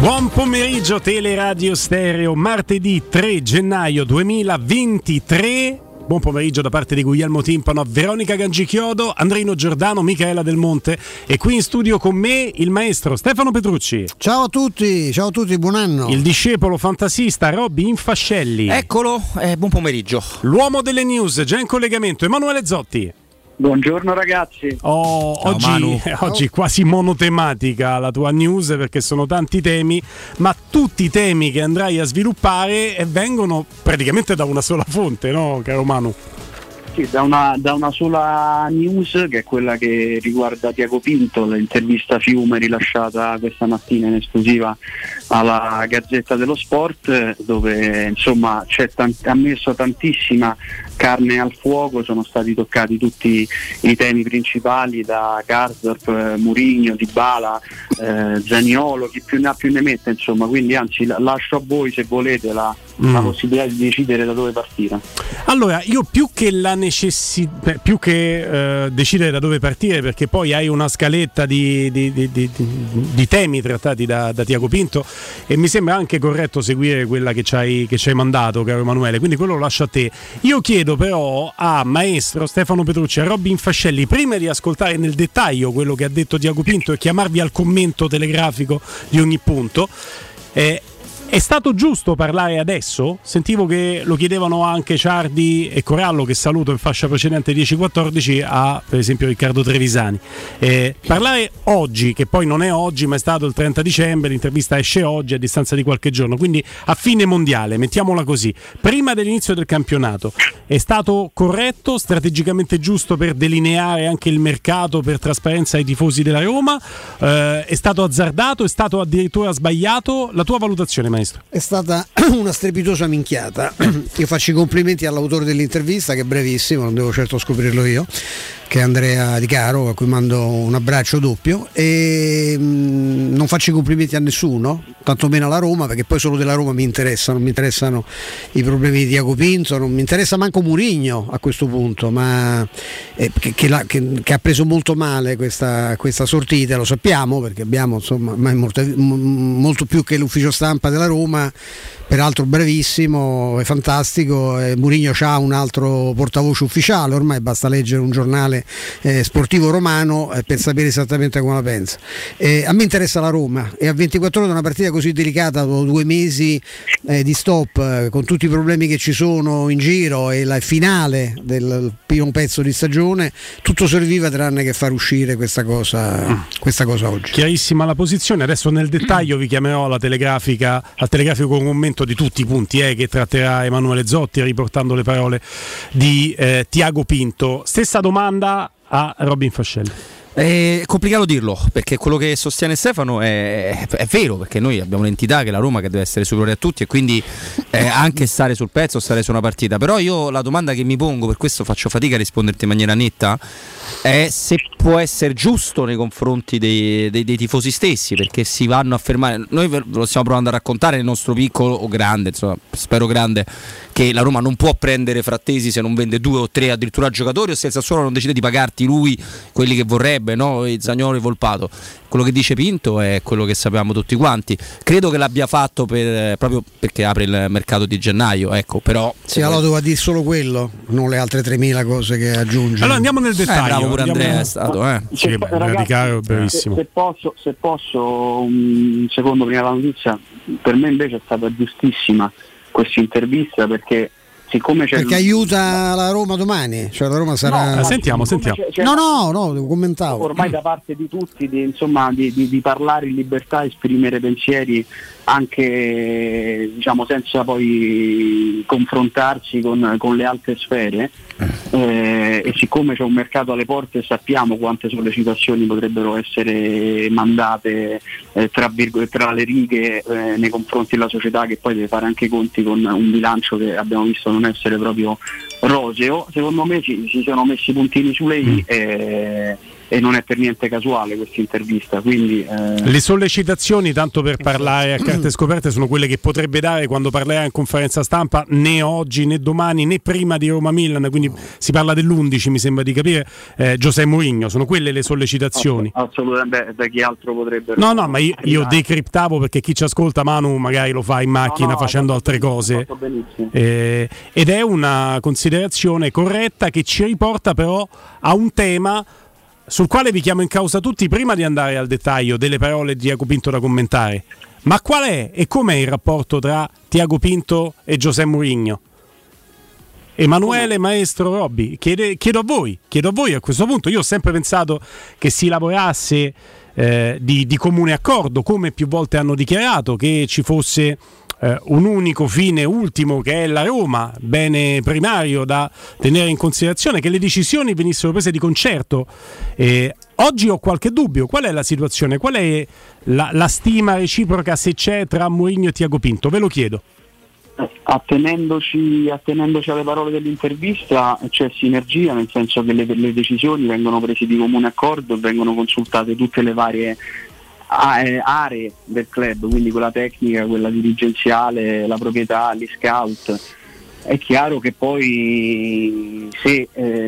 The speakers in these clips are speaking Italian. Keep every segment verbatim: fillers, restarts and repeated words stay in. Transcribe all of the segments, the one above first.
Buon pomeriggio Teleradio Stereo, martedì tre gennaio duemilaventitré. Buon pomeriggio da parte di Guglielmo Timpano, Veronica Gangichiodo, Andrino Giordano, Michaela Del Monte e qui in studio con me il maestro Stefano Petrucci. Ciao a tutti, ciao a tutti, buon anno. Il discepolo fantasista Robby Infascelli. Eccolo, eh, buon pomeriggio. L'uomo delle news, già in collegamento, Emanuele Zotti. Buongiorno ragazzi. Oh, Ciao, oggi, oggi quasi monotematica la tua news perché sono tanti temi, ma tutti i temi che andrai a sviluppare e vengono praticamente da una sola fonte, no caro Manu? Sì, da una, da una sola news che è quella che riguarda Tiago Pinto, l'intervista Fiume rilasciata questa mattina in esclusiva alla Gazzetta dello Sport, dove insomma c'è tant- ha messo tantissima carne al fuoco, sono stati toccati tutti i temi principali, da Karsdorp, Mourinho, Dybala, eh, Zaniolo, chi più ne ha più ne mette, insomma, quindi anzi la- lascio a voi se volete la, mm. la possibilità di decidere da dove partire. Allora, io più che la necessità, più che eh, decidere da dove partire, perché poi hai una scaletta di, di, di, di, di temi trattati da, da Tiago Pinto e mi sembra anche corretto seguire quella che ci hai, che ci hai mandato, caro Emanuele, quindi quello lo lascio a te. Io chiedo però a maestro Stefano Petrucci, a Robby Infascelli, prima di ascoltare nel dettaglio quello che ha detto Tiago Pinto e chiamarvi al commento telegrafico di ogni punto, eh, è stato giusto parlare adesso? Sentivo che lo chiedevano anche Ciardi e Corallo, che saluto in fascia precedente dieci quattordici, a per esempio Riccardo Trevisani. Eh, parlare oggi, che poi non è oggi ma è stato il trenta dicembre, l'intervista esce oggi a distanza di qualche giorno, quindi a fine mondiale, mettiamola così, prima dell'inizio del campionato, è stato corretto, strategicamente giusto per delineare anche il mercato, per trasparenza ai tifosi della Roma? Eh, è stato azzardato? È stato addirittura sbagliato? La tua valutazione, maestro? È stata una strepitosa minchiata. Io faccio i complimenti all'autore dell'intervista, che è brevissimo, non devo certo scoprirlo io, che è Andrea Di Caro, a cui mando un abbraccio doppio, e mh, non faccio i complimenti a nessuno, tantomeno alla Roma, perché poi solo della Roma mi interessano, non mi interessano i problemi di Tiago Pinto, non mi interessa manco Mourinho a questo punto, ma eh, che, che, la, che, che ha preso molto male questa, questa sortita, lo sappiamo, perché abbiamo insomma molto, molto più che l'ufficio stampa della Roma, peraltro bravissimo, è fantastico, e Mourinho c'ha un altro portavoce ufficiale, ormai basta leggere un giornale eh, sportivo romano eh, per sapere esattamente come la pensa. Eh, a me interessa la Roma, e a ventiquattro ore da una partita così delicata, dopo due mesi eh, di stop, eh, con tutti i problemi che ci sono in giro e la finale del primo pezzo di stagione, tutto serviva tranne che far uscire questa cosa, questa cosa oggi. Chiarissima la posizione, adesso nel dettaglio vi chiamerò alla telegrafica, al telegrafico commento di tutti i punti eh, che tratterà Emanuele Zotti, riportando le parole di eh, Tiago Pinto. Stessa domanda a Robby Infascelli. È complicato dirlo, perché quello che sostiene Stefano è, è vero, perché noi abbiamo un'entità che è la Roma, che deve essere superiore a tutti, e quindi eh, anche stare sul pezzo, stare su una partita. Però io la domanda che mi pongo, per questo faccio fatica a risponderti in maniera netta, è se può essere giusto nei confronti dei, dei, dei tifosi stessi, perché si vanno a fermare. Noi ve lo stiamo provando a raccontare nel nostro piccolo o grande, insomma, spero grande, che la Roma non può prendere Frattesi se non vende due o tre addirittura giocatori, o se il Sassuolo non decide di pagarti lui quelli che vorrebbe, no? Zaniolo e Volpato. Quello che dice Pinto è quello che sappiamo tutti quanti. Credo che l'abbia fatto per, proprio perché apre il mercato di gennaio, ecco, però sì, allora poi... doveva dire solo quello, non le altre tremila cose che aggiunge. Allora andiamo nel dettaglio. Eh, bravo pure andiamo... Andrea è stato, eh. Se, sì, ragazzi, Caro, bravissimo. Se, se posso, se posso un secondo prima della notizia, per me invece è stata giustissima questa intervista, perché siccome c'è perché il... aiuta la Roma domani, cioè la Roma sarà no, sentiamo, sentiamo. C'è, c'è no no no commentavo ormai da parte di tutti di, insomma di, di, di parlare in libertà, esprimere pensieri anche diciamo senza poi confrontarsi con, con le altre sfere, eh, e siccome c'è un mercato alle porte, sappiamo quante sollecitazioni potrebbero essere mandate eh, tra, virgo, tra le righe eh, nei confronti della società, che poi deve fare anche i conti con un bilancio che abbiamo visto non essere proprio roseo. Secondo me ci, ci sono messi i puntini sulle i, eh, e non è per niente casuale questa intervista. Quindi, eh... le sollecitazioni, tanto per parlare a carte scoperte, sono quelle che potrebbe dare quando parlerà in conferenza stampa, né oggi né domani né prima di Roma-Milan, quindi si parla dell'undici, mi sembra di capire, eh, José Mourinho, sono quelle le sollecitazioni. Assolutamente, da chi altro potrebbe. No, no, ma io, io decriptavo perché chi ci ascolta, Manu, magari lo fa in macchina no, no, facendo altre cose, eh, ed è una considerazione corretta che ci riporta però a un tema sul quale vi chiamo in causa tutti prima di andare al dettaglio delle parole di Tiago Pinto da commentare. Ma qual è e com'è il rapporto tra Tiago Pinto e José Mourinho? Emanuele, maestro Robby, chiede, chiedo a voi, chiedo a voi a questo punto. Io ho sempre pensato che si lavorasse eh, di, di comune accordo, come più volte hanno dichiarato, che ci fosse eh, un unico fine ultimo che è la Roma, bene primario da tenere in considerazione, che le decisioni venissero prese di concerto. Eh, oggi ho qualche dubbio, qual è la situazione? Qual è la, la stima reciproca, se c'è, tra Mourinho e Tiago Pinto? Ve lo chiedo. Attenendoci, attenendoci alle parole dell'intervista, c'è sinergia, nel senso che le, le decisioni vengono prese di comune accordo e vengono consultate tutte le varie aree del club, quindi quella tecnica, quella dirigenziale, la proprietà, gli scout. È chiaro che poi se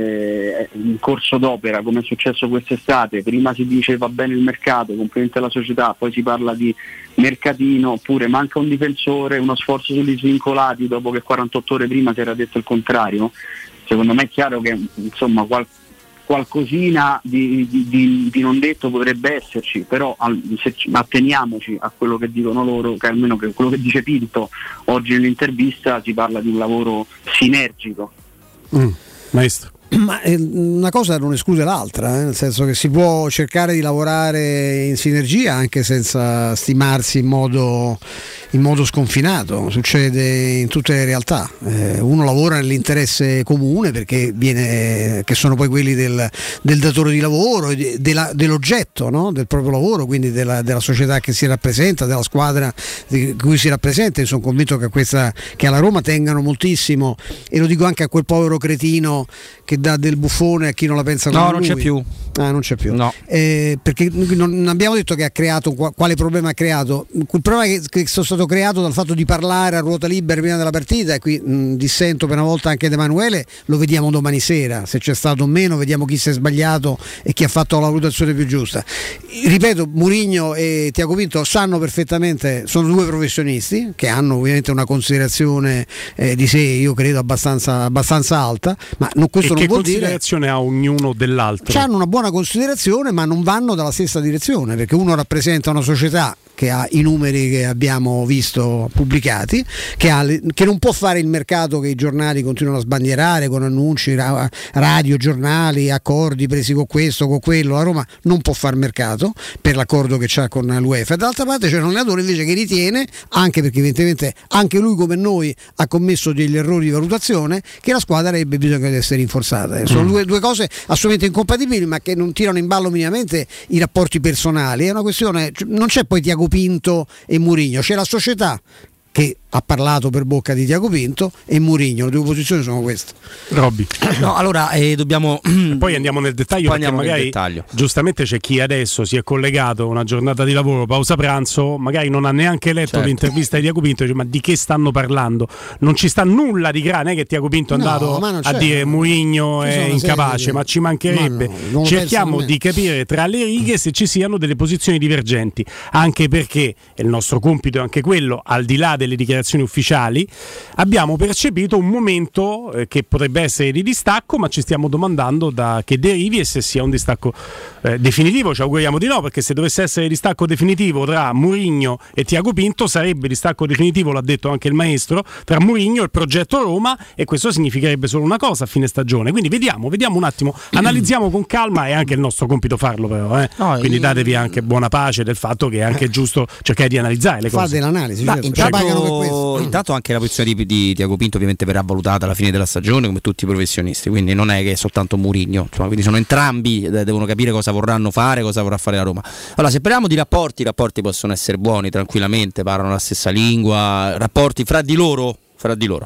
eh, in corso d'opera, come è successo quest'estate, prima si dice va bene il mercato, complimenti alla società, poi si parla di mercatino, oppure manca un difensore, uno sforzo sugli svincolati dopo che quarantotto ore prima si era detto il contrario, secondo me è chiaro che insomma qual- qualcosina di, di, di, di non detto potrebbe esserci, però al, se atteniamoci a quello che dicono loro, che almeno che quello che dice Pinto oggi nell'intervista, si parla di un lavoro sinergico. Mm, maestro. Ma eh, una cosa non esclude l'altra, eh, nel senso che si può cercare di lavorare in sinergia anche senza stimarsi in modo, in modo sconfinato, succede in tutte le realtà. Eh, uno lavora nell'interesse comune perché viene, che sono poi quelli del, del datore di lavoro, de, della, dell'oggetto, no? Del proprio lavoro, quindi della, della società che si rappresenta, della squadra di cui si rappresenta. Io sono convinto che, questa, che alla Roma tengano moltissimo, e lo dico anche a quel povero cretino che dà del buffone a chi non la pensa come no, lui. non c'è più. Ah, non c'è più. No. Eh, perché non abbiamo detto che ha creato, quale problema ha creato. Quel problema è che, che è stato creato dal fatto di parlare a ruota libera prima della partita, e qui mh, dissento per una volta anche di Emanuele, lo vediamo domani sera, se c'è stato o meno, vediamo chi si è sbagliato e chi ha fatto la valutazione più giusta. Ripeto, Mourinho e Tiago Pinto sanno perfettamente, sono due professionisti che hanno ovviamente una considerazione eh, di sé, io credo abbastanza, abbastanza alta, ma non, questo e non che vuol considerazione dire... ha ognuno dell'altro? Hanno una buona considerazione, ma non vanno dalla stessa direzione, perché uno rappresenta una società che ha i numeri che abbiamo visto pubblicati, che, ha, che non può fare il mercato che i giornali continuano a sbandierare con annunci, radio, giornali, accordi presi con questo, con quello. La Roma non può fare mercato per l'accordo che c'ha con l'UEFA. Dall'altra parte c'è un allenatore invece che ritiene, anche perché evidentemente anche lui come noi ha commesso degli errori di valutazione, che la squadra avrebbe bisogno di essere rinforzata. Sono mm. due, due cose assolutamente incompatibili, ma che non tirano in ballo minimamente i rapporti personali. È una questione, non c'è poi Tiago Pinto e Mourinho, c'è la società che ha parlato per bocca di Tiago Pinto e Mourinho, le due posizioni sono queste. Robby. No, allora eh, dobbiamo poi andiamo nel dettaglio, poi perché andiamo magari nel dettaglio. Giustamente c'è chi adesso si è collegato una giornata di lavoro, pausa pranzo, magari non ha neanche letto certo. l'intervista di Tiago Pinto e dice ma di che stanno parlando? Non ci sta nulla di grave, non è che Tiago Pinto è andato no, a dire Mourinho è incapace, ma ci mancherebbe. Ma no, cerchiamo di capire tra le righe se ci siano delle posizioni divergenti, anche perché il nostro compito è anche quello, al di là delle dichiarazioni ufficiali, abbiamo percepito un momento eh, che potrebbe essere di distacco, ma ci stiamo domandando da che derivi e se sia un distacco eh, definitivo. Ci auguriamo di no, perché se dovesse essere distacco definitivo tra Mourinho e Tiago Pinto sarebbe distacco definitivo, l'ha detto anche il maestro, tra Mourinho e il progetto Roma, e questo significherebbe solo una cosa a fine stagione. Quindi vediamo, vediamo un attimo, analizziamo con calma, è anche il nostro compito farlo però, eh. no, quindi datevi anche buona pace del fatto che è anche giusto cercare di analizzare le cose. Fate l'analisi, Ma certo. intanto, intanto anche la posizione di, di Tiago Pinto ovviamente verrà valutata alla fine della stagione come tutti i professionisti, quindi non è che è soltanto Mourinho, insomma, quindi sono entrambi, devono capire cosa vorranno fare, cosa vorrà fare la Roma. Allora, se parliamo di rapporti, i rapporti possono essere buoni tranquillamente, parlano la stessa lingua, rapporti fra di loro, fra di loro.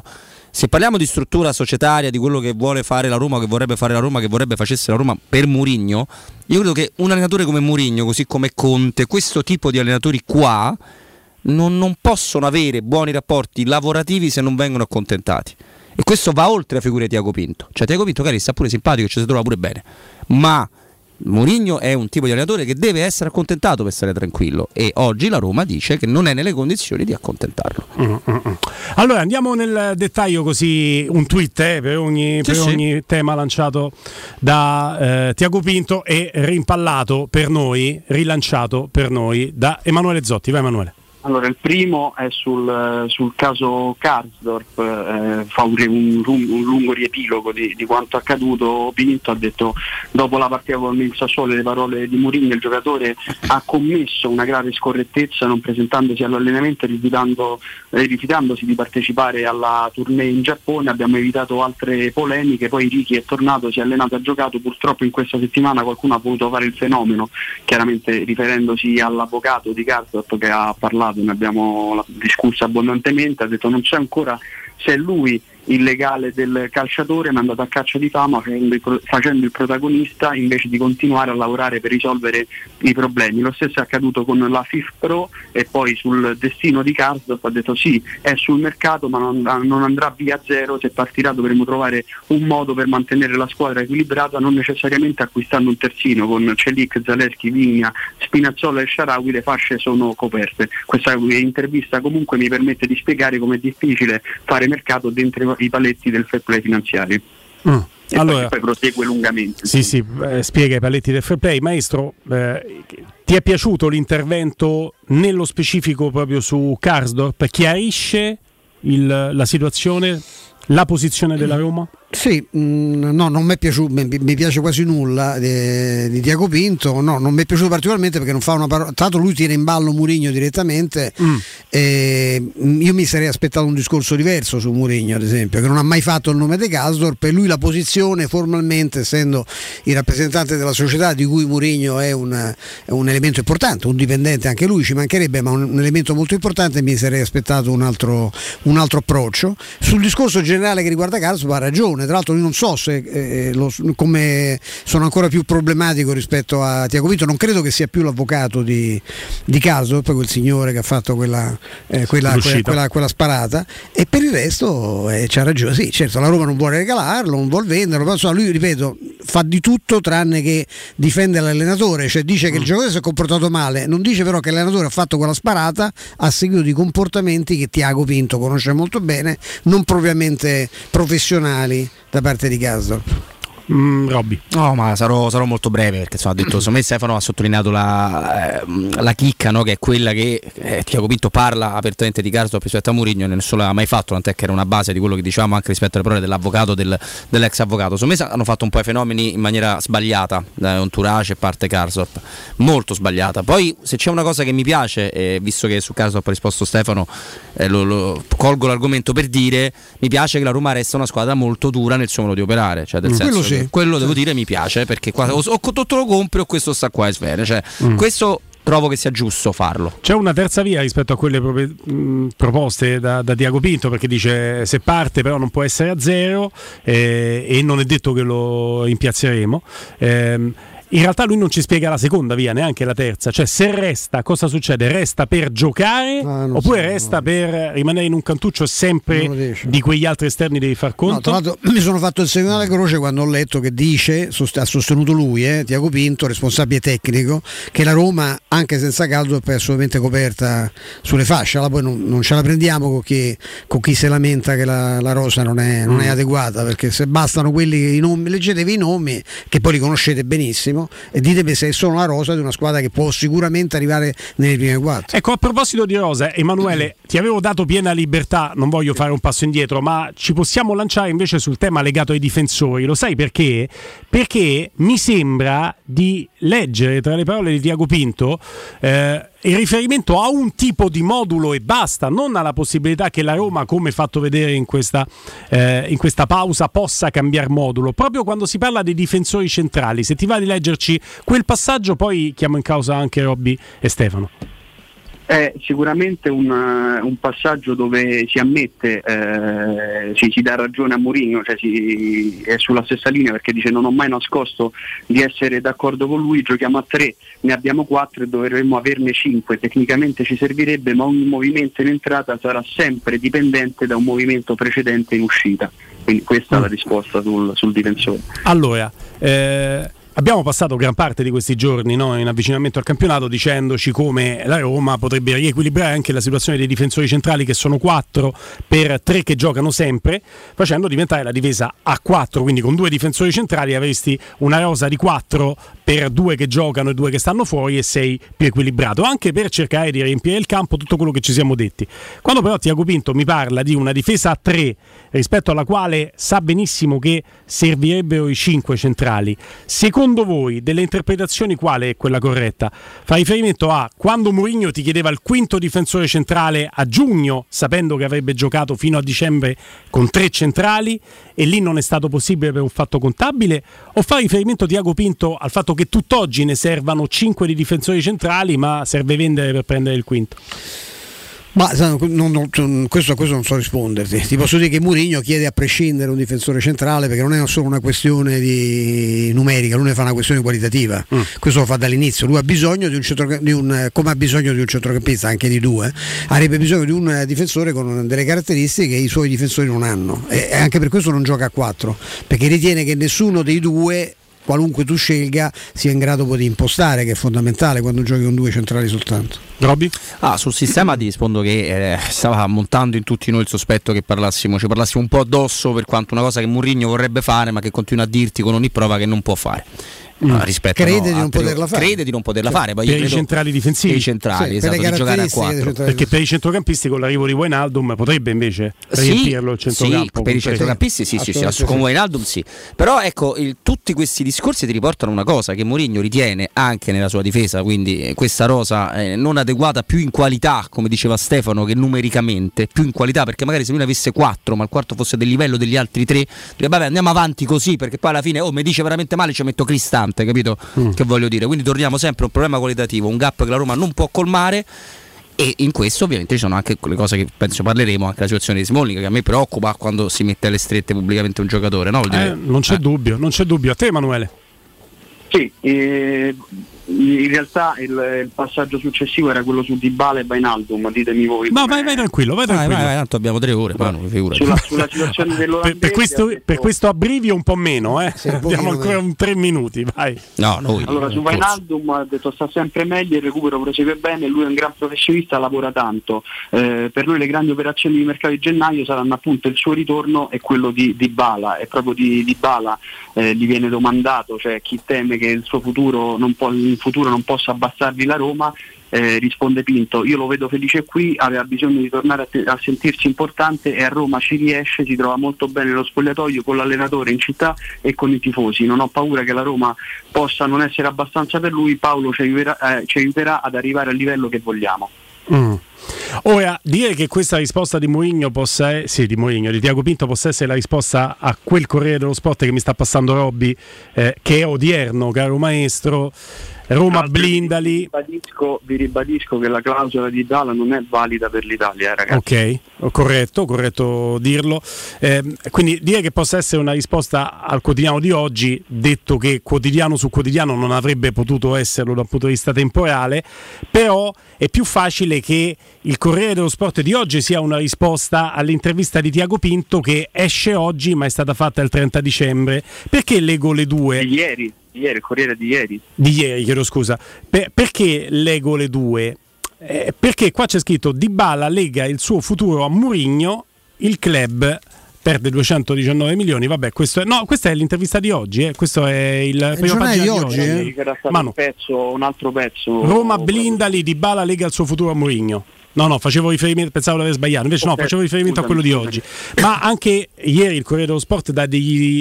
se parliamo di struttura societaria, di quello che vuole fare la Roma, che vorrebbe fare la Roma, che vorrebbe facesse la Roma per Mourinho, io credo che un allenatore come Mourinho, così come Conte, questo tipo di allenatori qua non, non possono avere buoni rapporti lavorativi se non vengono accontentati. E questo va oltre la figura di Tiago Pinto. Cioè Tiago Pinto magari sta pure simpatico, ci si trova pure bene, ma Mourinho è un tipo di allenatore che deve essere accontentato per stare tranquillo, e oggi la Roma dice che non è nelle condizioni di accontentarlo. Mm, mm, mm. Allora andiamo nel dettaglio, così un tweet eh, per ogni, sì, per sì. ogni tema lanciato da eh, Tiago Pinto e rimpallato per noi, rilanciato per noi da Emanuele Zotti. Vai Emanuele. Allora, il primo è sul, sul caso Karsdorp, eh, fa un, un, un lungo riepilogo di, di quanto accaduto. Pinto ha detto, dopo la partita con il Sassuolo, le parole di Mourinho: il giocatore ha commesso una grave scorrettezza non presentandosi all'allenamento e rifiutando, eh, rifiutandosi di partecipare alla tournée in Giappone. Abbiamo evitato altre polemiche, poi Ricky è tornato, si è allenato, ha giocato. Purtroppo in questa settimana qualcuno ha voluto fare il fenomeno, chiaramente riferendosi all'avvocato di Karsdorp che ha parlato, ne abbiamo discusso abbondantemente. Ha detto non c'è ancora se è lui il legale del calciatore, ma è andato a caccia di fama facendo il, facendo il protagonista invece di continuare a lavorare per risolvere i problemi. Lo stesso è accaduto con la F I F Pro, e poi sul destino di Karsdorp ha detto sì, è sul mercato ma non, non andrà via zero, se partirà dovremo trovare un modo per mantenere la squadra equilibrata, non necessariamente acquistando un terzino. Con Celic, Zaleschi, Vigna, Spinazzola e Shaarawy le fasce sono coperte. Questa intervista comunque mi permette di spiegare com'è difficile fare mercato dentro i paletti del fair play finanziario. Mm. E allora, poi, poi prosegue lungamente. Sì, sì, eh, spiega i paletti del fair play. Maestro, eh, ti è piaciuto l'intervento nello specifico proprio su Karsdorp? Chiarisce il, la situazione, la posizione della Roma? Sì, mh, no, non mi è piaciuto, mi, mi piace quasi nulla di, di Tiago Pinto, no, non mi è piaciuto particolarmente perché non fa una parola, tra l'altro lui tira in ballo Mourinho direttamente, mm. e io mi sarei aspettato un discorso diverso su Mourinho, ad esempio, che non ha mai fatto il nome di Karsdorp, e lui la posizione formalmente, essendo il rappresentante della società di cui Mourinho è un, è un elemento importante, un dipendente anche lui, ci mancherebbe, ma un, un elemento molto importante, mi sarei aspettato un altro, un altro approccio. Sul discorso generale che riguarda Karsdorp ha ragione. Tra l'altro io non so se eh, lo, come sono ancora più problematico rispetto a Tiago Pinto, non credo che sia più l'avvocato di, di Karsdorp, quel signore che ha fatto quella, eh, quella, quella, quella, quella sparata, e per il resto eh, c'ha ragione. Sì, certo, la Roma non vuole regalarlo, non vuole venderlo, però insomma, lui, ripeto, fa di tutto tranne che difende l'allenatore, cioè dice che il giocatore si è comportato male, non dice però che l'allenatore ha fatto quella sparata a seguito di comportamenti che Tiago Pinto conosce molto bene, non propriamente professionali da parte di Karsdorp. Mm, Robby. No, ma sarò, sarò molto breve, perché insomma, ha detto, secondo me Stefano ha sottolineato la, eh, la chicca, no? Che è quella che eh, Tiago Pinto parla apertamente di Karsdorp rispetto a Mourinho, nessuno l'ha mai fatto, tant'è che era una base di quello che dicevamo anche rispetto alle parole dell'avvocato, del, dell'ex avvocato. Secondo me hanno fatto un po' i fenomeni in maniera sbagliata, da entourage e parte Karsdorp, molto sbagliata. Poi se c'è una cosa che mi piace, eh, visto che su Karsdorp ha risposto Stefano, eh, lo, lo, colgo l'argomento per dire, mi piace che la Roma resta una squadra molto dura nel suo modo di operare, cioè del mm. senso sì. Quello devo dire mi piace, perché qua o, o tutto lo compri o questo sta qua, è svere, cioè mm. questo trovo che sia giusto farlo. C'è una terza via rispetto a quelle proprie, mh, proposte da, da Tiago Pinto, perché dice se parte però non può essere a zero, eh, e non è detto che lo rimpiazzeremo. Eh, In realtà lui non ci spiega la seconda via, neanche la terza, cioè se resta cosa succede? Resta per giocare ah, oppure so, resta no. per rimanere in un cantuccio sempre di quegli altri esterni devi far conto? No, tra l'altro mi sono fatto il segno alla croce quando ho letto che dice, ha sostenuto lui, eh, Tiago Pinto, responsabile tecnico, che la Roma anche senza Karsdorp è assolutamente coperta sulle fasce. Allora poi non, non ce la prendiamo con chi, con chi si lamenta che la, la rosa non è, non mm. è adeguata, perché se bastano quelli, i nomi, leggetevi i nomi che poi li conoscete benissimo e ditemi se sono la rosa di una squadra che può sicuramente arrivare nelle prime quattro. Ecco, a proposito di rosa, Emanuele, ti avevo dato piena libertà, non voglio fare un passo indietro, ma ci possiamo lanciare invece sul tema legato ai difensori. Lo sai perché? Perché mi sembra di leggere tra le parole di Tiago Pinto eh, il riferimento a un tipo di modulo e basta, non alla possibilità che la Roma, come fatto vedere in questa, eh, in questa pausa, possa cambiare modulo. Proprio quando si parla dei difensori centrali, se ti va di leggerci quel passaggio, poi chiamo in causa anche Robby e Stefano. È sicuramente un, un passaggio dove si ammette, eh, si, si dà ragione a Mourinho, cioè si, è sulla stessa linea, perché dice: non ho mai nascosto di essere d'accordo con lui, giochiamo a tre, ne abbiamo quattro e dovremmo averne cinque, tecnicamente ci servirebbe, ma ogni movimento in entrata sarà sempre dipendente da un movimento precedente in uscita. Quindi questa mm. è la risposta sul, sul difensore. Allora, eh... abbiamo passato gran parte di questi giorni, no, in avvicinamento al campionato, dicendoci come la Roma potrebbe riequilibrare anche la situazione dei difensori centrali, che sono quattro per tre che giocano sempre, facendo diventare la difesa a quattro, quindi con due difensori centrali avresti una rosa di quattro per due che giocano e due che stanno fuori, e sei più equilibrato, anche per cercare di riempire il campo, tutto quello che ci siamo detti. Quando però Tiago Pinto mi parla di una difesa a tre, rispetto alla quale sa benissimo che servirebbero i cinque centrali, secondo voi delle interpretazioni quale è quella corretta? Fa riferimento a quando Mourinho ti chiedeva il quinto difensore centrale a giugno, sapendo che avrebbe giocato fino a dicembre con tre centrali e lì non è stato possibile per un fatto contabile, o fa riferimento Tiago Pinto al fatto che tutt'oggi ne servano cinque di difensori centrali, ma serve vendere per prendere il quinto? Ma non, non, questo, questo non so risponderti. Ti posso dire che Mourinho chiede a prescindere un difensore centrale, perché non è solo una questione di numerica, lui ne fa una questione qualitativa. Mm. Questo lo fa dall'inizio. Lui ha bisogno di un, centro, di un come ha bisogno di un centrocampista, anche di due, avrebbe bisogno di un difensore con delle caratteristiche che i suoi difensori non hanno, e anche per questo non gioca a quattro, perché ritiene che nessuno dei due, qualunque tu scelga, sia in grado poi di impostare, che è fondamentale quando giochi con due centrali soltanto. Robby? Ah, sul sistema ti rispondo che eh, stava montando in tutti noi il sospetto che parlassimo, ci parlassimo un po' addosso, per quanto una cosa che Mourinho vorrebbe fare, ma che continua a dirti con ogni prova che non può fare. Mm. Rispetto, crede, no, di non poterla fare. crede di non poterla fare per io i centrali difensivi, per i centrali, sì, esatto, per le di giocare a quattro, perché per i centrocampisti con l'arrivo di Wijnaldum potrebbe invece sì, riempirlo il centrocampo. Sì, per i centrocampisti sì, sì, sì, sì, con Wijnaldum sì. Però ecco, il, tutti questi discorsi ti riportano una cosa, che Mourinho ritiene anche nella sua difesa, quindi questa rosa eh, non adeguata più in qualità, come diceva Stefano, che numericamente, più in qualità, perché magari se lui ne avesse quattro, ma il quarto fosse del livello degli altri tre, direbbe vabbè, andiamo avanti così, perché poi alla fine oh mi dice veramente male, ci metto Cristante, capito? Mm. Che voglio dire, quindi torniamo sempre a un problema qualitativo, un gap che la Roma non può colmare, e in questo ovviamente ci sono anche quelle cose che penso parleremo, anche la situazione di Smalling, che a me preoccupa quando si mette alle strette pubblicamente un giocatore, no? Eh, non c'è eh. dubbio, non c'è dubbio. A te, Emanuele? Sì, eh, in realtà il, il passaggio successivo era quello su Dybala e Wijnaldum, ditemi voi. Ma vai, vai tranquillo, vai tranquillo. Vai, vai, vai, tanto abbiamo tre ore, ma non figurati. Sulla, sulla situazione dell'Olandese. Per, per, questo, detto... per questo abbrivio un po' meno, eh? Sì, abbiamo ancora un tre minuti, vai. No, noi, allora, su Wijnaldum ha detto sta sempre meglio, il recupero prosegue bene, lui è un gran professionista, lavora tanto. Eh, per noi le grandi operazioni di mercato di gennaio saranno appunto il suo ritorno e quello di Dybala, e proprio di Dybala eh, gli viene domandato, cioè chi teme che il suo futuro non può, in futuro non possa abbassargli la Roma, eh, risponde Pinto: io lo vedo felice qui, aveva bisogno di tornare a, te- a sentirsi importante e a Roma ci riesce, si trova molto bene nello spogliatoio, con l'allenatore, in città e con i tifosi. Non ho paura che la Roma possa non essere abbastanza per lui, Paolo ci aiuterà, eh, ci aiuterà ad arrivare al livello che vogliamo. Mm. Ora, dire che questa risposta di Mourinho possa sì, di Mourinho, di Tiago Pinto possa essere la risposta a quel Corriere dello Sport che mi sta passando Robby, eh, che è odierno, caro maestro. Roma no, blindali. Vi ribadisco, vi ribadisco che la clausola di Dybala non è valida per l'Italia, Ok, ragazzi. corretto, corretto dirlo. Eh, quindi dire che possa essere una risposta al quotidiano di oggi, detto che quotidiano su quotidiano non avrebbe potuto esserlo dal punto di vista temporale, però è più facile che il Corriere dello Sport di oggi sia una risposta all'intervista di Tiago Pinto che esce oggi ma è stata fatta il trenta dicembre. Perché leggo le due? Di ieri. Ieri, il Corriere di ieri. Di ieri, chiedo scusa. Per, perché leggo le due? Eh, perché qua c'è scritto: Dybala lega il suo futuro a Mourinho, il club perde duecentodiciannove milioni. Vabbè, questo è, no, questa è l'intervista di oggi, eh. Questo è il primo pagina di oggi. Eh? Era stato un pezzo, un altro pezzo. Roma blindali, Dybala lega il suo futuro a Mourinho. No, no, facevo riferimento, pensavo di aver sbagliato, invece okay, no, facevo riferimento scusami, a quello scusami. di oggi. Ma anche ieri il Corriere dello Sport dà degli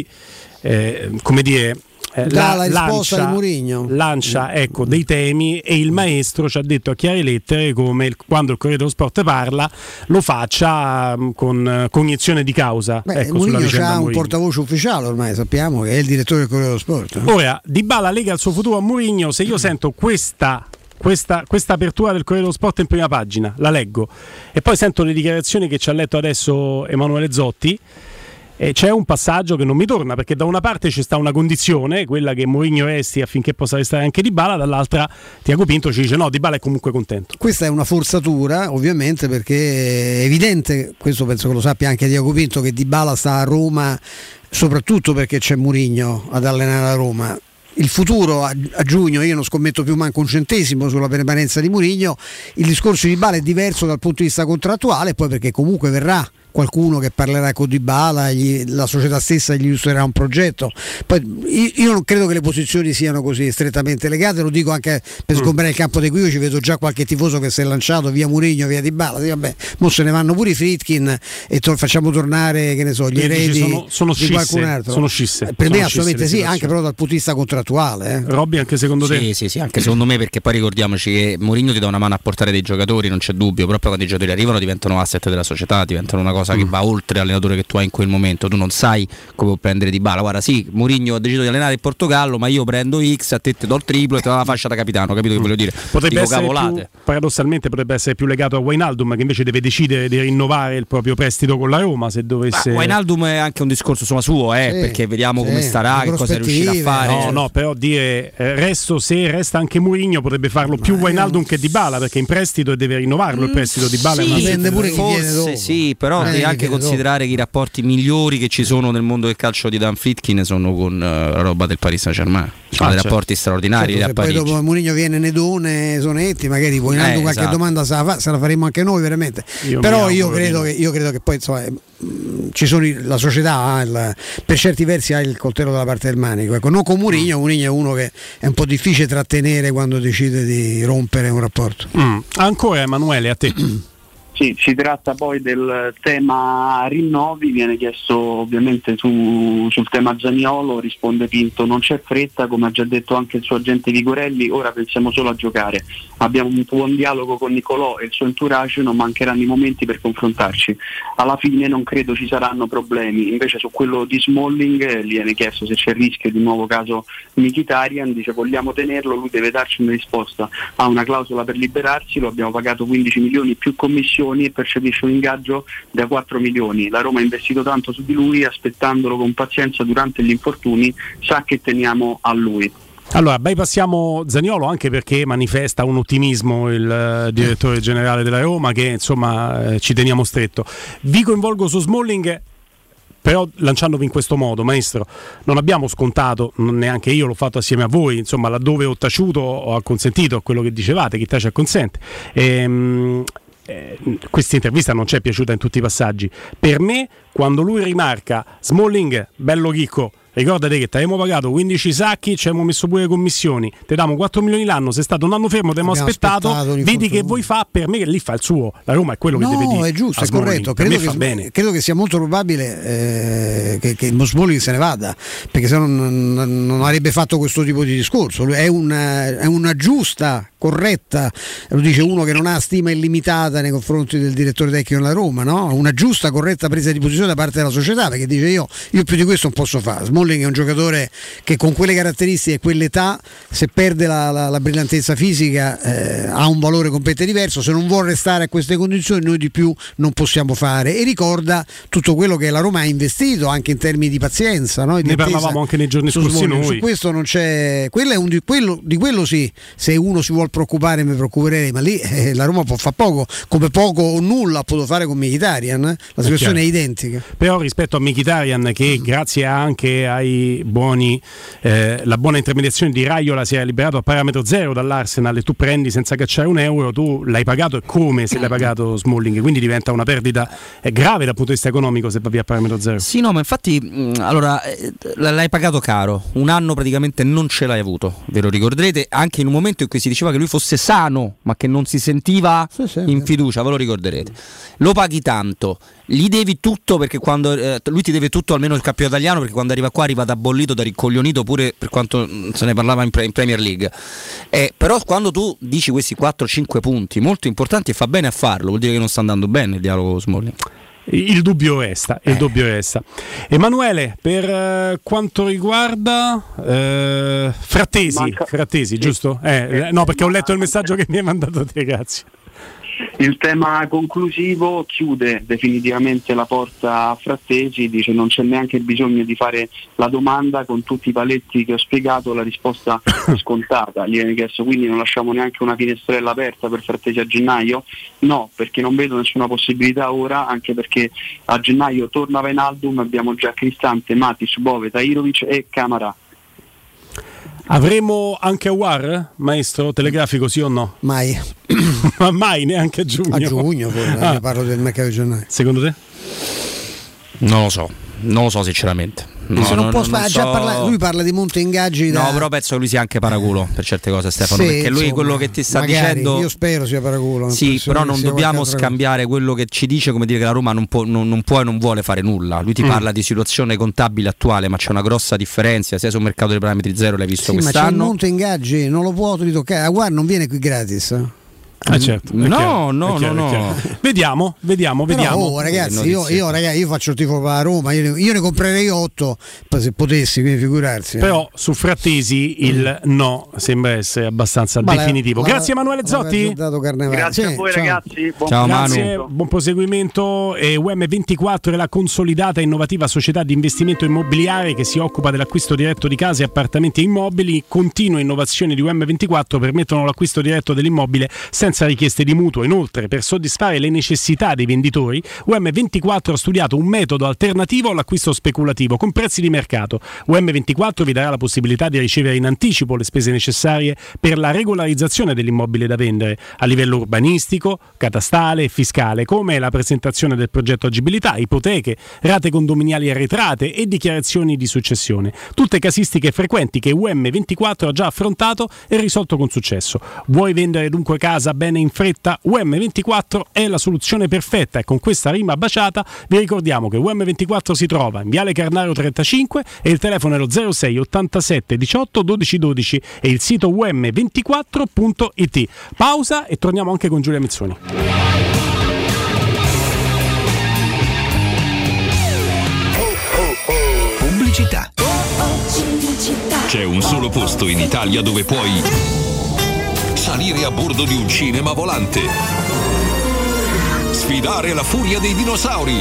eh, come dire Eh, dà la, la risposta lancia, di Mourinho, lancia ecco dei temi, e il maestro ci ha detto a chiare lettere come il, quando il Corriere dello Sport parla lo faccia um, con cognizione di causa. Beh, ecco, Mourinho sulla ha un Mourinho. portavoce ufficiale, ormai sappiamo che è il direttore del Corriere dello Sport. Ora Dybala lega il suo futuro a Mourinho. Se io sento questa questa, questa apertura del Corriere dello Sport in prima pagina, la leggo e poi sento le dichiarazioni che ci ha letto adesso Emanuele Zotti. E c'è un passaggio che non mi torna, perché da una parte ci sta una condizione, quella che Mourinho resti affinché possa restare anche Dybala, dall'altra Tiago Pinto ci dice no, Dybala è comunque contento. Questa è una forzatura, ovviamente, perché è evidente, questo penso che lo sappia anche Tiago Pinto, che Dybala sta a Roma soprattutto perché c'è Mourinho ad allenare la Roma. Il futuro a, a giugno io non scommetto più manco un centesimo sulla permanenza di Mourinho. Il discorso di Dybala è diverso dal punto di vista contrattuale, poi perché comunque verrà qualcuno che parlerà con Dybala, gli, la società stessa gli illustrerà un progetto. Poi io, io non credo che le posizioni siano così strettamente legate, lo dico anche per sgomberare il campo di qui. Io ci vedo già qualche tifoso che si è lanciato via Mourinho, via Dybala. Sì, vabbè, mo se ne vanno pure i Friedkin e to- facciamo tornare, che ne so, gli eredi sono, sono di qualcun altro. Sono scisse. Per sono me assolutamente sì, anche però dal punto di vista contrattuale. Eh. Robby, anche secondo te? Sì, sì, sì, anche secondo me, perché poi ricordiamoci che Mourinho ti dà una mano a portare dei giocatori, non c'è dubbio, proprio quando i giocatori arrivano diventano asset della società, diventano una cosa mm. che va oltre l'allenatore che tu hai in quel momento. Tu non sai come può prendere Dybala. Guarda, sì, Mourinho ha deciso di allenare il Portogallo, ma io prendo X, a te ti do il triplo e ti do la fascia da capitano, capito che voglio dire? Potrebbe Dico essere cavolate. Più, paradossalmente potrebbe essere più legato a Wijnaldum, che invece deve decidere di rinnovare il proprio prestito con la Roma, se dovesse. Ma Wijnaldum è anche un discorso insomma suo, eh, sì, perché vediamo sì, come starà, che cosa riuscirà a fare. No, no, però dire eh, resto, se resta anche Mourinho potrebbe farlo ma più Wijnaldum che Dybala, perché in prestito deve rinnovarlo il prestito Dybala. Sì, dipende pure chi forse viene dopo. Sì, però eh, devi anche considerare dopo. Che i rapporti migliori che ci sono nel mondo del calcio di Dan Friedkin sono con uh, la roba del Paris Saint-Germain. Sono ah, dei certo. rapporti straordinari. Certo, se poi dopo Mourinho viene Nedone, Sonetti, magari poi eh, qualche esatto. domanda se la, fa, se la faremo anche noi veramente. Io però io credo, che, io credo che poi insomma, mh, ci sono la società, il, per certi versi ha il coltello dalla parte del manico. Ecco, non con Mourinho, Mourinho è uno che è un po' difficile trattenere quando decide di rompere un rapporto. Mm. Ancora Emanuele, a te. Sì, si tratta poi del tema rinnovi, viene chiesto ovviamente su, sul tema Zaniolo, risponde Pinto, non c'è fretta, come ha già detto anche il suo agente Vigorelli, ora pensiamo solo a giocare, abbiamo un buon dialogo con Nicolò e il suo entourage, non mancheranno i momenti per confrontarci, alla fine non credo ci saranno problemi. Invece su quello di Smalling gli viene chiesto se c'è il rischio di un nuovo caso Mkhitaryan, dice vogliamo tenerlo, lui deve darci una risposta, ha una clausola per liberarsi, lo abbiamo pagato quindici milioni più commissioni e percepisce un ingaggio da quattro milioni. La Roma ha investito tanto su di lui, aspettandolo con pazienza durante gli infortuni, sa che teniamo a lui. Allora, bypassiamo Zaniolo anche perché manifesta un ottimismo il uh, direttore generale della Roma che insomma eh, ci teniamo stretto. Vi coinvolgo su Smalling, però lanciandovi in questo modo, maestro, non abbiamo scontato, neanche io l'ho fatto assieme a voi, insomma laddove ho taciuto ho acconsentito a quello che dicevate, chi tace acconsente. Ehm, Eh, questa intervista non ci è piaciuta in tutti i passaggi. Per me, quando lui rimarca Smalling, bello chicco, ricordate che ti abbiamo pagato quindici sacchi, ci abbiamo messo pure le commissioni, ti diamo quattro milioni l'anno, sei stato un anno fermo, ti abbiamo aspettato, aspettato vedi che voi fa, per me che lì fa il suo, la Roma è quello no, che deve dire. No, è giusto, è corretto, credo che, bene. credo che sia molto probabile eh, che, che Smalling se ne vada, perché se no non, non avrebbe fatto questo tipo di discorso. Lui è una, è una giusta, corretta, lo dice uno che non ha stima illimitata nei confronti del direttore tecnico della Roma, no? Una giusta, corretta presa di posizione da parte della società, perché dice io, io più di questo non posso fare. Smalling è un giocatore che con quelle caratteristiche e quell'età, se perde la, la, la brillantezza fisica eh, ha un valore completamente diverso, se non vuole restare a queste condizioni noi di più non possiamo fare, e ricorda tutto quello che la Roma ha investito anche in termini di pazienza, no? Di ne parlavamo anche nei giorni scorsi noi. Su questo non c'è, quello è un di quello, di quello sì, se uno si vuole preoccupare mi preoccuperei, ma lì eh, la Roma può fare poco, come poco o nulla ha potuto fare con Mkhitaryan, eh? La situazione è, è identica. Però rispetto a Mkhitaryan, che mm. grazie anche ai buoni eh, la buona intermediazione di Raiola si è liberato a parametro zero dall'Arsenal, e tu prendi senza cacciare un euro, tu l'hai pagato e come se l'hai pagato Smalling, quindi diventa una perdita eh, grave dal punto di vista economico se va via a parametro zero. Sì, no, ma infatti mh, allora eh, l'hai pagato caro, un anno praticamente non ce l'hai avuto, ve lo ricorderete, anche in un momento in cui si diceva che lui fosse sano ma che non si sentiva sì, sì, in fiducia, ve lo ricorderete. Lo paghi tanto, gli devi tutto, perché quando eh, lui ti deve tutto, almeno il campionato italiano, perché quando arriva qua arriva da bollito, da ricoglionito, pure per quanto se ne parlava in, pre- in Premier League. Eh, però quando tu dici questi quattro cinque punti molto importanti, e fa bene a farlo, vuol dire che non sta andando bene il dialogo con Smalling. il dubbio resta, il eh. dubbio resta. Emanuele, per eh, quanto riguarda eh, Frattesi, Manca... Frattesi, sì. giusto? Eh, no, perché ho letto il messaggio che mi hai mandato te, grazie. Il tema conclusivo chiude definitivamente la porta a Frattesi, dice non c'è neanche bisogno di fare la domanda, con tutti i paletti che ho spiegato la risposta è scontata, gli viene chiesto quindi non lasciamo neanche una finestrella aperta per Frattesi a gennaio? No, perché non vedo nessuna possibilità ora, anche perché a gennaio torna Wijnaldum, abbiamo già Cristante, Matic, Bove, Tahirovic e Camara. Avremo anche Aouar, maestro telegrafico, sì o no? Mai. Ma mai, neanche a giugno. A giugno, poi, ah. parlo del mercato di gennaio. Secondo te? Non lo so, non lo so sinceramente. No, se non no, può non fa- so... già parla- lui parla di monte ingaggi da... No, però penso che lui sia anche paraculo per certe cose, Stefano, sì, perché lui insomma, quello che ti sta magari, dicendo io spero sia paraculo. sì, però non dobbiamo scambiare quello che ci dice come dire che la Roma non può, non, non può e non vuole fare nulla. Lui ti mm. parla di situazione contabile attuale, ma c'è una grossa differenza sia sul mercato dei parametri zero, l'hai visto sì, quest'anno. Ma c'è il monte ingaggi, non lo può ritoccare. Ah, guarda, non viene qui gratis. Ah, certo, no, chiaro, no, chiaro, no, no. Vediamo, vediamo, Però, vediamo. Oh, ragazzi, io, io, ragazzi, io faccio il tifo per la Roma, io ne, io ne comprerei otto se potessi, quindi figurarsi. Però su Frattesi il no sembra essere abbastanza ma definitivo. La, Grazie Emanuele Zotti. Grazie sì, a voi ciao. ragazzi. Buon ciao Grazie, Manu. buon proseguimento. E U M ventiquattro è la consolidata e innovativa società di investimento immobiliare che si occupa dell'acquisto diretto di case, appartamenti e immobili. Continue innovazioni di U M ventiquattro permettono l'acquisto diretto dell'immobile senza richieste di mutuo. Inoltre, per soddisfare le necessità dei venditori, U M ventiquattro ha studiato un metodo alternativo all'acquisto speculativo con prezzi di mercato. U M ventiquattro vi darà la possibilità di ricevere in anticipo le spese necessarie per la regolarizzazione dell'immobile da vendere a livello urbanistico, catastale e fiscale, come la presentazione del progetto agibilità, ipoteche, rate condominiali arretrate e dichiarazioni di successione. Tutte casistiche frequenti che U M ventiquattro ha già affrontato e risolto con successo. Vuoi vendere dunque casa bene in fretta? U M ventiquattro è la soluzione perfetta e con questa rima baciata vi ricordiamo che U M ventiquattro si trova in Viale Carnaro trentacinque e il telefono è lo zero sei ottantasette diciotto dodici dodici e il sito u m ventiquattro punto i t. Pausa e torniamo anche con Giulia Mizzoni. Pubblicità. C'è un solo posto in Italia dove puoi salire a bordo di un cinema volante, sfidare la furia dei dinosauri,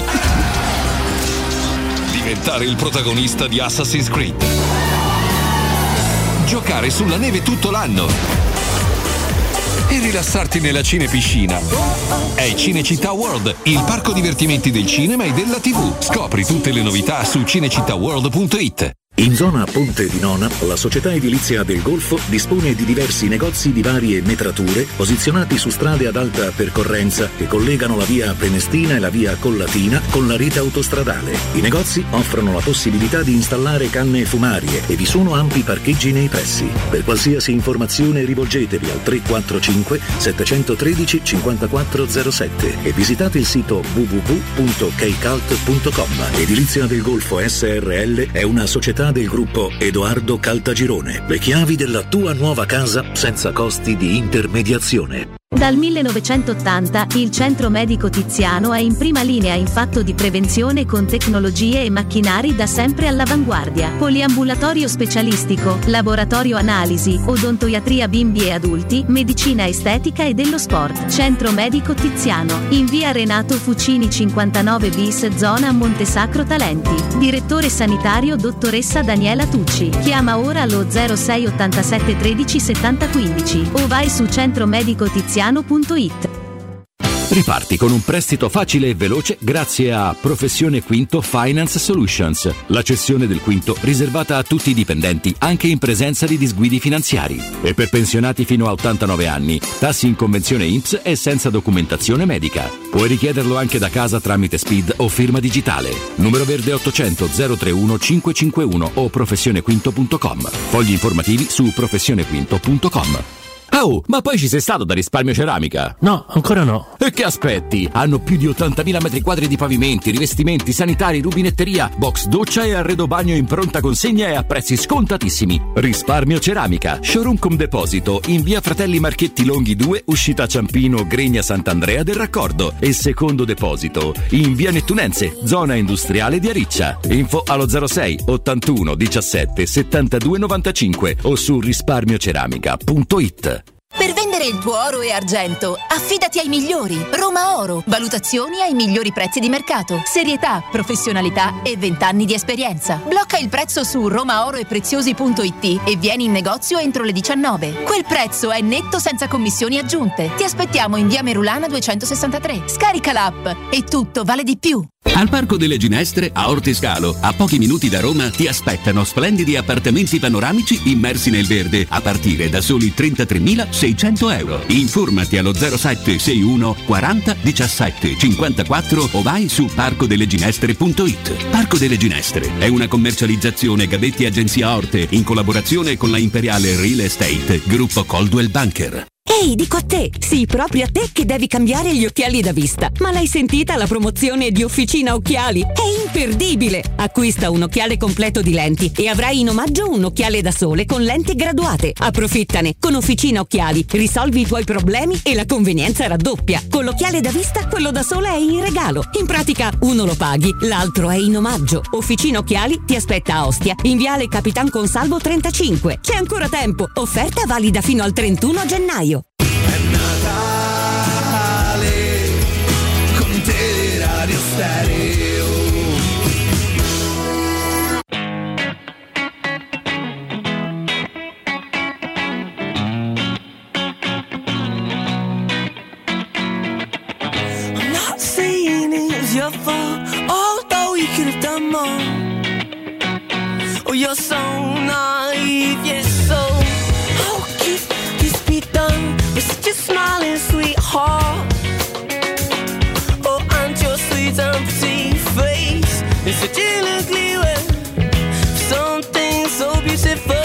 diventare il protagonista di Assassin's Creed, giocare sulla neve tutto l'anno e rilassarti nella cinepiscina. È Cinecittà World, il parco divertimenti del cinema e della tivù. Scopri tutte le novità su cinecittà world punto it. In zona Ponte di Nona, la società edilizia del Golfo dispone di diversi negozi di varie metrature posizionati su strade ad alta percorrenza che collegano la via Prenestina e la via Collatina con la rete autostradale. I negozi offrono la possibilità di installare canne fumarie e vi sono ampi parcheggi nei pressi. Per qualsiasi informazione rivolgetevi al tre quattro cinque sette uno tre cinque zero zero sette e visitate il sito w w w punto keycult punto com. Edilizia del Golfo S R L è una società del gruppo Edoardo Caltagirone. Le chiavi della tua nuova casa senza costi di intermediazione. Dal millenovecentottanta il Centro Medico Tiziano è in prima linea in fatto di prevenzione con tecnologie e macchinari da sempre all'avanguardia. Poliambulatorio specialistico, laboratorio analisi, odontoiatria bimbi e adulti, medicina estetica e dello sport. Centro Medico Tiziano, in via Renato Fucini cinquantanove bis, zona Montesacro Talenti. Direttore sanitario dottoressa Daniela Tucci. Chiama ora allo zero sei ottantasette tredici settanta quindici o vai su centromedicotiziano punto it. Riparti con un prestito facile e veloce grazie a Professione Quinto Finance Solutions, la cessione del quinto riservata a tutti i dipendenti anche in presenza di disguidi finanziari e per pensionati fino a ottantanove anni, tassi in convenzione I N P S e senza documentazione medica. Puoi richiederlo anche da casa tramite S P I D o firma digitale. Numero verde ottocento zero trentuno cinquecentocinquantuno o professionequinto punto com. Fogli informativi su professionequinto punto com. Oh, ma poi ci sei stato da Risparmio Ceramica? No, ancora no. E che aspetti? Hanno più di ottantamila metri quadri di pavimenti, rivestimenti, sanitari, rubinetteria, box doccia e arredo bagno in pronta consegna e a prezzi scontatissimi. Risparmio Ceramica, showroom con deposito in via Fratelli Marchetti Longhi due, uscita Ciampino, Gregna Sant'Andrea del Raccordo, e secondo deposito in via Nettunense, zona industriale di Ariccia. Info allo zero sei ottantuno diciassette settantadue novantacinque o su risparmioceramica punto it. Per vendere il tuo oro e argento, affidati ai migliori. Roma Oro. Valutazioni ai migliori prezzi di mercato. Serietà, professionalità e vent'anni di esperienza. Blocca il prezzo su romaoroepreziosi punto it e vieni in negozio entro le diciannove. Quel prezzo è netto senza commissioni aggiunte. Ti aspettiamo in via Merulana duecentosessantatré. Scarica l'app e tutto vale di più. Al Parco delle Ginestre, a Ortiscalo, a pochi minuti da Roma, ti aspettano splendidi appartamenti panoramici immersi nel verde a partire da soli trentatremilaseicento euro. Informati allo zero sette sei uno quaranta diciassette cinquantaquattro o vai su parco delle ginestre punto it. Parco delle Ginestre è una commercializzazione Gavetti Agenzia Orte in collaborazione con la Imperiale Real Estate, gruppo Coldwell Banker. Ehi, dico a te, sì, proprio a te che devi cambiare gli occhiali da vista. Ma l'hai sentita la promozione di Officina Occhiali? È imperdibile! Acquista un occhiale completo di lenti e avrai in omaggio un occhiale da sole con lenti graduate. Approfittane! Con Officina Occhiali risolvi i tuoi problemi e la convenienza raddoppia. Con l'occhiale da vista, quello da sole è in regalo. In pratica, uno lo paghi, l'altro è in omaggio. Officina Occhiali ti aspetta a Ostia, in viale Capitan Consalvo trentacinque. C'è ancora tempo! Offerta valida fino al trentuno gennaio. Natale con Teleradio Stereo. I'm not saying it's your fault, although you could have done more. Oh, you're so naive, yes, so how could this be done? With such a smiling sweetheart. Oh, and your sweet empty face is such an ugly way. Something so beautiful.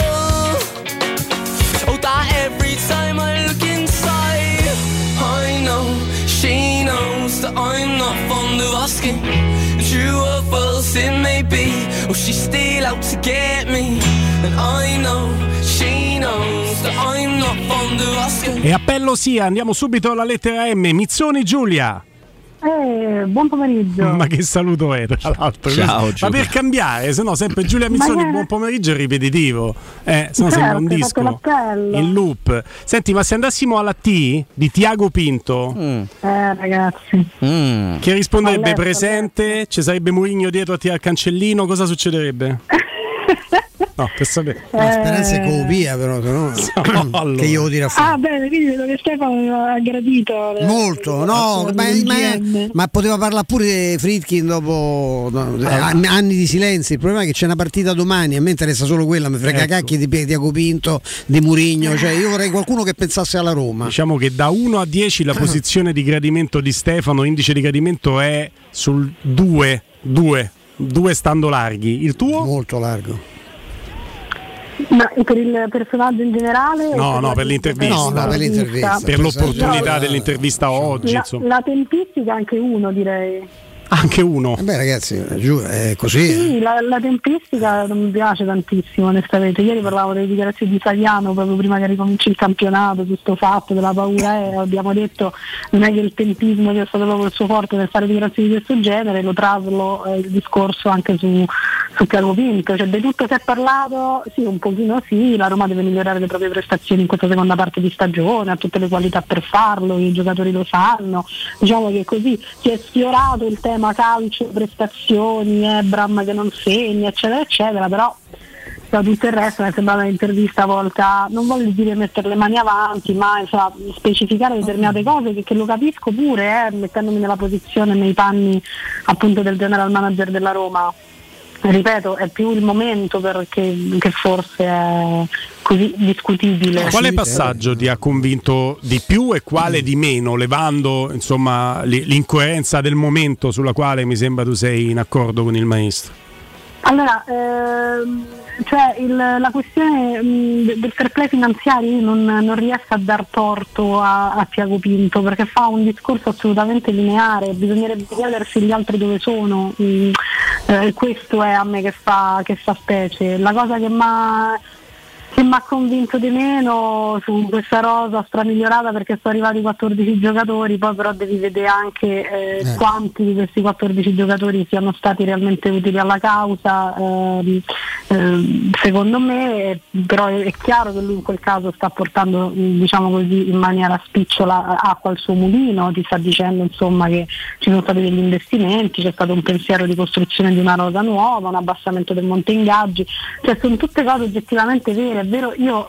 Oh, that every time I look inside, I know she knows that I'm not fond of asking. True or false it may be, oh, she's still out to get me. And I know she knows that I'm not fond of asking. E appello sia, andiamo subito alla lettera M. Mizzoni Giulia. Eh, buon pomeriggio. Ma che saluto è, tra l'altro? Ciao, ma per cambiare, se no sempre Giulia Mizzoni, buon pomeriggio è ripetitivo. Eh, se no certo, sembra un disco in loop. Senti, ma se andassimo alla T di Tiago Pinto, mm. eh ragazzi, mm. che risponderebbe letto, presente? Ci sarebbe Mourinho dietro a te al cancellino, cosa succederebbe? No, per sapere. La speranza è copia, però, no? No, allora. Che io dirò. Ah, bene, quindi vedo che Stefano ha gradito molto, no, ma, ma, ma poteva parlare pure Friedkin dopo no, anni di silenzio. Il problema è che c'è una partita domani, a me interessa solo quella, mi frega ecco. cacchi di Tiago Pinto, di Mourinho, cioè io vorrei qualcuno che pensasse alla Roma. Diciamo che da uno a dieci la posizione di gradimento di Stefano, indice di gradimento è sul due, due, due stando larghi. Il tuo? Molto largo. Ma per il personaggio in generale? No, no, per l'intervista. No, no, per l'intervista. Per l'opportunità no, dell'intervista oggi. La, la tempistica anche uno, direi. Anche uno. Eh beh, ragazzi, giù è così. Sì, la, la tempistica non mi piace tantissimo, onestamente. Ieri parlavo delle dichiarazioni di Saviano proprio prima che ricominci il campionato, su sto fatto della paura è, abbiamo detto non è che il tempismo sia stato proprio il suo forte per fare dichiarazioni di questo genere, lo traslo eh, il discorso anche su, su Tiago Pinto, cioè di tutto si è parlato, sì, un pochino sì, la Roma deve migliorare le proprie prestazioni in questa seconda parte di stagione, ha tutte le qualità per farlo, i giocatori lo sanno, diciamo che così si è sfiorato il tema calcio, prestazioni, Ebram che non segna, eccetera, eccetera, però da tutto il resto mi è sembrata un'intervista volta, non voglio dire mettere le mani avanti, ma insomma, specificare determinate cose che, che lo capisco pure, eh, mettendomi nella posizione, nei panni appunto del general manager della Roma. Ripeto, è più il momento perché che forse è così discutibile. Quale passaggio ti ha convinto di più e quale di meno, levando insomma l'incoerenza del momento sulla quale mi sembra tu sei in accordo con il maestro? Allora, ehm, cioè il, la questione mh, del fair play finanziario io non, non riesco a dar torto a, a Tiago Pinto, perché fa un discorso assolutamente lineare, bisognerebbe chiedersi gli altri dove sono, mh, eh, questo è a me che fa, che fa specie. La cosa che m'ha che mi ha convinto di meno su questa rosa stramigliorata, perché sono arrivati quattordici giocatori, poi però devi vedere anche eh, eh. quanti di questi quattordici giocatori siano stati realmente utili alla causa. Eh, eh, secondo me però è, è chiaro che lui in quel caso sta portando, diciamo così, in maniera spicciola acqua al suo mulino, ti sta dicendo insomma che ci sono stati degli investimenti, c'è stato un pensiero di costruzione di una rosa nuova, un abbassamento del monte ingaggi, cioè sono tutte cose oggettivamente vere. È vero, io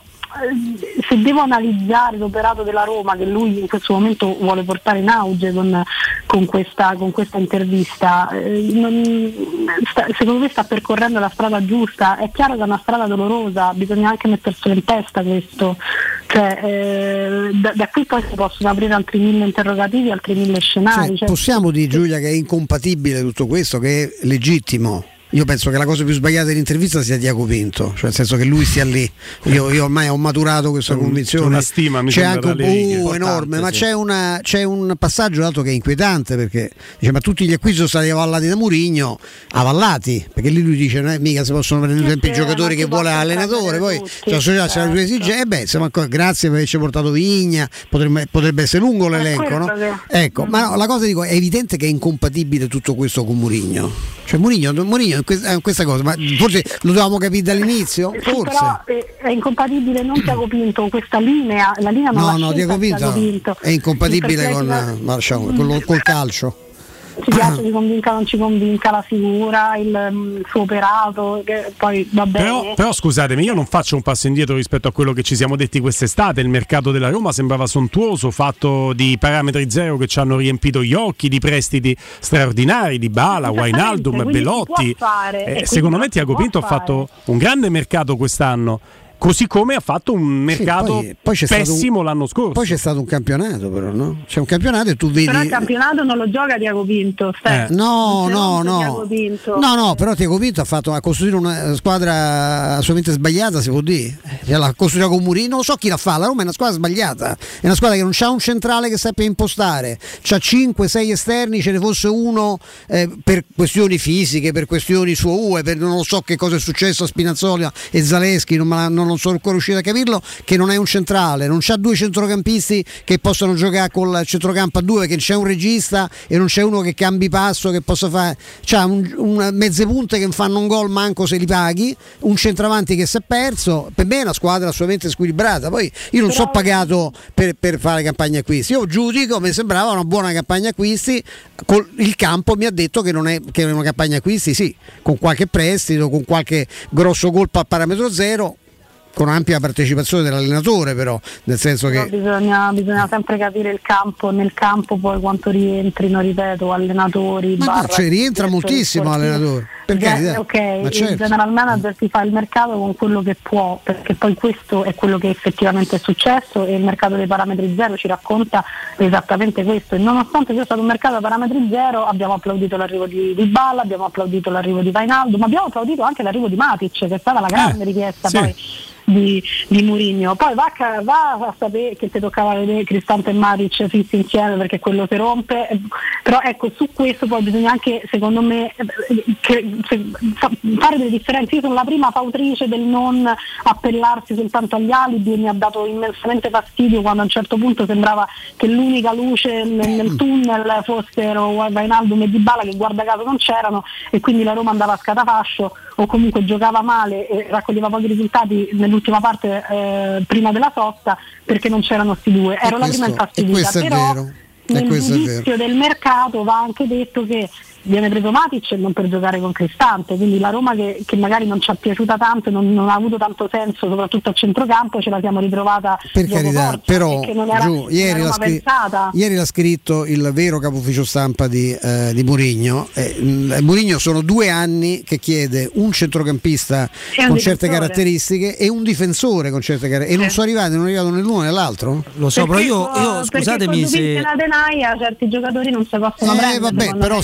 eh, se devo analizzare l'operato della Roma che lui in questo momento vuole portare in auge con, con, questa, con questa intervista, eh, non, sta, secondo me sta percorrendo la strada giusta. È chiaro che è una strada dolorosa, bisogna anche metterselo in testa questo, cioè, eh, da, da qui poi si possono aprire altri mille interrogativi, altri mille scenari. Cioè, cioè, possiamo dire, Giulia, che è incompatibile tutto questo, che è legittimo? Io penso che la cosa più sbagliata dell'intervista sia Tiago Pinto, cioè nel senso che lui stia lì. Io, io ormai ho maturato questa convinzione. C'è una stima, mi c'è anche un po' enorme, ma sì. c'è, una, c'è un passaggio dato che è inquietante, perché dice, ma tutti gli acquisti sono stati avallati da Mourinho, avallati, perché lì lui dice no, mica si possono prendere sempre i giocatori che vuole l'allenatore, poi la società c'è la sua esigenza, e beh, insomma, grazie per averci portato Vigna, potrebbe, potrebbe essere lungo l'elenco, no? Ecco, ma no, la cosa dico, è evidente che è incompatibile tutto questo con Mourinho. Cioè Mourinho, Mourinho è questa cosa, ma forse lo dovevamo capire dall'inizio? Sì, forse. però è incompatibile non Tiago Pinto, questa linea, la linea non no, la no, Tiago Pinto, Pinto è incompatibile con, ma, diciamo, col, col calcio. Ci piace, ci convinca, non ci convinca la figura, il, il suo operato, che poi va bene. Però, però scusatemi, io non faccio un passo indietro rispetto a quello che ci siamo detti quest'estate. Il mercato della Roma sembrava sontuoso, fatto di parametri zero che ci hanno riempito gli occhi, di prestiti straordinari, di Bala, Wijnaldum, Belotti. Fare, eh, secondo me Tiago Pinto ha fatto un grande mercato quest'anno. Così come ha fatto un mercato sì, poi, poi c'è pessimo un, l'anno scorso. Poi c'è stato un campionato, però, no? C'è un campionato e tu vedi. Però il campionato non lo gioca Tiago Pinto. Eh. No, no, no. No, no, però Tiago Pinto ha fatto a costruire una squadra assolutamente sbagliata, si può dire. L'ha costruita con Mourinho, non lo so chi la fa. La Roma è una squadra sbagliata. È una squadra che non c'ha un centrale che sappia impostare. C'ha cinque sei esterni, ce ne fosse uno eh, per questioni fisiche, per questioni sue, per non lo so che cosa è successo a Spinazzola e Zaleschi, non, me la, non non sono ancora riuscito a capirlo, che non è un centrale, non c'ha due centrocampisti che possono giocare col centrocampo a due, perché c'è un regista e non c'è uno che cambi passo, che possa fare, c'ha un, un mezze punte che fanno un gol manco se li paghi, un centravanti che si è perso. Per me è una squadra assolutamente squilibrata. Poi io non sono pagato per, per fare campagna acquisti, io giudico, mi sembrava una buona campagna acquisti. Col, il campo mi ha detto che non è, che è una campagna acquisti, sì, con qualche prestito, con qualche grosso colpo a parametro zero, con ampia partecipazione dell'allenatore, però nel senso però che bisogna, bisogna sempre capire il campo, nel campo poi quanto rientrino, ripeto, allenatori, ma barra, no, cioè rientra moltissimo l'allenatore, per carità. Ok, ma il certo. general manager si fa il mercato con quello che può, perché poi questo è quello che effettivamente è successo e il mercato dei parametri zero ci racconta esattamente questo. E nonostante sia stato un mercato a parametri zero, abbiamo applaudito l'arrivo di, di Balla, abbiamo applaudito l'arrivo di Wijnaldum, ma abbiamo applaudito anche l'arrivo di Matic, che è stata la grande eh, richiesta sì. poi di, di Mourinho. Poi va, va a sapere che ti toccava vedere Cristante e Matic fissi insieme, perché quello si rompe. Però ecco, su questo poi bisogna anche, secondo me, che, se, fa, fare delle differenze. Io sono la prima fautrice del non appellarsi soltanto agli alibi, e mi ha dato immensamente fastidio quando a un certo punto sembrava che l'unica luce nel, nel tunnel fossero Wijnaldum e Dybala, che guarda caso non c'erano, e quindi la Roma andava a scatafascio o comunque giocava male e raccoglieva pochi risultati nell'ultima parte eh, prima della sosta, perché non c'erano sti due. Ero la prima infastidita, però nel giudizio del mercato va anche detto che viene preso Matic e non per giocare con Cristante, quindi la Roma che, che magari non ci è piaciuta tanto e non, non ha avuto tanto senso soprattutto a centrocampo, ce la siamo ritrovata per carità, forza, però non era, giù, ieri, l'ha scri- ieri l'ha scritto il vero capo ufficio stampa di, eh, di Mourinho. eh, Mourinho sono due anni che chiede un centrocampista un con certe caratteristiche e un difensore con certe caratteristiche, e non sono arrivati, non è arrivato né l'uno né l'altro. Lo so, perché, però io, io scusatemi se a Denaia certi giocatori non si possono eh, prendere, vabbè, però se non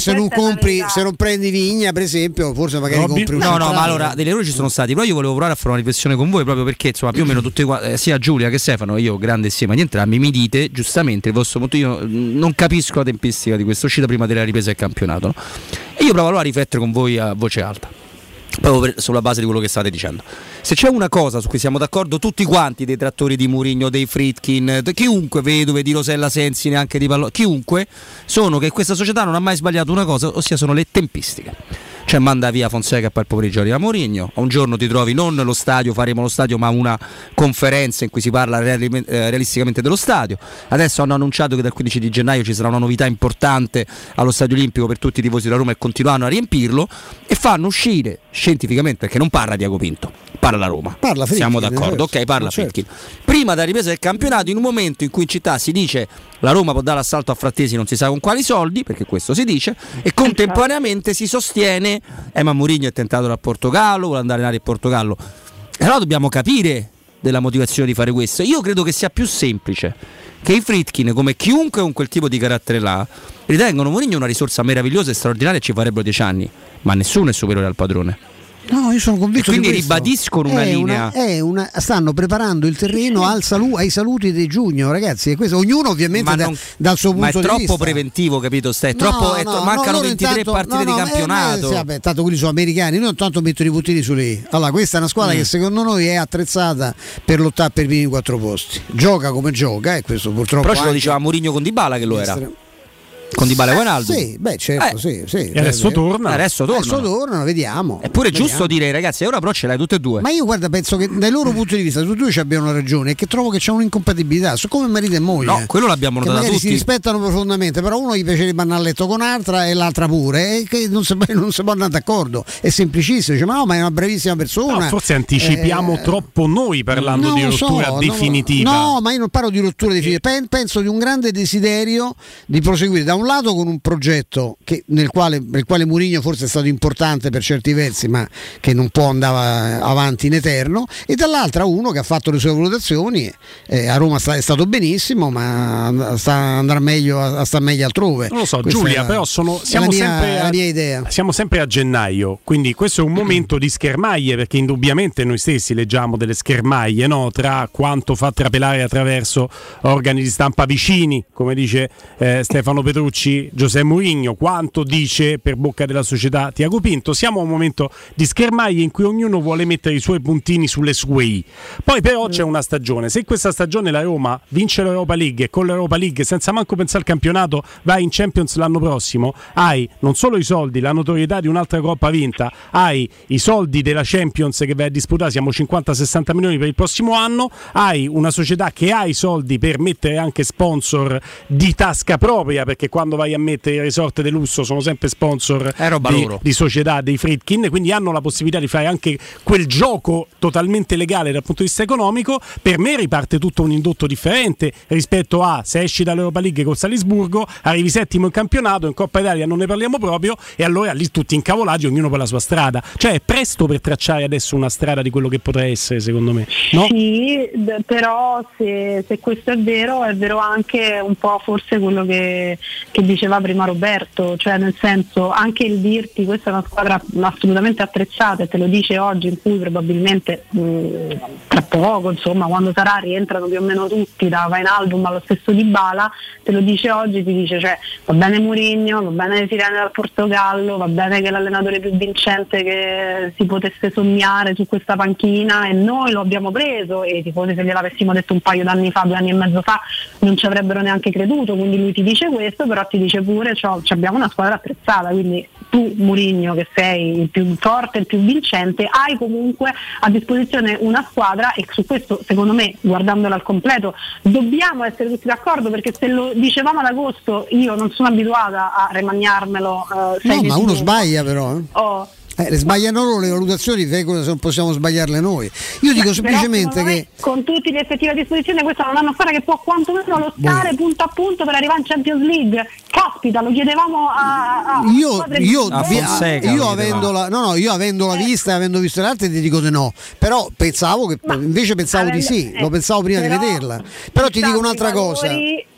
compri, se non prendi Vigna per esempio, forse magari Robby? compri un no centrale. no ma allora degli errori ci sono stati, però io volevo provare a fare una riflessione con voi, proprio perché insomma più o meno tutti eh, sia Giulia che Stefano, io grande insieme agli entrambi, mi dite giustamente il vostro punto. Io non capisco la tempistica di questa uscita prima della ripresa del campionato, no? E io provo allora a riflettere con voi a voce alta, proprio per, sulla base di quello che state dicendo. Se c'è una cosa su cui siamo d'accordo tutti quanti, dei trattori di Mourinho, dei Friedkin, chiunque, Vedove, di Rosella Sensi, neanche di Pallo, chiunque, sono che questa società non ha mai sbagliato una cosa, ossia sono le tempistiche. Cioè manda via Fonseca e poi il pomeriggio arriva Mourinho, un giorno ti trovi non lo stadio, faremo lo stadio, ma una conferenza in cui si parla reali- eh, realisticamente dello stadio. Adesso hanno annunciato che dal quindici di gennaio ci sarà una novità importante allo Stadio Olimpico per tutti i tifosi della Roma e continuano a riempirlo, e fanno uscire scientificamente, perché non parla Diaco Pinto, parla la Roma, parla Friedkin, siamo d'accordo, certo, ok, parla certo. Friedkin. Prima della ripresa del campionato, in un momento in cui in città si dice la Roma può dare l'assalto a Frattesi non si sa con quali soldi, perché questo si dice, e contemporaneamente si sostiene eh ma Mourinho è tentato dal Portogallo, vuole andare in area in Portogallo. E allora dobbiamo capire della motivazione di fare questo. Io credo che sia più semplice che i Friedkin, come chiunque con quel tipo di carattere là, ritengono Mourinho una risorsa meravigliosa e straordinaria e ci farebbero dieci anni, ma nessuno è superiore al padrone. No, io sono convinto e quindi di questo. ribadiscono una è linea. Una, è una, stanno preparando il terreno al salu, ai saluti di giugno, ragazzi. E questo, ognuno ovviamente da, non, dal suo punto di vista. Ma è troppo vista. preventivo, capito? Stai, no, troppo, è, no, mancano no, ventitré intanto, partite no, no, di campionato. Eh, eh, sì, vabbè, tanto quelli sono americani. Noi intanto mettono i puntini su lì. Allora, questa è una squadra mm. che secondo noi è attrezzata per lottare per i primi quattro posti. Gioca come gioca, e questo purtroppo. Però ce lo diceva Mourinho con Dybala che lo era. Con Dybala e Wijnaldum. Sì, beh, certo, eh. sì, sì. E adesso torna. Adesso tornano. Adesso tornano, vediamo. È pure vediamo. giusto dire, ragazzi, ora però ce l'hai tutte e due. Ma io guarda, penso che dai loro punti di vista tutti e due ci abbiano ragione, e che trovo che c'è un'incompatibilità, su come marito e moglie. No, quello l'abbiamo notato tutti. Si rispettano profondamente, però uno gli piacerebbe andare a letto con un'altra e l'altra pure, e che non si, non si può andare d'accordo. È semplicissimo, dice, ma no, ma è una bravissima persona. No, forse anticipiamo eh, troppo noi parlando di rottura so, definitiva. No, no, ma io non parlo di rottura definitiva, penso di un grande desiderio di proseguire da un lato con un progetto che, nel, quale, nel quale Mourinho forse è stato importante per certi versi, ma che non può andare avanti in eterno, e dall'altra uno che ha fatto le sue valutazioni, eh, a Roma sta, è stato benissimo, ma sta andare meglio a, a star meglio altrove. Non lo so, Questa Giulia, la, però sono, siamo, la mia, sempre a, la mia idea. siamo sempre a gennaio, quindi questo è un momento di schermaglie, perché indubbiamente noi stessi leggiamo delle schermaglie, no? Tra quanto fa trapelare attraverso organi di stampa vicini, come dice eh, Stefano Petrucci, Giuseppe Mourinho, quanto dice per bocca della società Tiago Pinto. Siamo a un momento di schermaglie in cui ognuno vuole mettere i suoi puntini sulle sue i. Poi però c'è una stagione, se questa stagione la Roma vince l'Europa League e con l'Europa League senza manco pensare al campionato vai in Champions l'anno prossimo, hai non solo i soldi, la notorietà di un'altra Coppa vinta, hai i soldi della Champions che vai a disputare, siamo cinquanta sessanta milioni per il prossimo anno, hai una società che ha i soldi per mettere anche sponsor di tasca propria, perché quando vai a mettere i resort di lusso sono sempre sponsor di, di società dei Friedkin, quindi hanno la possibilità di fare anche quel gioco totalmente legale dal punto di vista economico. Per me riparte tutto un indotto differente rispetto a se esci dall'Europa League con Salisburgo, arrivi settimo in campionato, in Coppa Italia non ne parliamo proprio, e allora lì tutti incavolati, ognuno per la sua strada. Cioè è presto per tracciare adesso una strada di quello che potrà essere, secondo me, no? Sì, d- però se, se questo è vero, è vero anche un po' forse quello che, che diceva prima Roberto, cioè nel senso, anche il dirti questa è una squadra assolutamente attrezzata, e te lo dice oggi, in cui probabilmente mh, tra poco, insomma, quando sarà rientrano più o meno tutti, da Wijnaldum allo stesso Dybala, te lo dice oggi, ti dice, cioè va bene Mourinho, va bene si viene dal Portogallo, va bene che è l'allenatore più vincente che si potesse sognare su questa panchina, e noi lo abbiamo preso, e i tifosi, se gliel'avessimo detto un paio d'anni fa, due anni e mezzo fa, non ci avrebbero neanche creduto. Quindi lui ti dice questo, però ti dice pure abbiamo una squadra attrezzata, quindi tu Mourinho, che sei il più forte, il più vincente, hai comunque a disposizione una squadra, e su questo secondo me, guardandola al completo, dobbiamo essere tutti d'accordo, perché se lo dicevamo ad agosto io non sono abituata a remagnarmelo eh, no, ma uno sbaglia però eh. oh. Eh, le sbagliano loro le valutazioni, se non possiamo sbagliarle noi. Io dico Beh, semplicemente che con tutti gli effettivi a disposizione questa non è una squadra che può quantomeno lottare punto a punto per arrivare in Champions League. Caspita, lo chiedevamo a, a io, io, a Fonseca, io avendola, no, no, io avendola eh. vista e avendo visto le altre ti dico di no, però pensavo che Ma invece pensavo avendo, di sì, eh, lo pensavo prima però, di vederla. Però ti dico un'altra cosa.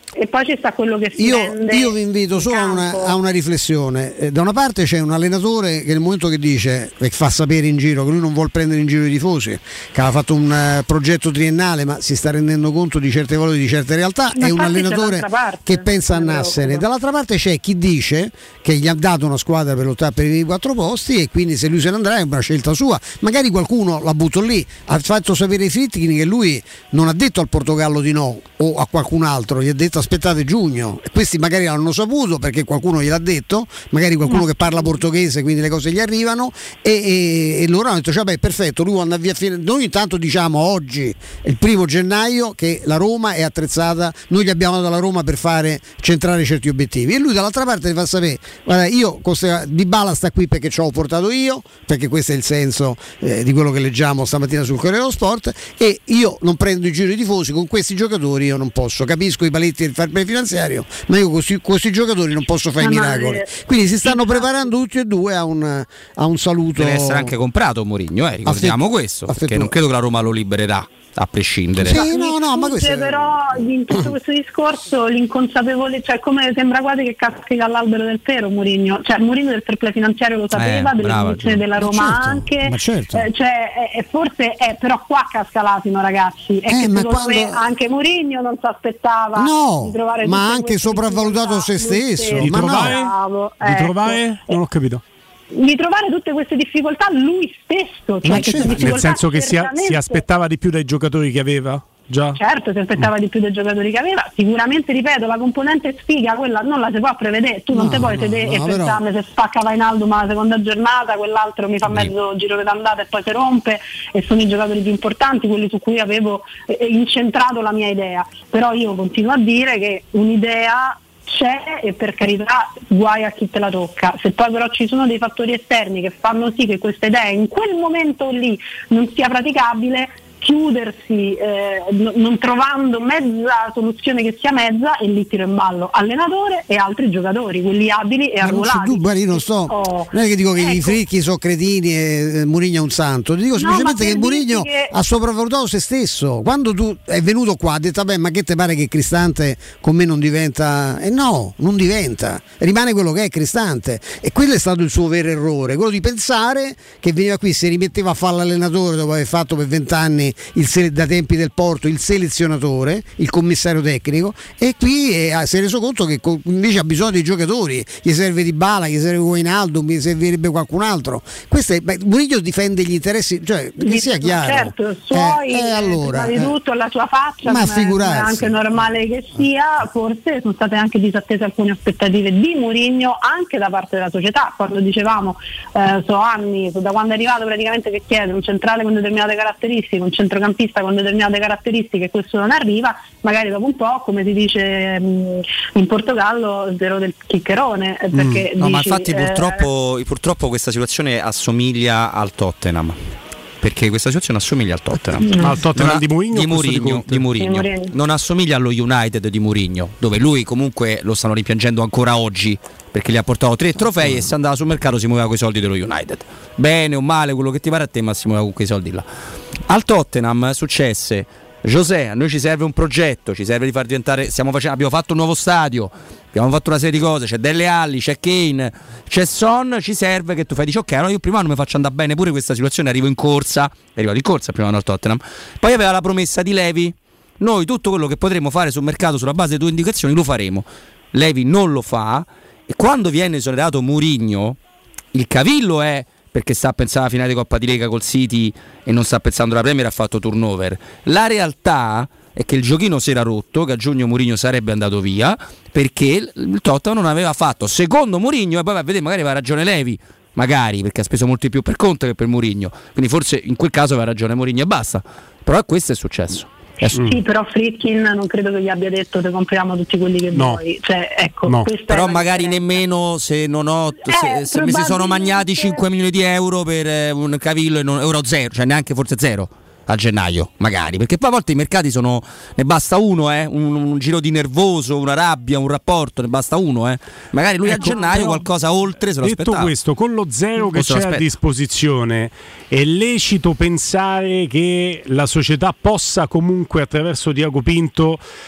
e poi ci sta quello che si io, rende io vi invito solo a una, a una riflessione. Eh, da una parte c'è un allenatore che nel momento che dice e fa sapere in giro che lui non vuole prendere in giro i tifosi, che aveva fatto un uh, progetto triennale ma si sta rendendo conto di certe valori, di certe realtà, ma è un allenatore che pensa a andarsene. Dall'altra parte c'è chi dice che gli ha dato una squadra per lottare per i quattro posti e quindi se lui se ne andrà è una scelta sua. Magari qualcuno la butto lì, ha fatto sapere ai Friedkin che lui non ha detto al Portogallo di no o a qualcun altro, gli ha detto aspettate giugno, e questi magari l'hanno saputo perché qualcuno gliel'ha detto, magari qualcuno che parla portoghese, quindi le cose gli arrivano e, e, e loro hanno detto cioè, beh, perfetto, lui andrà via fine. Noi intanto diciamo oggi è il primo gennaio che la Roma è attrezzata, noi gli abbiamo dato la Roma per fare centrare certi obiettivi e lui dall'altra parte ti fa sapere guarda io Dybala sta qui perché ce l'ho portato io, perché questo è il senso eh, di quello che leggiamo stamattina sul Corriere dello Sport, e io non prendo in giro i tifosi, con questi giocatori io non posso, capisco i paletti del fair play finanziario, ma io con questi, questi giocatori non posso fare i miracoli, quindi si stanno preparando tutti e due a un, a un saluto. Deve essere anche comprato Mourinho, eh, ricordiamo Affettu- questo, affettu- perché non credo che la Roma lo libererà a prescindere. Sì, no, no, ma questo è... però in tutto questo discorso l'inconsapevole, cioè come sembra quasi che caschi dall'albero del pero Mourinho, cioè Mourinho del fair play finanziario lo sapeva, eh, delle brava, condizioni della Roma certo, anche, ma certo. eh, cioè eh, forse è però qua casca l'asino, ragazzi, è Eh, che ma secondo quando- me anche Mourinho non si aspettava No, di trovare ma tutte anche queste sopravvalutato difficoltà, se lui stesso. stesso. Di Ma no. trovare? Bravo, Di ecco. trovare? Non ho capito. Di trovare tutte queste difficoltà lui stesso, cioè Ma queste certo, nel difficoltà Nel senso che si, a- certamente- si aspettava di più dai giocatori che aveva? Già? Certo, si aspettava di più dei giocatori che aveva, sicuramente ripeto la componente sfiga quella non la si può prevedere, tu non No, te puoi no, sedere no, e però- pensare se spacca Wijnaldum ma la seconda giornata, quell'altro mi fa mezzo giro d'andata e poi si rompe e sono i giocatori più importanti, quelli su cui avevo eh, incentrato la mia idea, però io continuo a dire che un'idea c'è e per carità guai a chi te la tocca, se poi però ci sono dei fattori esterni che fanno sì che questa idea in quel momento lì non sia praticabile, chiudersi eh, n- non trovando mezza soluzione che sia mezza, e lì tiro in ballo allenatore e altri giocatori, quelli abili e Ma non c'è arruolati. dubbio, io non sto, Oh, non è che dico che ecco. i fricchi sono cretini e eh, Mourinho è un santo, ti dico No, semplicemente ma che per Mourinho dirti che- ha sopravvalutato se stesso. Quando tu è venuto qua ha detto vabbè, ma che te pare che Cristante con me non diventa? E eh no, non diventa, rimane quello che è Cristante, e quello è stato il suo vero errore, quello di pensare che veniva qui, si rimetteva a fare l'allenatore dopo aver fatto per vent'anni il sele- da tempi del Porto il selezionatore, il commissario tecnico, e qui eh, si è reso conto che co- invece ha bisogno dei giocatori, gli serve Dybala, gli serve Wijnaldum, gli servirebbe qualcun altro. Questo è, beh, Mourinho difende gli interessi, cioè che sia chiaro. Certo, suoi, eh, eh, allora, prima di eh. tutto la sua faccia, Ma come è figurarsi. anche normale che sia, forse sono state anche disattese alcune aspettative di Mourinho anche da parte della società, quando dicevamo eh, so anni, da quando è arrivato praticamente che chiede un centrale con determinate caratteristiche, un centrocampista con determinate caratteristiche, e questo non arriva, magari dopo un po', come si dice mh, in Portogallo, zero del chiccherone, eh, perché No, dici, ma infatti eh, purtroppo, purtroppo questa situazione assomiglia al Tottenham. Perché questa situazione assomiglia al Tottenham. Ma al Tottenham Non ha- di Mourinho o di questo di Mourinho, Conte? di Mourinho. Di Mourinho. Non assomiglia allo United di Mourinho, dove lui comunque lo stanno rimpiangendo ancora oggi, perché gli ha portato tre trofei e se andava sul mercato si muoveva con i soldi dello United. Bene o male, quello che ti pare a te, ma si muoveva con quei soldi là. Al Tottenham successe: José, a noi ci serve un progetto, ci serve di far diventare, stiamo facendo, abbiamo fatto un nuovo stadio, abbiamo fatto una serie di cose, c'è Delle Alli, c'è Kane, c'è Son, ci serve che tu fai, dici ok, allora io prima anno mi faccio andare bene pure questa situazione, arrivo in corsa, è arrivato in corsa il primo anno al Tottenham, poi aveva la promessa di Levy, noi tutto quello che potremo fare sul mercato sulla base delle tue indicazioni lo faremo. Levy non lo fa, e quando viene esonerato Mourinho, il cavillo è perché sta a pensare alla finale di Coppa di Lega col City e non sta pensando alla Premier, ha fatto turnover. La realtà è che il giochino si era rotto, che a giugno Mourinho sarebbe andato via perché il Tottenham non aveva fatto, secondo Mourinho, e poi va a vedere, magari aveva ragione Levy, magari perché ha speso molto di più per Conte che per Mourinho, quindi forse in quel caso aveva ragione Mourinho e basta, però questo è successo. Sì, però Friedkin non credo che gli abbia detto te compriamo tutti quelli che No. vuoi, cioè ecco, No. questa Però è la magari differenza. nemmeno se non ho se, Eh, se mi si sono probabilmente- magnati cinque milioni di euro per eh, un cavillo e non, euro zero, cioè neanche forse zero a gennaio, magari, perché poi a volte i mercati sono, ne basta uno, eh, un, un giro di nervoso, una rabbia, un rapporto, ne basta uno, eh. Magari lui Ecco, a gennaio però, qualcosa oltre se lo detto aspettava. questo, con lo zero O che se lo c'è a aspetta. disposizione, è lecito pensare che la società possa comunque attraverso Tiago Pinto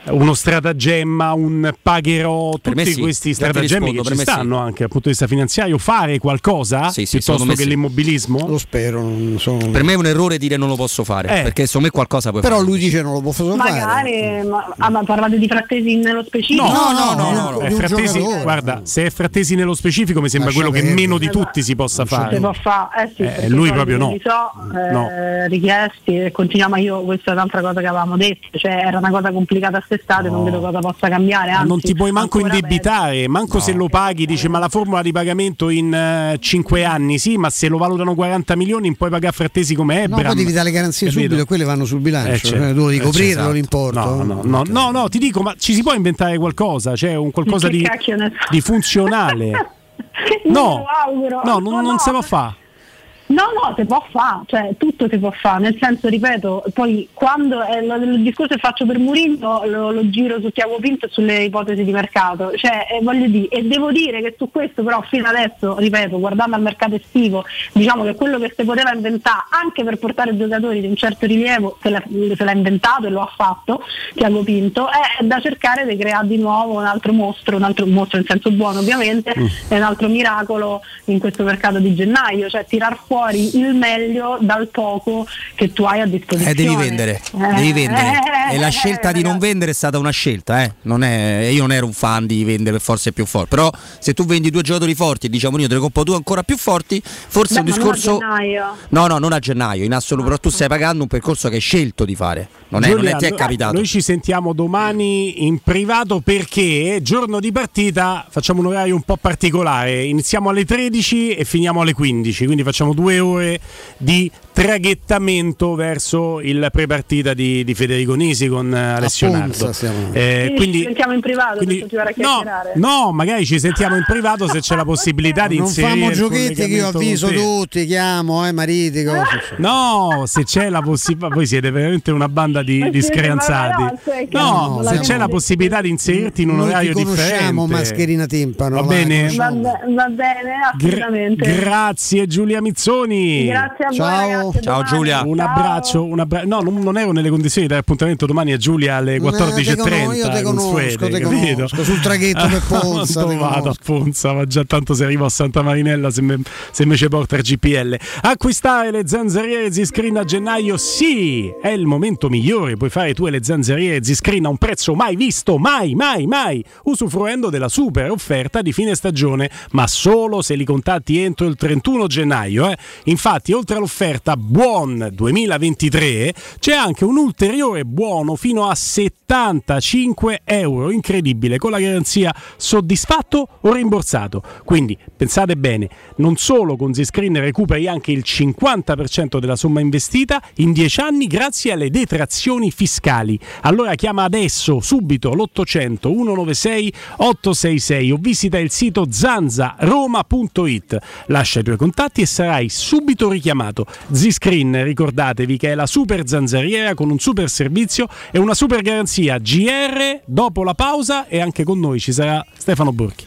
uno stratagemma, un pagherò, Per me tutti sì, questi già ti stratagemmi rispondo, che per ci me stanno sì. anche dal punto di vista finanziario, fare qualcosa Sì, sì, piuttosto secondo che me sì. l'immobilismo? Lo spero, non so. Per me è un errore dire non lo posso fare, Eh. perché secondo me qualcosa puoi Però fare. lui dice non lo posso fare. Magari, ma, ah, ma parlate di Frattesi nello specifico? No, no, no, no, no, è di un Frattesi, giocatore. guarda, se è Frattesi nello specifico mi sembra Lascia quello che perdere. meno di tutti si possa Si fare. può fare, eh sì, Eh, perché lui poi proprio no. li so, eh, No. richiesti e continuiamo io, questa è un'altra cosa che avevamo detto, cioè era una cosa complicata a quest'estate, non vedo cosa possa cambiare, Ma anzi, non ti puoi manco ancora indebitare, manco se lo paghi, dice ma la formula di pagamento in cinque anni, sì, ma se lo valutano quaranta milioni puoi pagare Frattesi come Ebram. No, poi devi dare le garanzie Capito? subito e quelle vanno sul bilancio. Eh, certo. eh, tu devi Eh, coprire esatto. l'importo. No, no, no, no, no, ti dico, ma ci si può inventare qualcosa? C'è un qualcosa Che di, cacchio ne so. di funzionale? Non No, me lo auguro. no, non, No, non no. si può fare. No, no, si può fare, cioè tutto si può fare, nel senso, ripeto, poi quando eh, lo- il discorso che faccio per Mourinho lo, lo giro su Tiago Pinto e sulle ipotesi di mercato, cioè eh, voglio dire, e devo dire che su questo però fino adesso, ripeto, guardando al mercato estivo, diciamo che quello che si poteva inventare anche per portare giocatori di un certo rilievo se l'ha, se l'ha inventato e lo ha fatto Tiago Pinto, è da cercare di creare di nuovo un altro mostro, un altro mostro in senso buono ovviamente, Mm. e un altro miracolo in questo mercato di gennaio, cioè tirar fuori il meglio dal poco che tu hai a disposizione. Eh, devi vendere, Eh, devi vendere. eh, E la eh, scelta di non ragazzi. vendere è stata una scelta, eh. Non è, io non ero un fan di vendere per forza più forti. Però se tu vendi due giocatori forti e diciamo io te ne compro due ancora più forti, forse Beh, è un ma non a discorso. gennaio. No, no, non a gennaio, in assoluto, però tu stai pagando un percorso che hai scelto di fare. Non è, non è Giulia, ti è no- capitato. Noi ci sentiamo domani in privato perché giorno di partita facciamo un orario un po' particolare. Iniziamo alle tredici e finiamo alle quindici, quindi facciamo due ore di traghettamento verso il prepartita di, di Federico Nisi con eh, Alessio Ponza Nardo. stiamo- Eh, Quindi quindi ci sentiamo in privato quindi- per continuare a no, chiacchierare. no, magari ci sentiamo in privato se c'è la possibilità di Non inserire famo il giochetti che io collegamento avviso con te. tutti, chiamo, eh, mariti, cose. No, se c'è la possibilità, voi siete veramente una banda di, Ma di siete screanzati. ragazze, che No, no, se siamo- c'è la possibilità di inserirti in un Noi orario ti conosciamo, differente. mascherina timpano. Va la bene? Va, conosciamo. be- va bene, assolutamente. Gra- grazie Giulia Mizzoni. Grazie a voi, Ciao. ragazzi, a Ciao, domani. Giulia. Un Ciao. abbraccio, un abbra- no, non, non ero nelle condizioni di dare appuntamento domani a Giulia alle quattordici e trenta. io te conosco, te conosco, sul traghetto per Ponza, Dove te vado a conosco. Ponza, ma già tanto se arrivo a Santa Marinella se me, se me ci porta il G P L. Acquistare le zanzariere Z-Screen a gennaio, sì, è il momento migliore. Puoi fare tu e le zanzariere Z-Screen a un prezzo mai visto, mai, mai, mai, usufruendo della super offerta di fine stagione, ma solo se li contatti entro il trentuno gennaio. Eh. Infatti, oltre all'offerta Buon duemilaventitré, c'è anche un ulteriore buono fino a settantacinque euro, incredibile, con la garanzia soddisfatto o rimborsato. Quindi pensate bene, non solo con Z-Screen recuperi anche il cinquanta per cento della somma investita in dieci anni grazie alle detrazioni fiscali. Allora chiama adesso, subito, l'ottocento centonovantasei ottocentosessantasei o visita il sito zanzaroma punto it. Lascia i tuoi contatti e sarai subito richiamato. Z-Screen, ricordatevi che è la super zanzariera con un super servizio e una super garanzia. G R dopo la pausa e anche con noi ci sarà Stefano Borchi.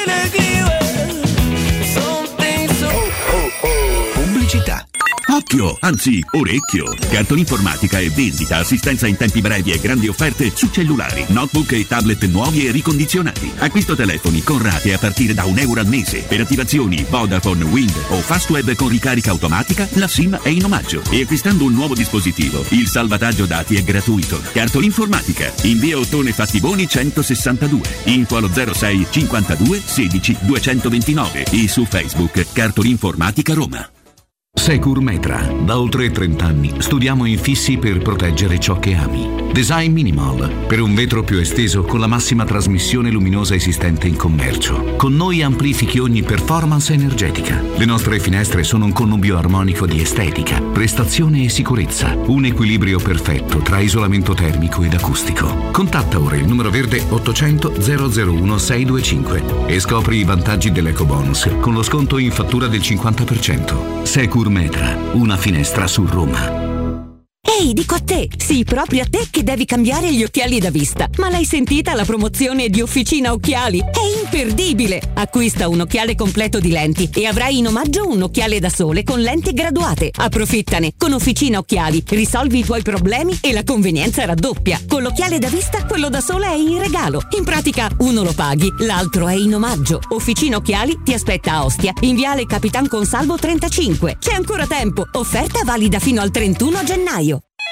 Pubblicità. Occhio, anzi orecchio. Cartolinformatica e vendita, assistenza in tempi brevi e grandi offerte su cellulari, notebook e tablet nuovi e ricondizionati. Acquisto telefoni con rate a partire da un euro al mese. Per attivazioni Vodafone, Wind o Fastweb con ricarica automatica, la SIM è in omaggio. E acquistando un nuovo dispositivo, il salvataggio dati è gratuito. Cartolinformatica, in via Ottone Fattiboni centosessantadue. Info allo zero sei cinquantadue sedici duecentoventinove e su Facebook Cartolinformatica Roma. Securmetra. Da oltre trenta anni studiamo infissi per proteggere ciò che ami. Design Minimal, per un vetro più esteso con la massima trasmissione luminosa esistente in commercio. Con noi amplifichi ogni performance energetica. Le nostre finestre sono un connubio armonico di estetica, prestazione e sicurezza. Un equilibrio perfetto tra isolamento termico ed acustico. Contatta ora il numero verde ottocento zero zero uno sei due cinque e scopri i vantaggi dell'EcoBonus con lo sconto in fattura del cinquanta per cento. Securmetra, una finestra su Roma. È Ehi, dico a te, sì, proprio a te che devi cambiare gli occhiali da vista. Ma l'hai sentita la promozione di Officina Occhiali? È imperdibile! Acquista un occhiale completo di lenti e avrai in omaggio un occhiale da sole con lenti graduate. Approfittane! Con Officina Occhiali risolvi i tuoi problemi e la convenienza raddoppia. Con l'occhiale da vista, quello da sole è in regalo. In pratica, uno lo paghi, l'altro è in omaggio. Officina Occhiali ti aspetta a Ostia, in viale Capitan Consalvo trentacinque. C'è ancora tempo! Offerta valida fino al trentuno gennaio.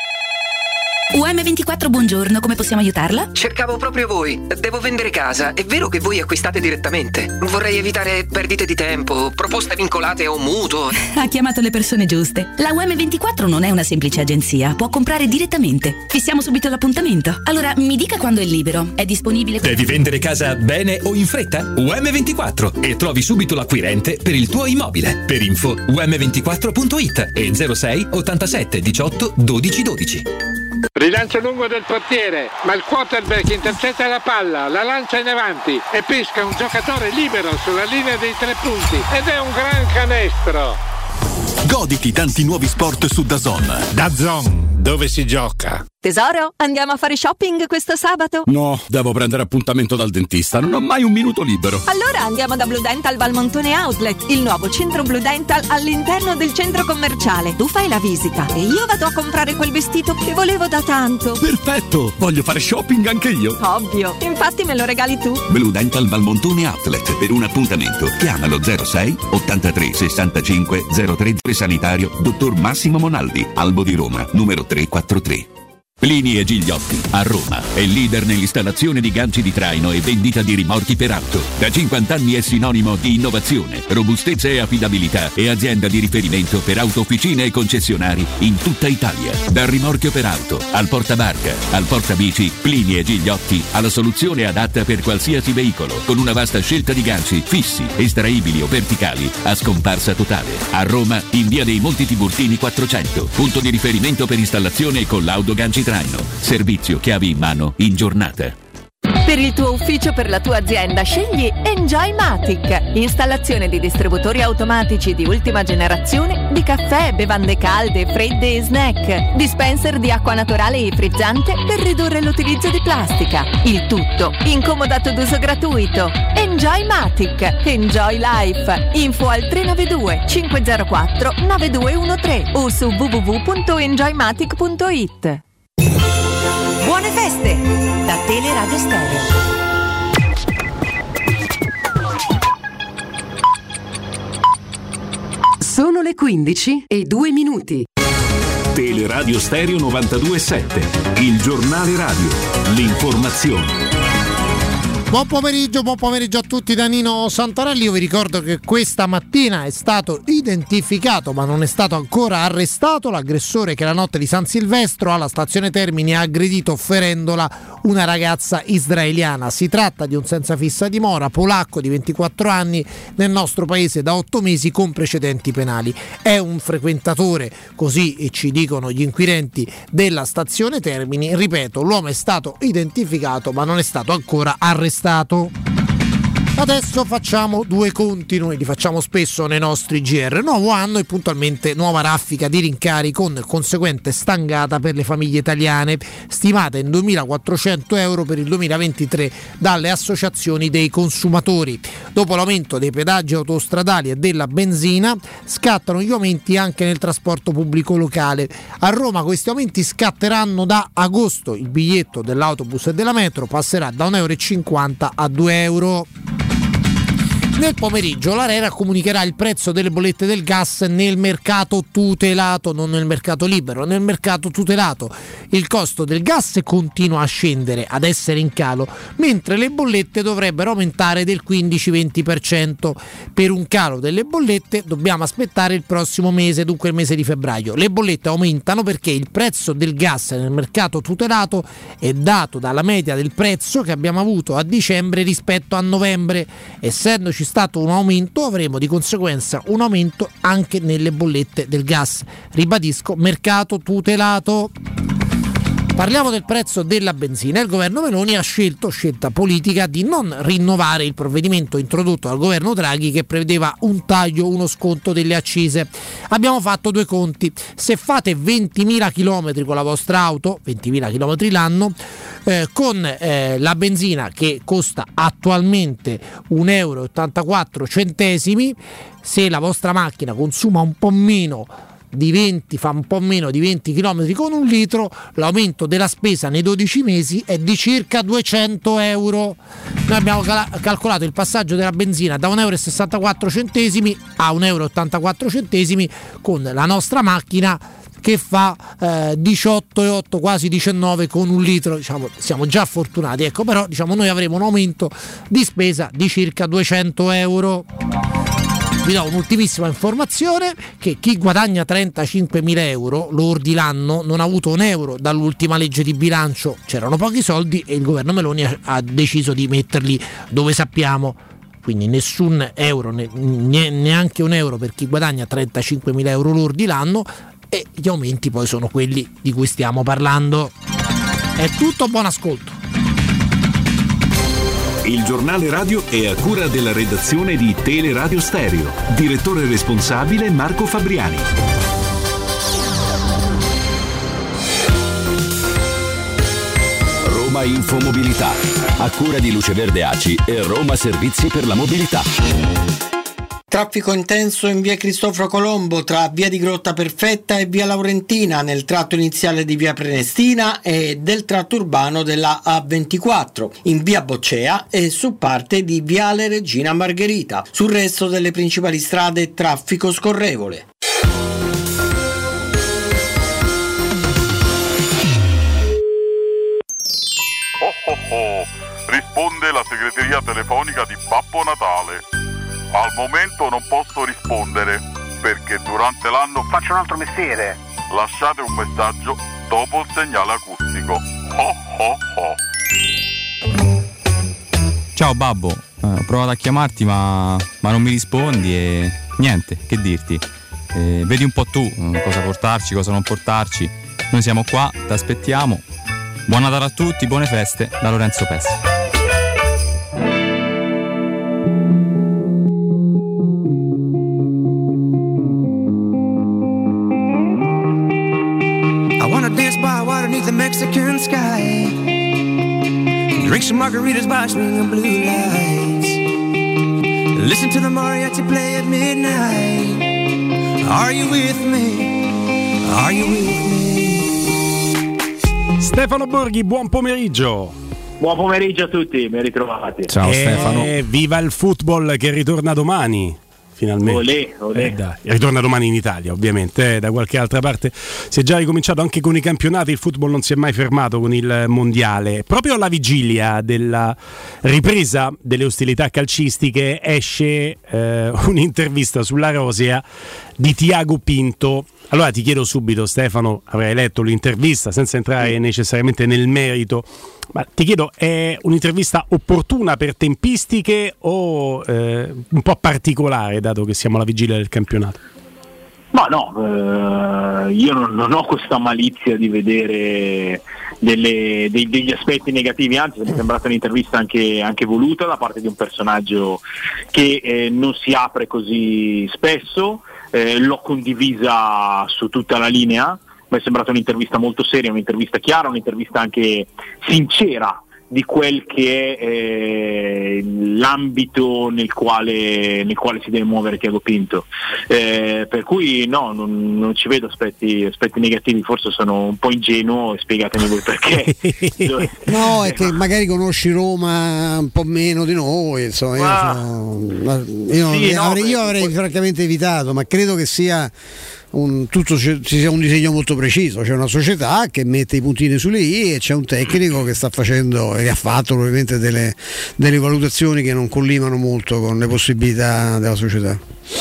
U M ventiquattro, buongiorno, come possiamo aiutarla? Cercavo proprio voi. Devo vendere casa. È vero che voi acquistate direttamente? Vorrei evitare perdite di tempo, proposte vincolate a un mutuo. Ha chiamato le persone giuste. La U M ventiquattro non è una semplice agenzia, può comprare direttamente. Fissiamo subito l'appuntamento. Allora, mi dica quando è libero. È disponibile? Devi vendere casa bene o in fretta? U M ventiquattro e trovi subito l'acquirente per il tuo immobile. Per info u m ventiquattro punto it e zero sei ottantasette diciotto dodici dodici. Rilancio lungo del portiere, ma il quarterback intercetta la palla, la lancia in avanti e pesca un giocatore libero sulla linea dei tre punti ed è un gran canestro. Goditi tanti nuovi sport su DAZN. DAZN, dove si gioca. Tesoro, andiamo a fare shopping questo sabato? No, devo prendere appuntamento dal dentista, non ho mai un minuto libero. Allora andiamo da Blue Dental Valmontone Outlet, il nuovo centro Blue Dental all'interno del centro commerciale. Tu fai la visita e io vado a comprare quel vestito che volevo da tanto. Perfetto, voglio fare shopping anche io. Ovvio, infatti me lo regali tu. Blue Dental Valmontone Outlet. Per un appuntamento chiamalo zero sei ottantatré sessantacinque zero tre sanitario dottor Massimo Monaldi, Albo di Roma, numero trecentoquarantatré. Plini e Gigliotti, a Roma, è leader nell'installazione di ganci di traino e vendita di rimorchi per auto. Da cinquanta anni è sinonimo di innovazione, robustezza e affidabilità e azienda di riferimento per autofficine e concessionari in tutta Italia. Dal rimorchio per auto, al portabarca, al portabici, Plini e Gigliotti ha la soluzione adatta per qualsiasi veicolo, con una vasta scelta di ganci fissi, estraibili o verticali, a scomparsa totale. A Roma, in via dei Monti Tiburtini quattrocento, punto di riferimento per installazione e collaudo ganci traino. Servizio chiavi in mano in giornata. Per il tuo ufficio, per la tua azienda, scegli Enjoymatic. Installazione di distributori automatici di ultima generazione di caffè, bevande calde, fredde e snack. Dispenser di acqua naturale e frizzante per ridurre l'utilizzo di plastica. Il tutto incomodato d'uso gratuito. Enjoymatic. Enjoy Life. Info al tre nove due cinque zero quattro nove due uno tre o su w w w punto enjoymatic punto it. Buone feste da Teleradio Stereo. Sono le quindici e due minuti. Teleradio Stereo novantadue e sette, il giornale radio, l'informazione. Buon pomeriggio, buon pomeriggio a tutti da Nino Santarelli. Io vi ricordo che questa mattina è stato identificato, ma non è stato ancora arrestato, l'aggressore che la notte di San Silvestro alla stazione Termini ha aggredito ferendola una ragazza israeliana. Si tratta di un senza fissa dimora, polacco di ventiquattro anni, nel nostro paese da otto mesi con precedenti penali. È un frequentatore, così ci dicono gli inquirenti della stazione Termini. Ripeto, l'uomo è stato identificato, ma non è stato ancora arrestato. Adesso facciamo due conti, noi li facciamo spesso nei nostri G R. Nuovo anno e puntualmente nuova raffica di rincari con conseguente stangata per le famiglie italiane, stimata in duemilaquattrocento euro per il duemilaventitré dalle associazioni dei consumatori. Dopo l'aumento dei pedaggi autostradali e della benzina, scattano gli aumenti anche nel trasporto pubblico locale. A Roma questi aumenti scatteranno da agosto. Il biglietto dell'autobus e della metro passerà da un euro e cinquanta a due euro. Nel pomeriggio l'ARERA comunicherà il prezzo delle bollette del gas nel mercato tutelato, non nel mercato libero, nel mercato tutelato. Il costo del gas continua a scendere, ad essere in calo, mentre le bollette dovrebbero aumentare del quindici venti per cento. Per un calo delle bollette dobbiamo aspettare il prossimo mese, dunque il mese di febbraio. Le bollette aumentano perché il prezzo del gas nel mercato tutelato è dato dalla media del prezzo che abbiamo avuto a dicembre rispetto a novembre. Essendoci stato un aumento, avremo di conseguenza un aumento anche nelle bollette del gas. Ribadisco, mercato tutelato. Parliamo del prezzo della benzina. Il governo Meloni ha scelto, scelta politica, di non rinnovare il provvedimento introdotto dal governo Draghi che prevedeva un taglio, uno sconto delle accise. Abbiamo fatto due conti: se fate ventimila chilometri con la vostra auto, ventimila chilometri l'anno, eh, con eh, la benzina che costa attualmente un euro e ottantaquattro centesimi, se la vostra macchina consuma un po' meno di venti, fa un po' meno di venti chilometri con un litro, l'aumento della spesa nei dodici mesi è di circa duecento euro. Noi abbiamo cal- calcolato il passaggio della benzina da un euro e sessantaquattro centesimi a un euro e ottantaquattro centesimi con la nostra macchina che fa eh, diciotto virgola otto, quasi diciannove con un litro. Diciamo, siamo già fortunati, ecco, però diciamo noi avremo un aumento di spesa di circa duecento euro. Vi do un'ultimissima informazione: che chi guadagna trentacinquemila euro lordi l'anno non ha avuto un euro dall'ultima legge di bilancio. C'erano pochi soldi e il governo Meloni ha, ha deciso di metterli dove sappiamo. Quindi nessun euro, ne, neanche un euro per chi guadagna trentacinquemila euro lordi l'anno, e gli aumenti poi sono quelli di cui stiamo parlando. È tutto, buon ascolto. Il giornale radio è a cura della redazione di Teleradio Stereo. Direttore responsabile Marco Fabriani. Roma Infomobilità, a cura di Luce Verde A C I e Roma Servizi per la Mobilità. Traffico intenso in via Cristoforo Colombo tra via di Grotta Perfetta e via Laurentina nel tratto iniziale di via Prenestina e del tratto urbano della A ventiquattro, in via Boccea e su parte di viale Regina Margherita. Sul resto delle principali strade traffico scorrevole. Oh oh oh, risponde la segreteria telefonica di Babbo Natale. Al momento non posso rispondere perché durante l'anno faccio un altro mestiere. Lasciate un messaggio dopo il segnale acustico. Ho ho ho. Ciao Babbo, eh, ho provato a chiamarti ma, ma non mi rispondi e niente, che dirti. Eh, vedi un po' tu cosa portarci, cosa non portarci. Noi siamo qua, ti aspettiamo. Buon Natale a tutti, buone feste da Lorenzo Pessi. The Mexican sky, drink some margaritas by swinging blue lights, listen to the mariachi play at midnight. Are you with me? Are you with me? Stefano Borghi, buon pomeriggio. Buon pomeriggio a tutti, ben ritrovati. Ciao e Stefano. Viva il football che ritorna domani. Finalmente olè, olè. Eh, dai. Ritorna domani in Italia, ovviamente, eh, da qualche altra parte si è già ricominciato anche con i campionati. Il football non si è mai fermato con il mondiale. Proprio alla vigilia della ripresa delle ostilità calcistiche esce eh, un'intervista sulla Rosea di Tiago Pinto. Allora ti chiedo subito, Stefano, avrai letto l'intervista senza entrare necessariamente nel merito, ma ti chiedo, è un'intervista opportuna per tempistiche o eh, un po' particolare, dato che siamo alla vigilia del campionato? Ma no, eh, io non, non ho questa malizia di vedere delle, dei, degli aspetti negativi, anzi mi è sembrata un'intervista anche, anche voluta da parte di un personaggio che eh, non si apre così spesso. Eh, l'ho condivisa su tutta la linea, mi è sembrata un'intervista molto seria, un'intervista chiara, un'intervista anche sincera di quel che è eh, l'ambito nel quale, nel quale si deve muovere Tiago Pinto, eh, per cui no, non, non ci vedo aspetti, aspetti negativi, forse sono un po' ingenuo e spiegatemi voi perché. No, è che magari conosci Roma un po' meno di noi, insomma, io, ah, sono, io, sì, io no, avrei, io avrei poi... francamente evitato, ma credo che sia Un, tutto ci sia un disegno molto preciso. C'è una società che mette i puntini sulle i e c'è un tecnico che sta facendo e che ha fatto probabilmente delle, delle valutazioni che non collimano molto con le possibilità della società.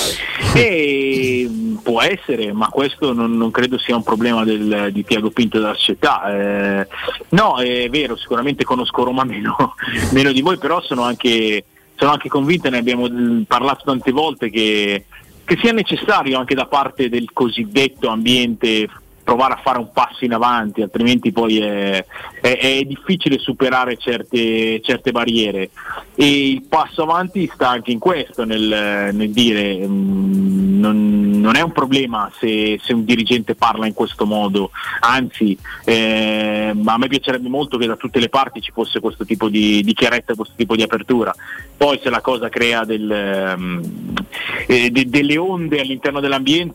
E può essere, ma questo non, non credo sia un problema del, di Tiago Pinto della società. Eh, no, è vero, sicuramente conosco Roma meno, meno di voi, però sono anche, sono anche convinto, ne abbiamo parlato tante volte, che che sia necessario anche da parte del cosiddetto ambiente provare a fare un passo in avanti, altrimenti poi è, è, è difficile superare certe, certe barriere, e il passo avanti sta anche in questo, nel, nel dire mh, non, non è un problema se, se un dirigente parla in questo modo, anzi eh, a me piacerebbe molto che da tutte le parti ci fosse questo tipo di, di chiarezza, questo tipo di apertura. Poi se la cosa crea del, um, eh, de, delle onde all'interno dell'ambiente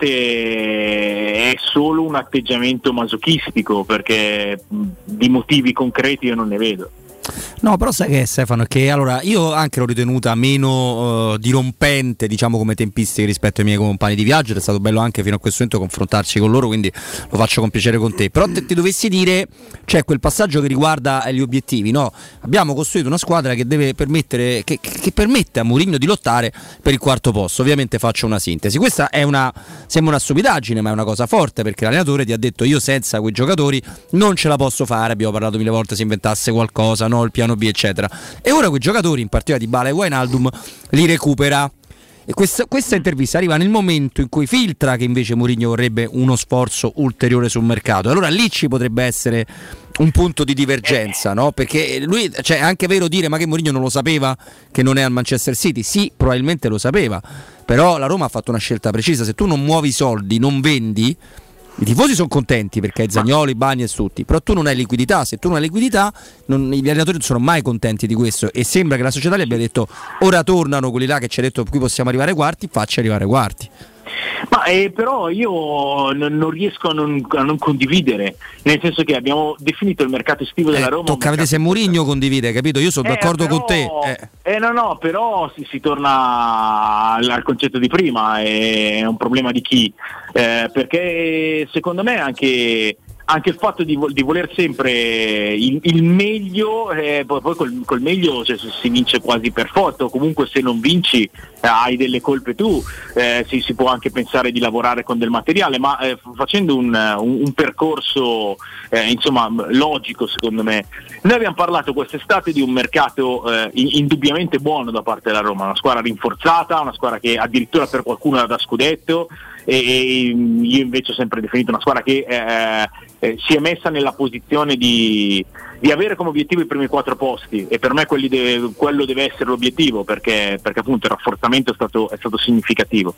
eh, è solo un atteggiamento masochistico, perché di motivi concreti io non ne vedo. No, però sai che Stefano, che allora io anche l'ho ritenuta meno uh, dirompente, diciamo, come tempistiche rispetto ai miei compagni di viaggio. È stato bello anche fino a questo momento confrontarci con loro, quindi lo faccio con piacere con te. Però te, ti dovessi dire, c'è quel passaggio che riguarda gli obiettivi, no? Abbiamo costruito una squadra che deve permettere, che, che permette a Mourinho di lottare per il quarto posto. Ovviamente faccio una sintesi. Questa è una, sembra una stupidaggine, ma è una cosa forte, perché l'allenatore ti ha detto: io senza quei giocatori non ce la posso fare. Abbiamo parlato mille volte, si inventasse qualcosa, no? Il piano B, eccetera. E ora quei giocatori, in particolare di Bala e Wijnaldum, li recupera. E questa, questa intervista arriva nel momento in cui filtra che invece Mourinho vorrebbe uno sforzo ulteriore sul mercato. Allora lì ci potrebbe essere un punto di divergenza, no? Perché lui, cioè, è anche vero dire: ma che Mourinho non lo sapeva che non è al Manchester City? Sì, probabilmente lo sapeva, però la Roma ha fatto una scelta precisa. Se tu non muovi soldi, non vendi, i tifosi sono contenti perché hai Zaniolo, Bagnes, tutti, però tu non hai liquidità. Se tu non hai liquidità, non, gli allenatori non sono mai contenti di questo, e sembra che la società gli abbia detto: ora tornano quelli là che ci ha detto qui possiamo arrivare ai quarti, facci arrivare ai quarti. Ma eh, però io non, non riesco a non, a non condividere, nel senso che abbiamo definito il mercato estivo della eh, Roma. Tocca vedere se Mourinho condivide, capito? Io sono eh, d'accordo però, con te. Eh. eh no, no, però si, si torna al, al concetto di prima, è un problema di chi? Eh, perché secondo me anche. Anche il fatto di, vo- di voler sempre il, il meglio, eh, poi, poi col, col meglio cioè, si vince quasi per forza, o comunque se non vinci eh, hai delle colpe tu, eh, si, si può anche pensare di lavorare con del materiale, ma eh, facendo un, un, un percorso eh, insomma logico, secondo me. Noi abbiamo parlato quest'estate di un mercato eh, indubbiamente buono da parte della Roma, una squadra rinforzata, una squadra che addirittura per qualcuno era da scudetto, e, e io invece ho sempre definito una squadra che eh, eh, si è messa nella posizione di, di avere come obiettivo i primi quattro posti, e per me quelli de- quello deve essere l'obiettivo, perché, perché appunto il rafforzamento è stato, è stato significativo.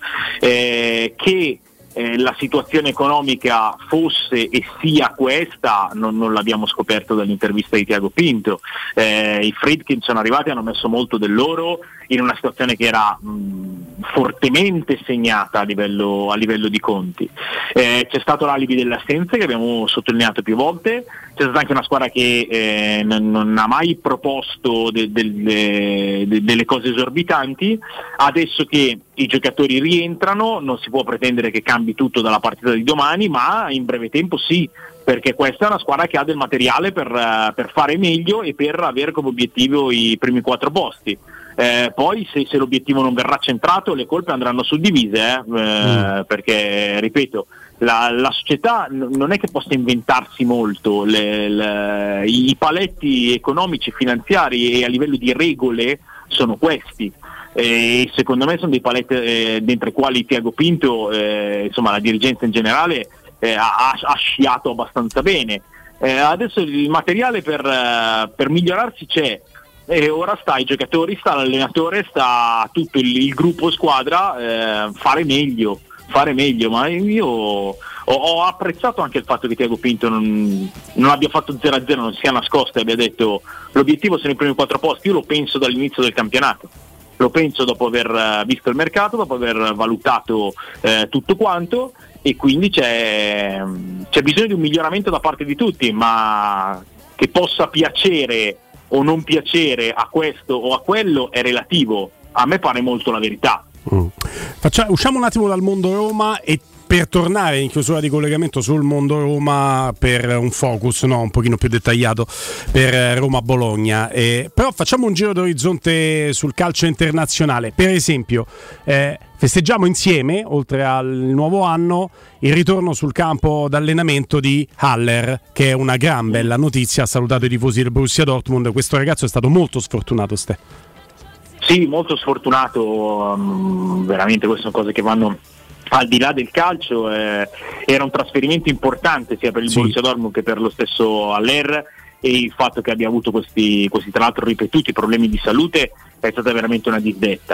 Eh, che eh, la situazione economica fosse e sia questa non, non l'abbiamo scoperto dall'intervista di Tiago Pinto. Eh, i Friedkin sono arrivati e hanno messo molto del loro in una situazione che era mh, fortemente segnata a livello, a livello di conti. Eh, c'è stato l'alibi delle assenze che abbiamo sottolineato più volte, c'è stata anche una squadra che eh, non, non ha mai proposto de, de, de, de, delle cose esorbitanti. Adesso che i giocatori rientrano non si può pretendere che cambi tutto dalla partita di domani, ma in breve tempo sì, perché questa è una squadra che ha del materiale per, uh, per fare meglio e per avere come obiettivo i primi quattro posti. Eh, poi se, se l'obiettivo non verrà centrato le colpe andranno suddivise, eh? Eh, mm. perché ripeto, la, la società n- non è che possa inventarsi molto, le, le, i paletti economici, finanziari e a livello di regole sono questi. E secondo me sono dei paletti eh, dentro i quali Tiago Pinto, eh, insomma la dirigenza in generale, eh, ha, ha sciato abbastanza bene. Eh, adesso il materiale per, uh, per migliorarsi c'è. E ora sta ai giocatori, sta all'allenatore, sta a tutto il, il gruppo squadra eh, fare meglio, fare meglio. Ma io ho, ho apprezzato anche il fatto che Tiago Pinto non, non abbia fatto zero a zero, non sia nascosto e abbia detto l'obiettivo sono i primi quattro posti. Io lo penso dall'inizio del campionato, lo penso dopo aver visto il mercato, dopo aver valutato eh, tutto quanto, e quindi c'è, c'è bisogno di un miglioramento da parte di tutti, ma che possa piacere o non piacere a questo o a quello è relativo. A me pare molto la verità. Mm. Facciamo, usciamo un attimo dal mondo Roma e per tornare in chiusura di collegamento sul mondo Roma per un focus no, un pochino più dettagliato per Roma-Bologna, eh, però facciamo un giro d'orizzonte sul calcio internazionale. Per esempio eh, festeggiamo insieme, oltre al nuovo anno, il ritorno sul campo d'allenamento di Haller, che è una gran bella notizia. Ha salutato i tifosi del Borussia Dortmund. Questo ragazzo è stato molto sfortunato, Ste. Sì, molto sfortunato, um, veramente queste sono cose che vanno al di là del calcio eh, era un trasferimento importante sia per il sì. Borussia Dortmund che per lo stesso Haller, e il fatto che abbia avuto questi, questi tra l'altro ripetuti problemi di salute è stata veramente una disdetta.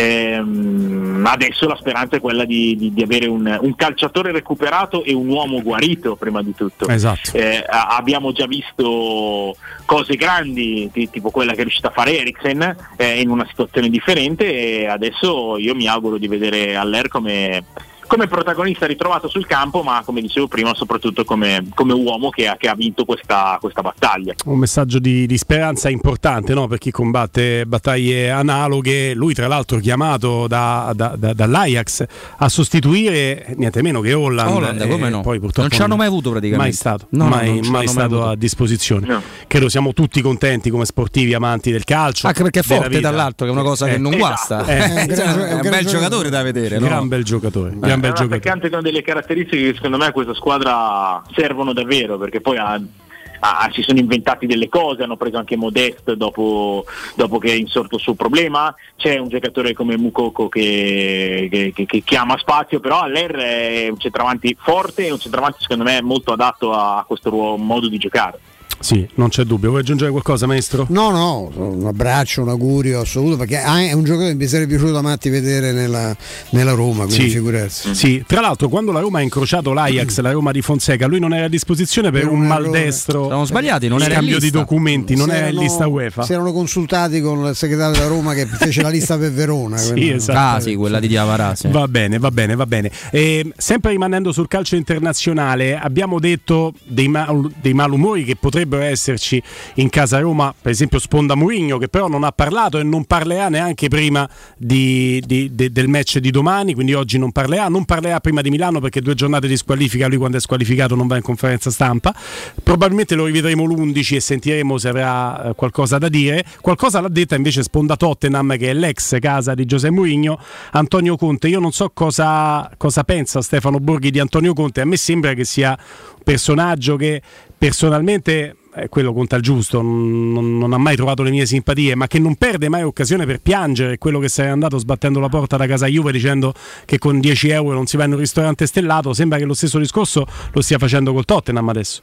Ehm, adesso la speranza è quella di, di, di avere un, un calciatore recuperato e un uomo guarito prima di tutto. Esatto. Eh, a, abbiamo già visto cose grandi t- tipo quella che è riuscita a fare Eriksen eh, in una situazione differente, e adesso io mi auguro di vedere Haller come come protagonista ritrovato sul campo, ma come dicevo prima soprattutto come, come uomo che ha, che ha vinto questa, questa battaglia. Un messaggio di, di speranza importante, no? Per chi combatte battaglie analoghe. Lui tra l'altro chiamato da, da, da, dall'Ajax a sostituire niente meno che Holland, Holland come no? Poi purtroppo non ci hanno mai avuto praticamente mai stato, no, mai, no, mai stato mai a disposizione. No. Credo siamo tutti contenti come sportivi amanti del calcio, anche perché è forte dall'altro, che è una cosa eh, che non esatto. guasta eh, è un, gran, è un bel giocatore, giocatore da vedere, gran no? bel giocatore, eh, gran bel è un giocatore. attaccante con delle caratteristiche che secondo me a questa squadra servono davvero, perché poi ha, ha, si sono inventati delle cose, hanno preso anche Modeste dopo, dopo che è insorto il suo problema, c'è un giocatore come Mukoko che, che, che, che chiama spazio, però Haller è un centravanti forte e un centravanti secondo me molto adatto a questo ruolo, modo di giocare. Sì, non c'è dubbio. Vuoi aggiungere qualcosa, maestro? No, no, un abbraccio, un augurio assoluto, perché è un giocatore che mi sarebbe piaciuto a matti vedere nella, nella Roma, quindi sì. figurarsi. Sì, tra l'altro quando la Roma ha incrociato l'Ajax, la Roma di Fonseca, lui non era a disposizione per, per un, un maldestro. Stavano sbagliati, non era in cambio lista. di documenti, non si era erano, in lista UEFA. Si erano consultati con il segretario della Roma che fece la lista per Verona. Sì, esatto. Ah, sì, quella di Diavara. Sì. Va bene, va bene, va bene. E, sempre rimanendo sul calcio internazionale, abbiamo detto dei, mal, dei malumori che potrebbero esserci in casa Roma, per esempio Sponda Mourinho, che però non ha parlato e non parlerà neanche prima di, di, de, del match di domani, quindi oggi non parlerà, non parlerà prima di Milano perché due giornate di squalifica, lui quando è squalificato non va in conferenza stampa, probabilmente lo rivedremo l'undici e sentiremo se avrà eh, qualcosa da dire. Qualcosa l'ha detta invece Sponda Tottenham, che è l'ex casa di José Mourinho, Antonio Conte. Io non so cosa, cosa pensa Stefano Borghi di Antonio Conte, a me sembra che sia un personaggio che personalmente, eh, quello conta il giusto, non, non ha mai trovato le mie simpatie, ma che non perde mai occasione per piangere, quello che se n'è andato sbattendo la porta da casa Juve dicendo che con dieci euro non si va in un ristorante stellato. Sembra che lo stesso discorso lo stia facendo col Tottenham adesso.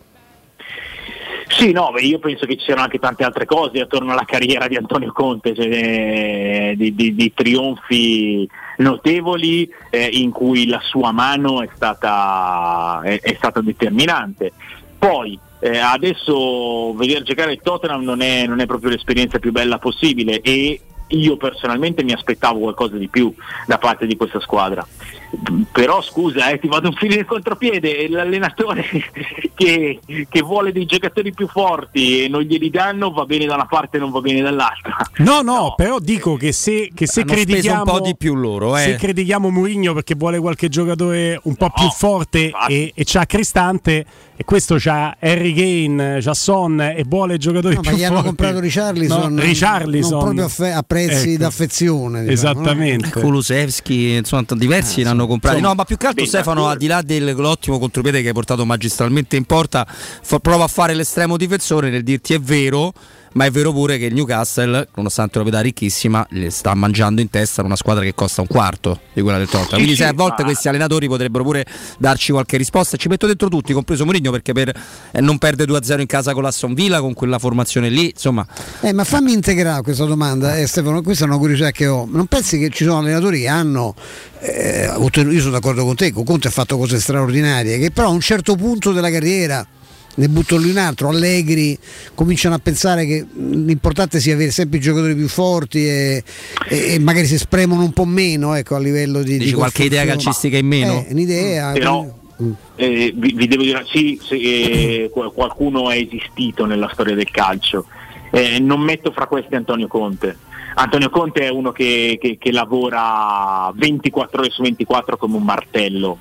Sì, no, beh, io penso che ci siano anche tante altre cose attorno alla carriera di Antonio Conte, cioè, di, di, di trionfi notevoli eh, in cui la sua mano è stata, è, è stata determinante. Poi eh, adesso vedere giocare il Tottenham non è, non è proprio l'esperienza più bella possibile, e io personalmente mi aspettavo qualcosa di più da parte di questa squadra. Però scusa, eh, ti vado un filo in contropiede, l'allenatore che, che vuole dei giocatori più forti e non glieli danno, va bene da una parte e non va bene dall'altra. No, no, no. Però dico che se, che se critichiamo un po' di più loro, eh. se critichiamo Mourinho perché vuole qualche giocatore un po' no, più forte e, e c'ha Cristante, e questo c'ha Harry Kane, c'ha Son e vuole giocatori no, più ma gli forti. hanno comprato Richarlison, no, Richarlison. Non proprio a, fe- a prezzi ecco. d'affezione, diciamo, esattamente. No? Kulusevski, insomma diversi ah, l'hanno comprati. No, ma più che altro Stefano, al di là dell'ottimo contropiede che hai portato magistralmente in porta, fa, prova a fare l'estremo difensore nel dirti è vero, ma è vero pure che il Newcastle, nonostante una proprietà ricchissima, le sta mangiando in testa una squadra che costa un quarto di quella del Tottenham. Quindi se a volte questi allenatori potrebbero pure darci qualche risposta, ci metto dentro tutti, compreso Mourinho, perché per eh, non perde due a zero in casa con l'Aston Villa, con quella formazione lì, insomma. Eh, ma fammi integrare questa domanda, eh, Stefano, questa è una curiosità che ho. Non pensi che ci sono allenatori che hanno eh, io sono d'accordo con te, Conte ha fatto cose straordinarie, che però a un certo punto della carriera, ne butto lì un altro, Allegri, cominciano a pensare che l'importante sia avere sempre i giocatori più forti e, e, e magari si spremono un po' meno, ecco, a livello di, Dici di qualche idea calcistica in meno? Eh, un'idea. Però eh, vi, vi devo dire sì, se, eh, qualcuno è esistito nella storia del calcio. Eh, non metto fra questi Antonio Conte. Antonio Conte è uno che, che, che lavora ventiquattro ore su ventiquattro come un martello.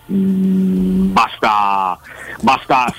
Mm, basta basta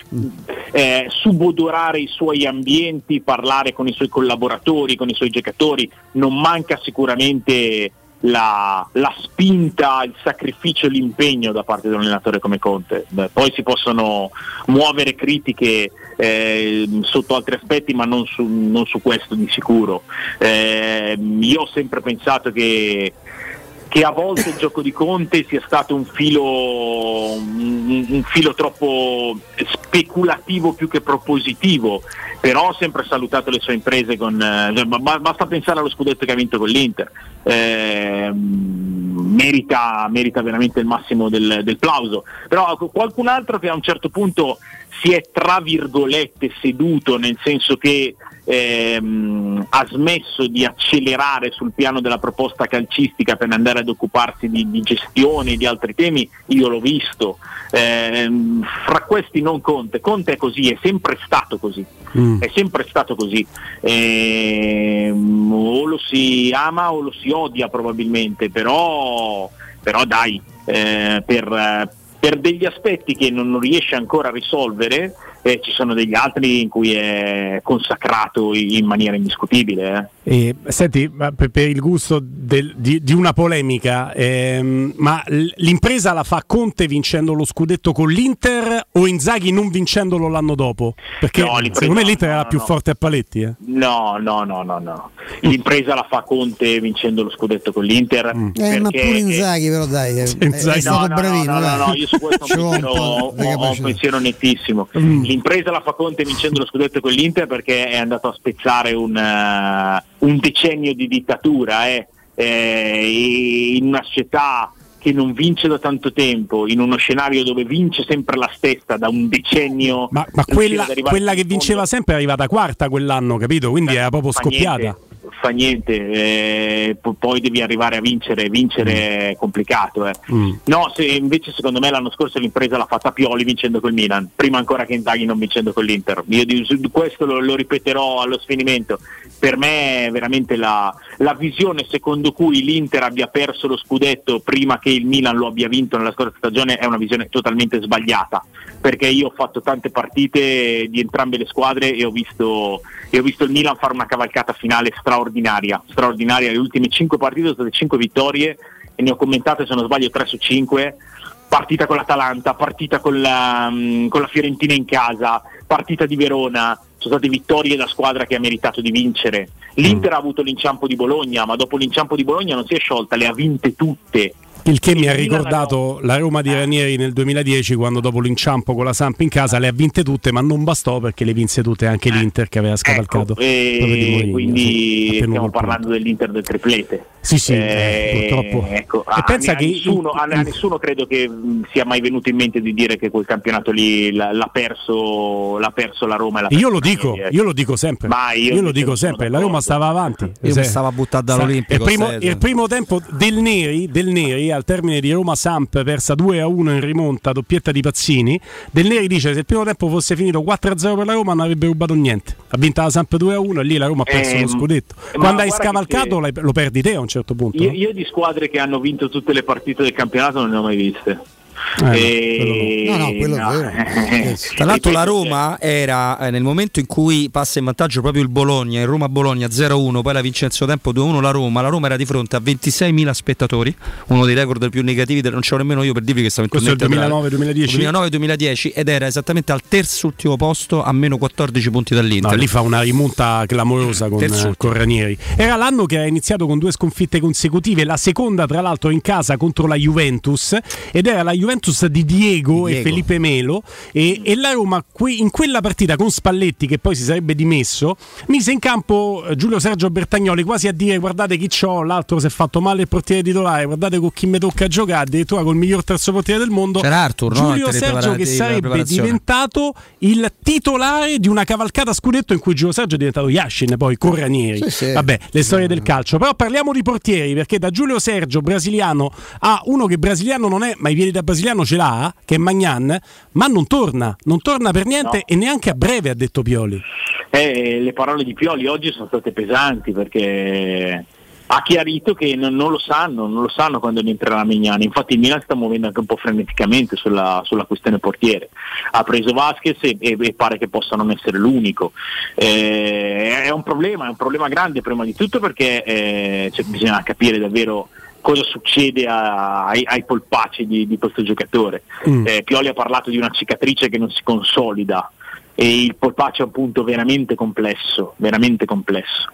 eh, subodorare i suoi ambienti, parlare con i suoi collaboratori, con i suoi giocatori. Non manca sicuramente la, la spinta, il sacrificio, l'impegno da parte di un allenatore come Conte. Beh, poi si possono muovere critiche eh, sotto altri aspetti, ma non su, non su questo di sicuro. Eh, io ho sempre pensato che che a volte il gioco di Conte sia stato un filo un, un filo troppo speculativo più che propositivo, però ho sempre salutato le sue imprese con eh, basta pensare allo scudetto che ha vinto con l'Inter, eh, merita, merita veramente il massimo del, del plauso. Però qualcun altro che a un certo punto si è tra virgolette seduto, nel senso che ehm, ha smesso di accelerare sul piano della proposta calcistica per andare ad occuparsi di, di gestione e di altri temi, io l'ho visto. Ehm, fra questi non Conte. Conte è così, è sempre stato così. Mm. È sempre stato così. Ehm, o lo si ama o lo si odia probabilmente, però, però dai, eh, per, per degli aspetti che non riesce ancora a risolvere, eh, ci sono degli altri in cui è consacrato in maniera indiscutibile. Eh. E, senti, per, per il gusto del, di, di una polemica, ehm, ma l'impresa la fa Conte vincendo lo scudetto con l'Inter o Inzaghi non vincendolo l'anno dopo? Perché no, secondo me l'Inter no, era no, più no. forte a paletti. Eh. No, no, no, no, no. L'impresa la fa Conte vincendo lo scudetto con l'Inter. Mm. Eh, ma pure Inzaghi, però dai, è, è, è stato no, no, bravino. No, no, dai. no, no, io su questo ho un, pensiero, ho, ho un pensiero nettissimo. Mm. L'impresa la fa Conte vincendo lo scudetto con l'Inter perché è andato a spezzare un, uh, un decennio di dittatura eh. Eh, in una società che non vince da tanto tempo, in uno scenario dove vince sempre la stessa da un decennio. Ma, ma quella, quella che vinceva sempre è arrivata quarta quell'anno, capito? Quindi era proprio scoppiata. Niente. Fa niente, eh, p- poi devi arrivare a vincere, vincere è complicato. Eh. Mm. No, se invece secondo me l'anno scorso l'impresa l'ha fatta Pioli vincendo col Milan, prima ancora che Inzaghi non vincendo con l'Inter. Io di, di questo lo, lo ripeterò allo sfinimento. Per me è veramente la, la visione secondo cui l'Inter abbia perso lo scudetto prima che il Milan lo abbia vinto nella scorsa stagione è una visione totalmente sbagliata, perché io ho fatto tante partite di entrambe le squadre e ho visto, e ho visto il Milan fare una cavalcata finale straordinaria, straordinaria. Le ultime cinque partite sono state cinque vittorie e ne ho commentate, se non sbaglio, tre su cinque. Partita con l'Atalanta, partita con la, con la Fiorentina in casa, partita di Verona, sono state vittorie da squadra che ha meritato di vincere. L'Inter mm. ha avuto l'inciampo di Bologna, ma dopo l'inciampo di Bologna non si è sciolta, le ha vinte tutte. Il che mi ha ricordato la Roma di Ranieri nel duemiladieci, quando dopo l'inciampo con la Samp in casa le ha vinte tutte, ma non bastò perché le vinse tutte anche l'Inter che aveva scavalcato. Ecco, e Mourinho, quindi sì, stiamo parlando dell'Inter del triplete. Sì, sì, eh, purtroppo. Ecco, e a, pensa a, che nessuno, a, a nessuno credo che mh, sia mai venuto in mente di dire che quel campionato lì l'ha, l'ha perso l'ha perso la Roma. E la io lo dico, io, io lo dico sempre. Io, io lo dico sempre, la Roma stava avanti. Io mi stava buttando dall'Olimpico. Il primo, il primo tempo del Neri, del Neri al termine di Roma Samp persa due a uno in rimonta, doppietta di Pazzini. Del Neri dice se il primo tempo fosse finito quattro a zero per la Roma non avrebbe rubato niente. Ha vinto la Samp due a uno e lì la Roma ha perso eh, lo scudetto. Quando hai scavalcato che... lo perdi te a un certo punto. Io, io di squadre che hanno vinto tutte le partite del campionato non ne ho mai viste. Eh, no, no, quello no. è vero. Tra l'altro la Roma era eh, nel momento in cui passa in vantaggio proprio il Bologna, il Roma-Bologna zero a uno, poi la vince nel suo tempo due a uno la Roma, la Roma era di fronte a ventiseimila spettatori, uno dei record più negativi, del, non c'ero nemmeno io per dirvi che stavo in questo è il duemilanove duemiladieci duemilanove duemiladieci ed era esattamente al terzo ultimo posto a meno quattordici punti dall'Inter. No, lì fa una rimonta clamorosa con, eh, con Ranieri. Era l'anno che ha iniziato con due sconfitte consecutive, la seconda tra l'altro in casa contro la Juventus, ed era la Juventus di Diego, Diego. e Felipe Melo e, e la Roma qui, in quella partita con Spalletti che poi si sarebbe dimesso, mise in campo Giulio Sergio Bertagnoli quasi a dire guardate chi c'ho, l'altro si è fatto male il portiere titolare, guardate con chi mi tocca giocare, addirittura col miglior terzo portiere del mondo. C'era Arthur, Giulio no? Sergio che sarebbe diventato il titolare di una cavalcata scudetto in cui Giulio Sergio è diventato Yashin poi con Ranieri. Sì, sì. Vabbè, le storie del calcio. Però parliamo di portieri, perché da Giulio Sergio brasiliano a uno che brasiliano non è, ma i piedi da brasiliano ce l'ha, che è Magnan, ma non torna, non torna per niente, no. E neanche a breve, ha detto Pioli. Eh, le parole di Pioli oggi sono state pesanti perché ha chiarito che non, non lo sanno, non lo sanno quando entrerà Magnan. Infatti il Milan sta muovendo anche un po' freneticamente sulla, sulla questione portiere. Ha preso Vasquez e, e, e pare che possa non essere l'unico. Eh, è un problema, è un problema grande prima di tutto perché eh, cioè, bisogna capire davvero cosa succede a, ai, ai polpacci di, di questo giocatore. Mm. Eh, Pioli ha parlato di una cicatrice che non si consolida e il polpaccio è un punto veramente complesso, veramente complesso.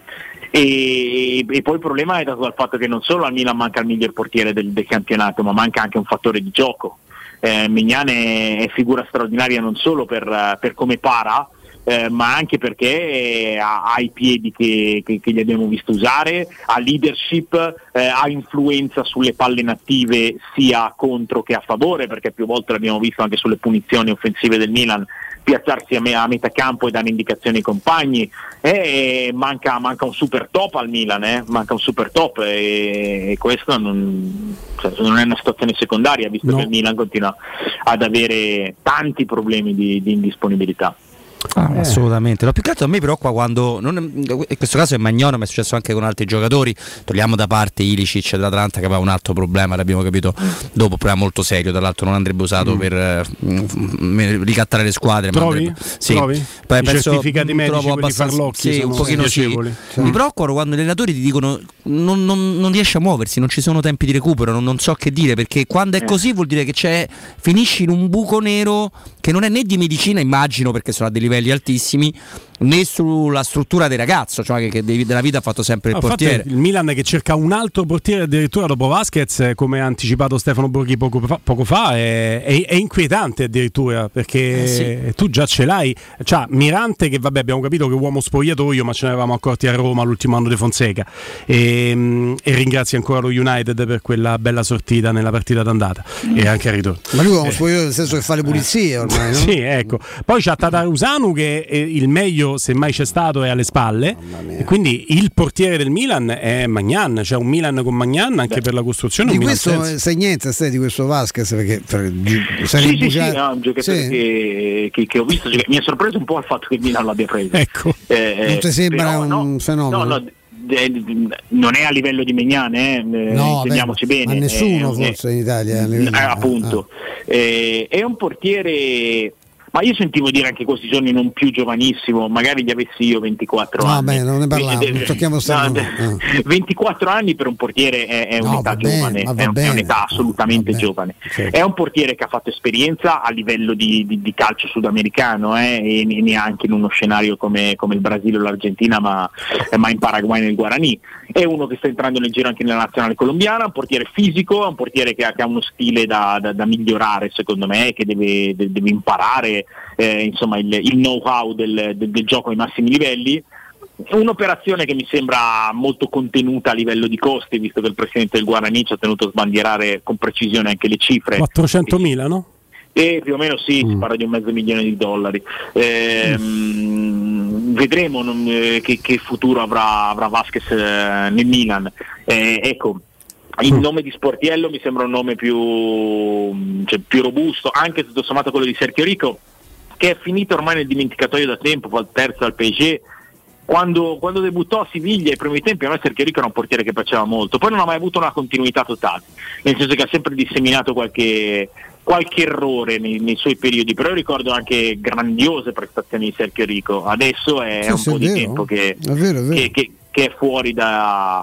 E, e poi il problema è dato dal fatto che non solo al Milan manca il miglior portiere del, del campionato, ma manca anche un fattore di gioco. eh, Mignan è, è figura straordinaria non solo per, per come para, Eh, ma anche perché ha, ha i piedi che, che, che gli abbiamo visto usare, ha leadership, eh, ha influenza sulle palle native sia contro che a favore, perché più volte l'abbiamo visto anche sulle punizioni offensive del Milan piazzarsi a, me, a metà campo e dare indicazioni ai compagni. E manca, manca un super top al Milan, eh? manca un super top e, e questo non, cioè, non è una situazione secondaria, visto no. che il Milan continua ad avere tanti problemi di, di indisponibilità. Ah, eh. Assolutamente, no, più che altro a me preoccupa quando non è, in questo caso è Magnano, ma è successo anche con altri giocatori. Togliamo da parte Ilicic dell'Atalanta che aveva un altro problema, l'abbiamo capito dopo, problema molto serio, tra l'altro non andrebbe usato mm. per uh, ricattare le squadre. Trovi? Ma andrebbe, sì. Trovi? Poi I penso, certificati medici per i farlocchi sì, un pochino sì. sì. Mi preoccupano quando gli allenatori ti dicono non, non, non riesce a muoversi, non ci sono tempi di recupero, non, non so che dire, perché quando è così vuol dire che c'è, finisci in un buco nero che non è né di medicina, immagino, perché sono a dei livelli altissimi, né sulla struttura del ragazzo, cioè che della vita ha fatto sempre il ah, portiere. Il Milan che cerca un altro portiere addirittura dopo Vasquez, come ha anticipato Stefano Borghi poco fa, poco fa è, è, è inquietante addirittura, perché eh sì. tu già ce l'hai, cioè Mirante che vabbè abbiamo capito che è uomo spogliatoio, ma ce ne avevamo accorti a Roma l'ultimo anno di Fonseca, e, e ringrazio ancora lo United per quella bella sortita nella partita d'andata mm. e anche al ritorno. Ma lui è uomo spogliatoio nel senso che fa le pulizie ormai, no? Sì, ecco. Poi c'ha Tatarusanu che è il meglio se mai c'è stato è alle spalle, e quindi il portiere del Milan è Maignan, c'è un Milan con Maignan anche Beh, per la costruzione. Di questo sai niente stai di questo Vasquez, perché per, sai sì, sì, sì, no, un giocatore sì. che, che, che ho visto, mi ha sorpreso un po' il fatto che il Milan l'abbia preso. Ecco. Eh, non ti sembra però, un no, fenomeno? No, no, non è a livello di Maignan, eh, no, intendiamoci bene. Ma nessuno eh, forse in Italia. Eh, appunto. Ah. Eh, è un portiere. Ma io sentivo dire anche questi giorni non più giovanissimo, magari gli avessi io ventiquattro no, anni. Vabbè, non ne parliamo, non tocchiamo no, no. ventiquattro anni per un portiere è, è no, un'età bene, giovane, è, un, è un'età assolutamente no, giovane. Certo. È un portiere che ha fatto esperienza a livello di, di, di calcio sudamericano, eh, e neanche in uno scenario come, come il Brasile o l'Argentina, ma, ma in Paraguay nel Guaraní. È uno che sta entrando nel giro anche nella nazionale colombiana, un portiere fisico, un portiere che ha, che ha uno stile da, da, da migliorare secondo me, che deve, deve imparare eh, insomma il, il know-how del, del, del gioco ai massimi livelli. Un'operazione che mi sembra molto contenuta a livello di costi, visto che il presidente del Guaraní ci ha tenuto a sbandierare con precisione anche le cifre. quattrocentomila, no? E più o meno sì, mm. si parla di un mezzo milione di dollari. Eh, mm. Vedremo non, eh, che, che futuro avrà, avrà Vasquez eh, nel Milan. Eh, ecco, il nome di Sportiello mi sembra un nome più, cioè, più robusto, anche tutto sommato quello di Sergio Rico, che è finito ormai nel dimenticatoio da tempo, fa il terzo al P S G. Quando, quando debuttò a Siviglia ai primi tempi a me Sergio Rico era un portiere che piaceva molto, poi non ha mai avuto una continuità totale, nel senso che ha sempre disseminato qualche, qualche errore nei, nei suoi periodi, però io ricordo anche grandiose prestazioni di Sergio Rico. Adesso è sì, un po' di vero. tempo che, è vero, è vero. Che, che, che è fuori da,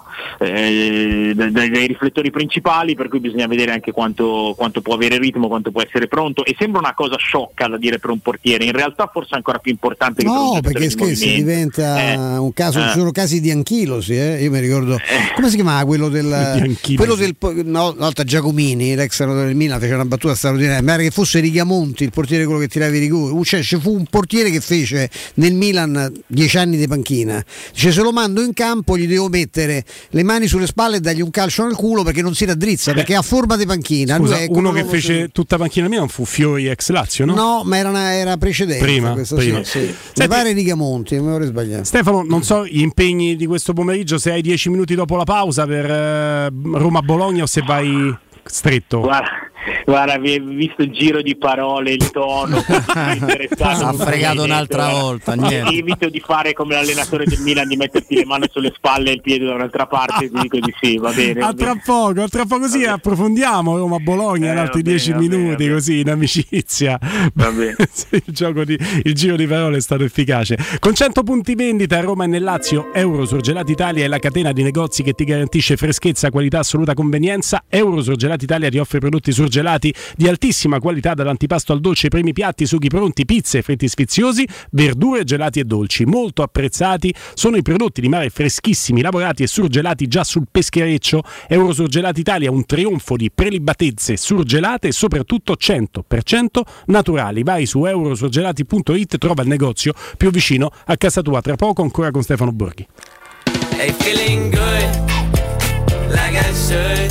eh, dai, dai riflettori principali, per cui bisogna vedere anche quanto, quanto può avere ritmo, quanto può essere pronto, e sembra una cosa sciocca da dire per un portiere, in realtà forse ancora più importante che no, per un perché scherzi, diventa eh, un caso, eh. ci sono casi di anchilosi, eh? Io mi ricordo eh. come si chiamava quello del quello del no, una volta Giacomini, l'ex allenatore del Milan, fece una battuta straordinaria, ma era che fosse Rigamonti il portiere, quello che tirava i rigori, cioè ci fu un portiere che fece nel Milan dieci anni di panchina, dice se lo mando in campo gli devo mettere le mani sulle spalle e dargli un calcio nel culo perché non si raddrizza, perché ha forma di panchina. Scusa, uno che fece su... tutta panchina mia non fu Fiori ex Lazio, no? No, ma era, una, era precedente prima, questo, prima. Sì, sì. Mi pare Rigamonti, non mi vorrei sbagliare. Stefano, non so gli impegni di questo pomeriggio, se hai dieci minuti dopo la pausa per eh, Roma-Bologna o se vai stretto. Guarda, guarda, visto il giro di parole, il tono, ha fregato un'altra volta. Niente. Evito di fare come l'allenatore del Milan, di metterti le mani sulle spalle e il piede da un'altra parte. Ti dico di sì, va bene. A tra poco, a tra poco sì, approfondiamo Roma-Bologna in altri dieci minuti, bene, così in amicizia. Va bene. il, gioco di, il giro di parole è stato efficace. Con cento punti vendita a Roma e nel Lazio, Eurosurgelati Italia è la catena di negozi che ti garantisce freschezza, qualità, assoluta convenienza. Eurosurgelati Italia ti offre prodotti surgelati gelati di altissima qualità, dall'antipasto al dolce, primi piatti, sughi pronti, pizze, fritti sfiziosi, verdure, gelati e dolci. Molto apprezzati sono i prodotti di mare freschissimi, lavorati e surgelati già sul peschereccio. Eurosurgelati Italia, un trionfo di prelibatezze surgelate e soprattutto cento per cento naturali. Vai su eurosurgelati punto it, trova il negozio più vicino a casa tua. Tra poco ancora con Stefano Borghi. Hey, feeling good, like I should.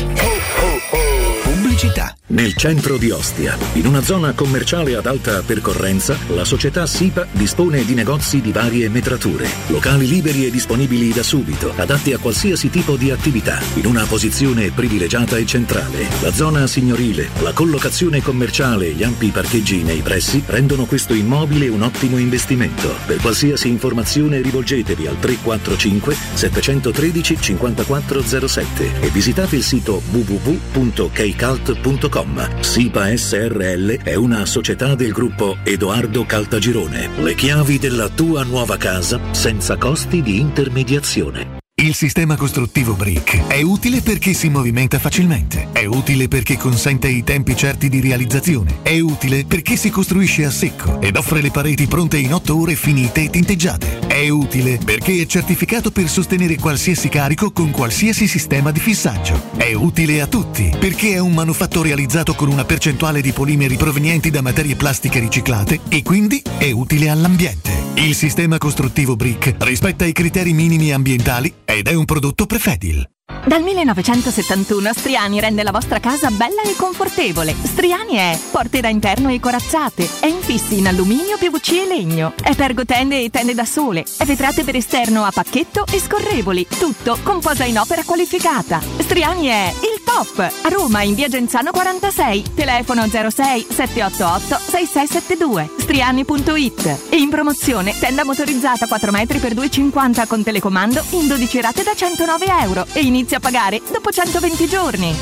Oh, oh, oh. Pubblicità. Nel centro di Ostia, in una zona commerciale ad alta percorrenza, la società SIPA dispone di negozi di varie metrature, locali liberi e disponibili da subito, adatti a qualsiasi tipo di attività, in una posizione privilegiata e centrale. La zona signorile, la collocazione commerciale e gli ampi parcheggi nei pressi rendono questo immobile un ottimo investimento. Per qualsiasi informazione rivolgetevi al tre quattro cinque sette uno tre cinque zero sette e visitate il sito w w w punto keycult punto com. SIPA S R L è una società del gruppo Edoardo Caltagirone. Le chiavi della tua nuova casa senza costi di intermediazione. Il sistema costruttivo Brick è utile perché si movimenta facilmente, è utile perché consente i tempi certi di realizzazione, è utile perché si costruisce a secco ed offre le pareti pronte in otto ore finite e tinteggiate, è utile perché è certificato per sostenere qualsiasi carico con qualsiasi sistema di fissaggio, è utile a tutti perché è un manufatto realizzato con una percentuale di polimeri provenienti da materie plastiche riciclate e quindi è utile all'ambiente. Il sistema costruttivo Brick rispetta i criteri minimi ambientali ed è un prodotto Prefedil. Dal millenovecentosettantuno Striani rende la vostra casa bella e confortevole. Striani è porte da interno e corazzate, è infissi in alluminio, P V C e legno, è pergotende e tende da sole, è vetrate per esterno a pacchetto e scorrevoli, tutto con posa in opera qualificata. Striani è il top! A Roma in via Genzano quarantasei, telefono zero sei sette otto otto sei sei sette due, striani punto it. E in promozione tenda motorizzata quattro metri per due e cinquanta con telecomando in dodici rate da centonove euro e inizia a pagare dopo centoventi giorni.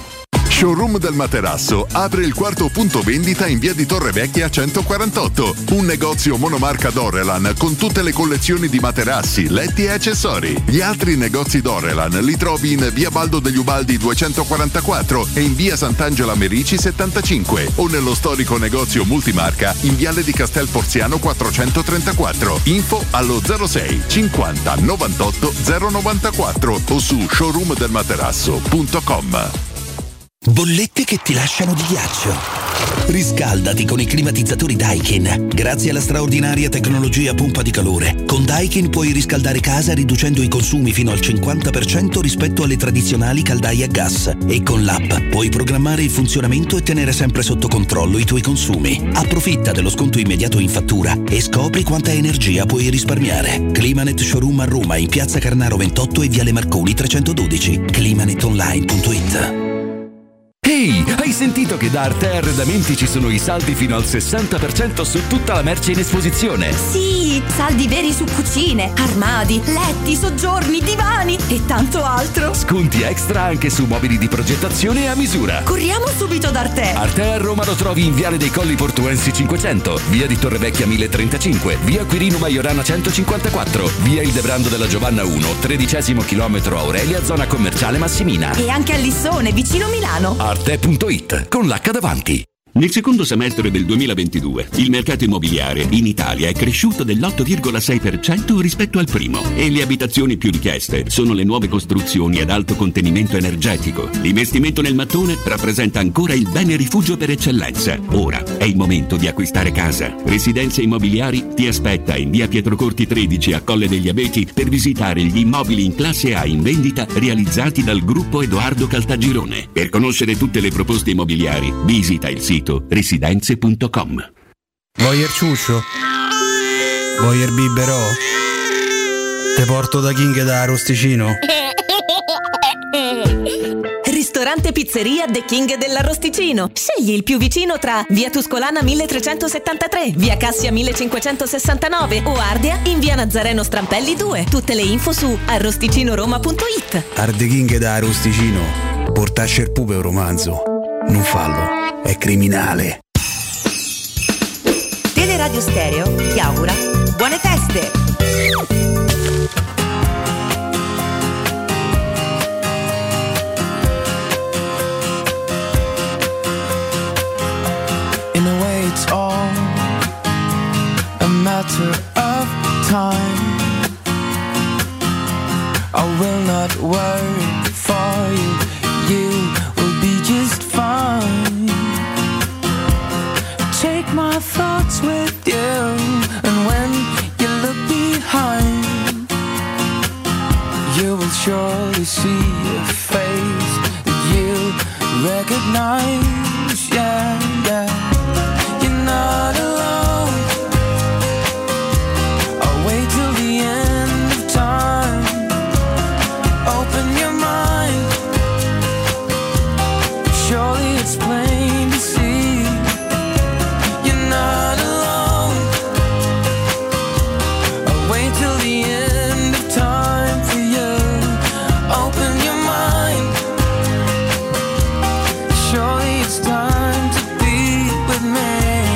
Showroom del Materasso apre il quarto punto vendita in via di Torrevecchia centoquarantotto. Un negozio monomarca Dorelan con tutte le collezioni di materassi, letti e accessori. Gli altri negozi Dorelan li trovi in via Baldo degli Ubaldi duecentoquarantaquattro e in via Sant'Angela Merici settantacinque o nello storico negozio multimarca in viale di Castel Porziano quattrocentotrentaquattro. Info allo zero sei cinquanta novantotto zero novantaquattro o su showroom del materasso punto com. Bollette che ti lasciano di ghiaccio. Riscaldati con i climatizzatori Daikin. Grazie alla straordinaria tecnologia pompa di calore, con Daikin puoi riscaldare casa riducendo i consumi fino al cinquanta per cento rispetto alle tradizionali caldaie a gas. E con l'app puoi programmare il funzionamento e tenere sempre sotto controllo i tuoi consumi. Approfitta dello sconto immediato in fattura e scopri quanta energia puoi risparmiare. Climanet Showroom a Roma in piazza Carnaro ventotto e viale Marconi trecentododici. climanet online punto it. Ehi, hai sentito che da Arte Arredamenti ci sono i saldi fino al sessanta per cento su tutta la merce in esposizione? Sì, saldi veri su cucine, armadi, letti, soggiorni, divani e tanto altro. Sconti extra anche su mobili di progettazione a misura. Corriamo subito da Arte. Arte a Roma lo trovi in Viale dei Colli Portuensi cinquecento, via di Torrevecchia mille e trentacinque, via Quirino Maiorana centocinquantaquattro, via Il Debrando della Giovanna uno, tredicesimo chilometro Aurelia, zona commerciale Massimina. E anche a Lissone, vicino Milano. Arte punto it con l'H davanti. Nel secondo semestre del duemilaventidue il mercato immobiliare in Italia è cresciuto dell'otto virgola sei per cento rispetto al primo e le abitazioni più richieste sono le nuove costruzioni ad alto contenimento energetico. L'investimento nel mattone rappresenta ancora il bene rifugio per eccellenza. Ora è il momento di acquistare casa. Residenze Immobiliari ti aspetta in via Pietrocorti tredici a Colle degli Abeti per visitare gli immobili in classe A in vendita realizzati dal gruppo Edoardo Caltagirone. Per conoscere tutte le proposte immobiliari visita il sito residenze punto com. Voyer ciuscio? Voyer biberò? Te porto da King da Arrosticino? Ristorante Pizzeria The King dell'Arrosticino. Scegli il più vicino tra via Tuscolana milletrecentosettantatré, via Cassia millecinquecentosessantanove o Ardea in via Nazareno Strampelli due. Tutte le info su arrosticinoroma punto it. Arde King da Arrosticino. Portasce il pupe un romanzo. Non fallo, è criminale. Teleradio Stereo ti augura buone feste. really see a face that you recognize. Yeah, yeah. You're not alone. I'll wait till the end of time. Open your mind. Surely it's plain to see. You're not alone. I'll wait till the end of time for you. Open your mind. Surely it's time to be with me.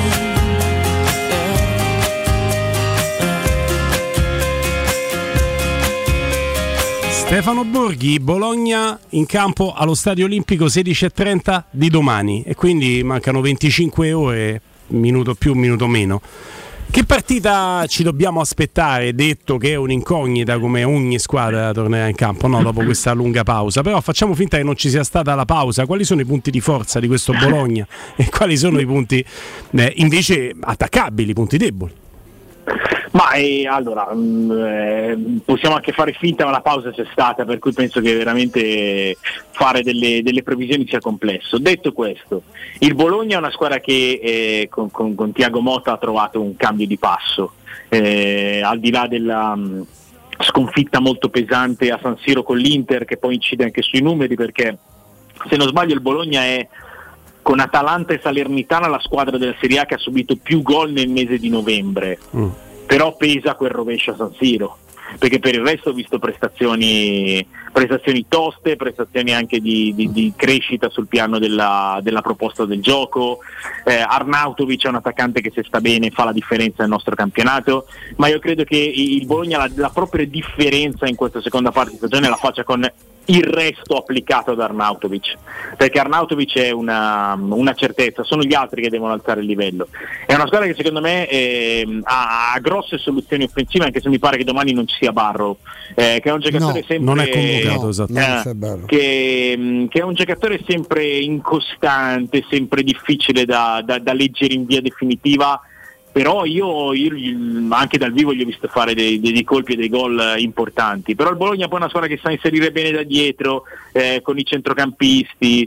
Stefano Borghi, Bologna in campo allo Stadio Olimpico sedici e trenta di domani e quindi mancano venticinque ore, minuto più, minuto meno. Che partita ci dobbiamo aspettare, detto che è un'incognita come ogni squadra tornerà in campo, no, dopo questa lunga pausa, però facciamo finta che non ci sia stata la pausa. Quali sono i punti di forza di questo Bologna e quali sono i punti eh, invece attaccabili, i punti deboli? Ma eh, allora eh, possiamo anche fare finta, ma la pausa c'è stata, per cui penso che veramente fare delle, delle previsioni sia complesso. Detto questo, il Bologna è una squadra che eh, con, con, con Thiago Motta ha trovato un cambio di passo, eh, al di là della mh, sconfitta molto pesante a San Siro con l'Inter, che poi incide anche sui numeri, perché se non sbaglio il Bologna è, con Atalanta e Salernitana, la squadra della Serie A che ha subito più gol nel mese di novembre. Mm. Però pesa quel rovescio a San Siro, perché per il resto ho visto prestazioni prestazioni toste, prestazioni anche di, di, di crescita sul piano della, della proposta del gioco. eh, Arnautovic è un attaccante che, se sta bene, fa la differenza nel nostro campionato, ma io credo che il Bologna la, la propria differenza in questa seconda parte di stagione la faccia con il resto applicato ad Arnautovic, perché Arnautovic è una, una certezza, sono gli altri che devono alzare il livello. È una squadra che secondo me eh, ha, ha grosse soluzioni offensive, anche se mi pare che domani non ci sia Barro, eh, che è un giocatore no, sempre non è convocato, esatto. eh, che, che è un giocatore sempre incostante, sempre difficile da, da, da leggere in via definitiva. Però io, io anche dal vivo gli ho visto fare dei, dei colpi e dei gol importanti. Però il Bologna poi è una squadra che sa inserire bene da dietro, eh, con i centrocampisti,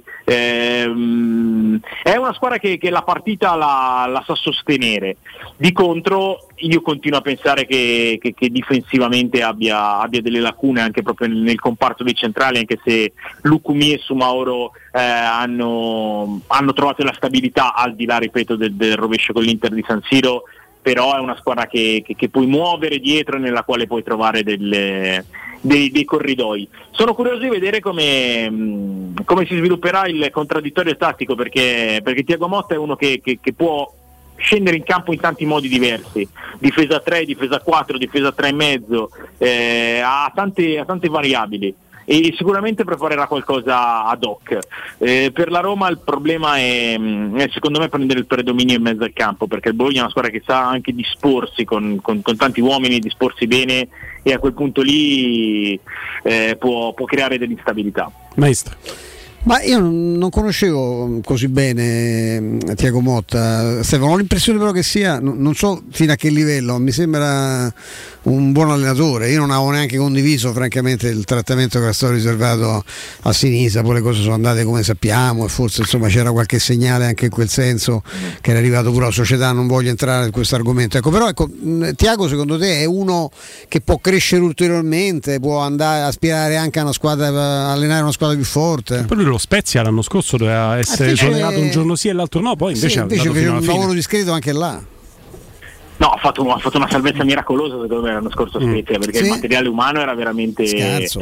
ehm, è una squadra che, che la partita la, la sa sostenere. Di contro io continuo a pensare che, che, che difensivamente abbia, abbia delle lacune anche proprio nel, nel comparto dei centrali, anche se Lucumi e Sumaoro eh, hanno, hanno trovato la stabilità, al di là, ripeto, del, del rovescio con l'Inter di San Siro. Però è una squadra che, che, che puoi muovere dietro e nella quale puoi trovare delle, dei, dei corridoi. Sono curioso di vedere come, come si svilupperà il contraddittorio tattico, perché, perché Thiago Motta è uno che, che, che può scendere in campo in tanti modi diversi, difesa tre, difesa quattro, difesa tre e mezzo, eh, ha tante, ha tante variabili. E sicuramente preparerà qualcosa ad hoc. Eh, per la Roma il problema è, è secondo me prendere il predominio in mezzo al campo, perché il Bologna è una squadra che sa anche disporsi con, con, con tanti uomini, disporsi bene, e a quel punto lì eh, può, può creare dell'instabilità. Maestro. Ma io non conoscevo così bene Thiago Motta, Stefano, ho l'impressione però che sia, non so fino a che livello, mi sembra un buon allenatore. Io non avevo neanche condiviso francamente il trattamento che era stato riservato a Sinisa, poi le cose sono andate come sappiamo e forse insomma c'era qualche segnale anche in quel senso che era arrivato pure alla società. Non voglio entrare in questo argomento, ecco, però ecco, Thiago secondo te è uno che può crescere ulteriormente, può andare a aspirare anche a una squadra, a allenare una squadra più forte? Lo Spezia l'anno scorso doveva essere esonerato un giorno sì e l'altro no, poi invece, sì, invece fece un lavoro discreto anche là. No, ha fatto, ha fatto una salvezza miracolosa secondo me l'anno scorso a Spezia, mm. perché sì. Il materiale umano era veramente Scarso.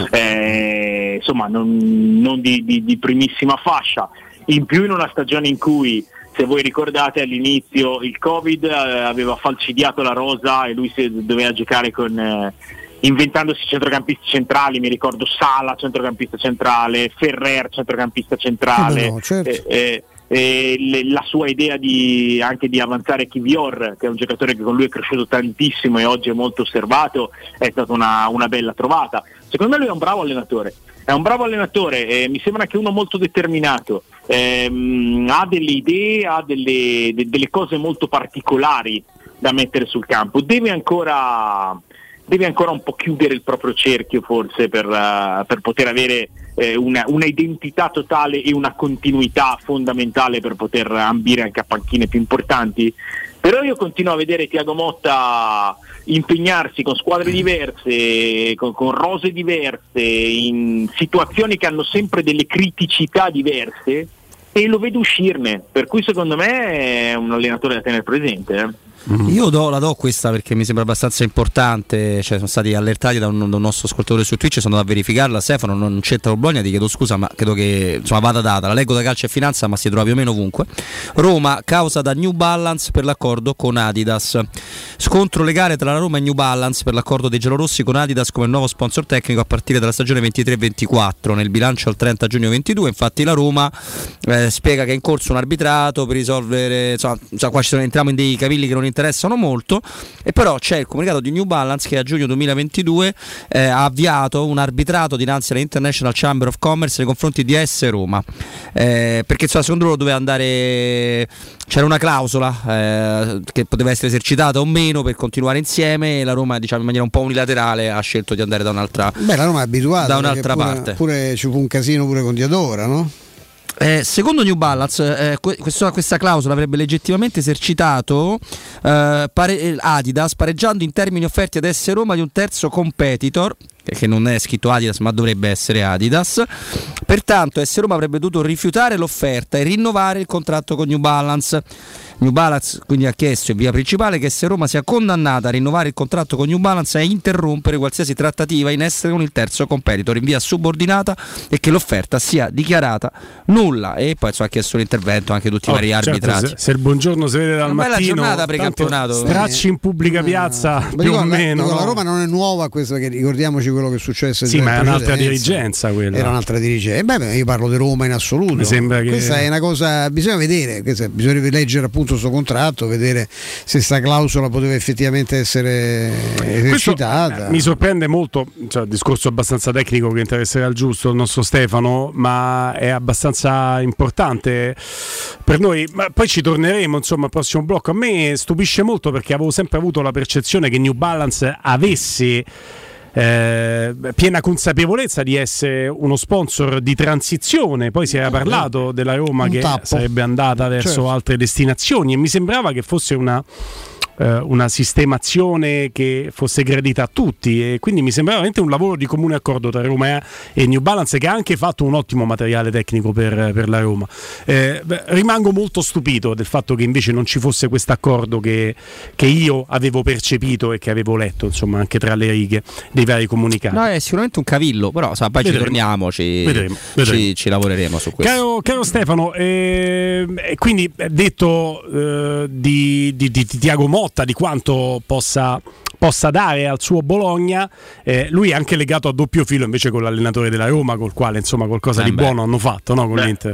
eh, insomma non, non di, di, di primissima fascia, in più in una stagione in cui, se voi ricordate, all'inizio il Covid eh, aveva falcidiato la rosa e lui si doveva giocare con eh, inventandosi centrocampisti centrali. Mi ricordo Sala centrocampista centrale, Ferrer centrocampista centrale, no, certo. eh, eh, eh, le, la sua idea di anche di avanzare Kivior, che è un giocatore che con lui è cresciuto tantissimo e oggi è molto osservato, è stata una, una bella trovata. Secondo me lui è un bravo allenatore, è un bravo allenatore, eh, mi sembra che uno molto determinato, ehm, ha delle idee, ha delle, de, delle cose molto particolari da mettere sul campo, deve ancora deve ancora un po' chiudere il proprio cerchio forse per, uh, per poter avere eh, una, una identità totale e una continuità fondamentale per poter ambire anche a panchine più importanti. Però io continuo a vedere Thiago Motta impegnarsi con squadre diverse, con, con rose diverse, in situazioni che hanno sempre delle criticità diverse, e lo vedo uscirne, per cui secondo me è un allenatore da tenere presente. eh. Io do, la do questa perché mi sembra abbastanza importante, cioè sono stati allertati da un, da un nostro ascoltatore su Twitch, sono andato a verificarla. Stefano, non c'entra con Bologna, ti chiedo scusa, ma credo che insomma vada data, la leggo da Calcio e Finanza, ma si trova più o meno ovunque. Roma causa da New Balance per l'accordo con Adidas, scontro legale tra la Roma e New Balance per l'accordo dei giallorossi con Adidas come nuovo sponsor tecnico a partire dalla stagione ventitré ventiquattro. Nel bilancio al trenta giugno ventidue infatti la Roma eh, spiega che è in corso un arbitrato per risolvere, insomma, insomma qua ci sono, entriamo in dei cavilli che non interessano molto, e però c'è il comunicato di New Balance che a giugno duemilaventidue eh, ha avviato un arbitrato dinanzi alla International Chamber of Commerce nei confronti di A S Roma, eh, perché insomma, secondo loro doveva andare, c'era una clausola eh, che poteva essere esercitata o meno per continuare insieme, e la Roma, diciamo, in maniera un po' unilaterale ha scelto di andare da un'altra, Beh, la Roma è abituata, da un'altra pure, parte. Pure ci fu un casino pure con Diadora, no? Eh, secondo New Balance eh, questa, questa clausola avrebbe legittimamente esercitato eh, pare, Adidas pareggiando in termini offerti ad A S Roma di un terzo competitor, che non è scritto Adidas ma dovrebbe essere Adidas. Pertanto A S Roma avrebbe dovuto rifiutare l'offerta e rinnovare il contratto con New Balance. New Balance quindi ha chiesto in via principale che A S Roma sia condannata a rinnovare il contratto con New Balance e a interrompere qualsiasi trattativa in essere con il terzo competitor in via subordinata, e che l'offerta sia dichiarata nulla. E poi insomma, ha chiesto l'intervento anche tutti i oh, vari certo, arbitrati. Se, se il buongiorno si vede dal una mattino, bella giornata pre-campionato, stracci in pubblica piazza, Ma più dico, o meno. Dico, la Roma non è nuova a questo, che ricordiamoci quello che successe. Sì, ma è un'altra precedenza. dirigenza quella. Era un'altra dirigenza. Beh, beh, io parlo di Roma in assoluto. Mi sembra che... Questa è una cosa, bisogna vedere, questa, bisogna leggere appunto questo contratto, vedere se sta clausola poteva effettivamente essere esercitata. Questo mi sorprende molto, cioè, discorso abbastanza tecnico che interesserà il giusto il nostro Stefano, ma è abbastanza importante per noi. Ma poi ci torneremo insomma al prossimo blocco. A me stupisce molto perché avevo sempre avuto la percezione che New Balance avesse Eh, piena consapevolezza di essere uno sponsor di transizione. Poi si era parlato della Roma Un che tappo. sarebbe andata verso Certo. altre destinazioni, e mi sembrava che fosse una una sistemazione che fosse gradita a tutti, e quindi mi sembrava veramente un lavoro di comune accordo tra Roma e New Balance, che ha anche fatto un ottimo materiale tecnico per, per la Roma. Eh, beh, rimango molto stupito del fatto che invece non ci fosse questo accordo che, che io avevo percepito e che avevo letto insomma anche tra le righe dei vari comunicati. No, è sicuramente un cavillo, però sa, poi Vedremo. ci torniamo, ci, Vedremo, vedremo. Ci, ci lavoreremo su questo. Caro, caro Stefano, eh, quindi detto eh, di, di, di Thiago Motta, di quanto possa, possa dare al suo Bologna, eh, lui è anche legato a doppio filo invece con l'allenatore della Roma, col quale insomma qualcosa Eh di beh. buono hanno fatto, no, con Beh. l'Inter.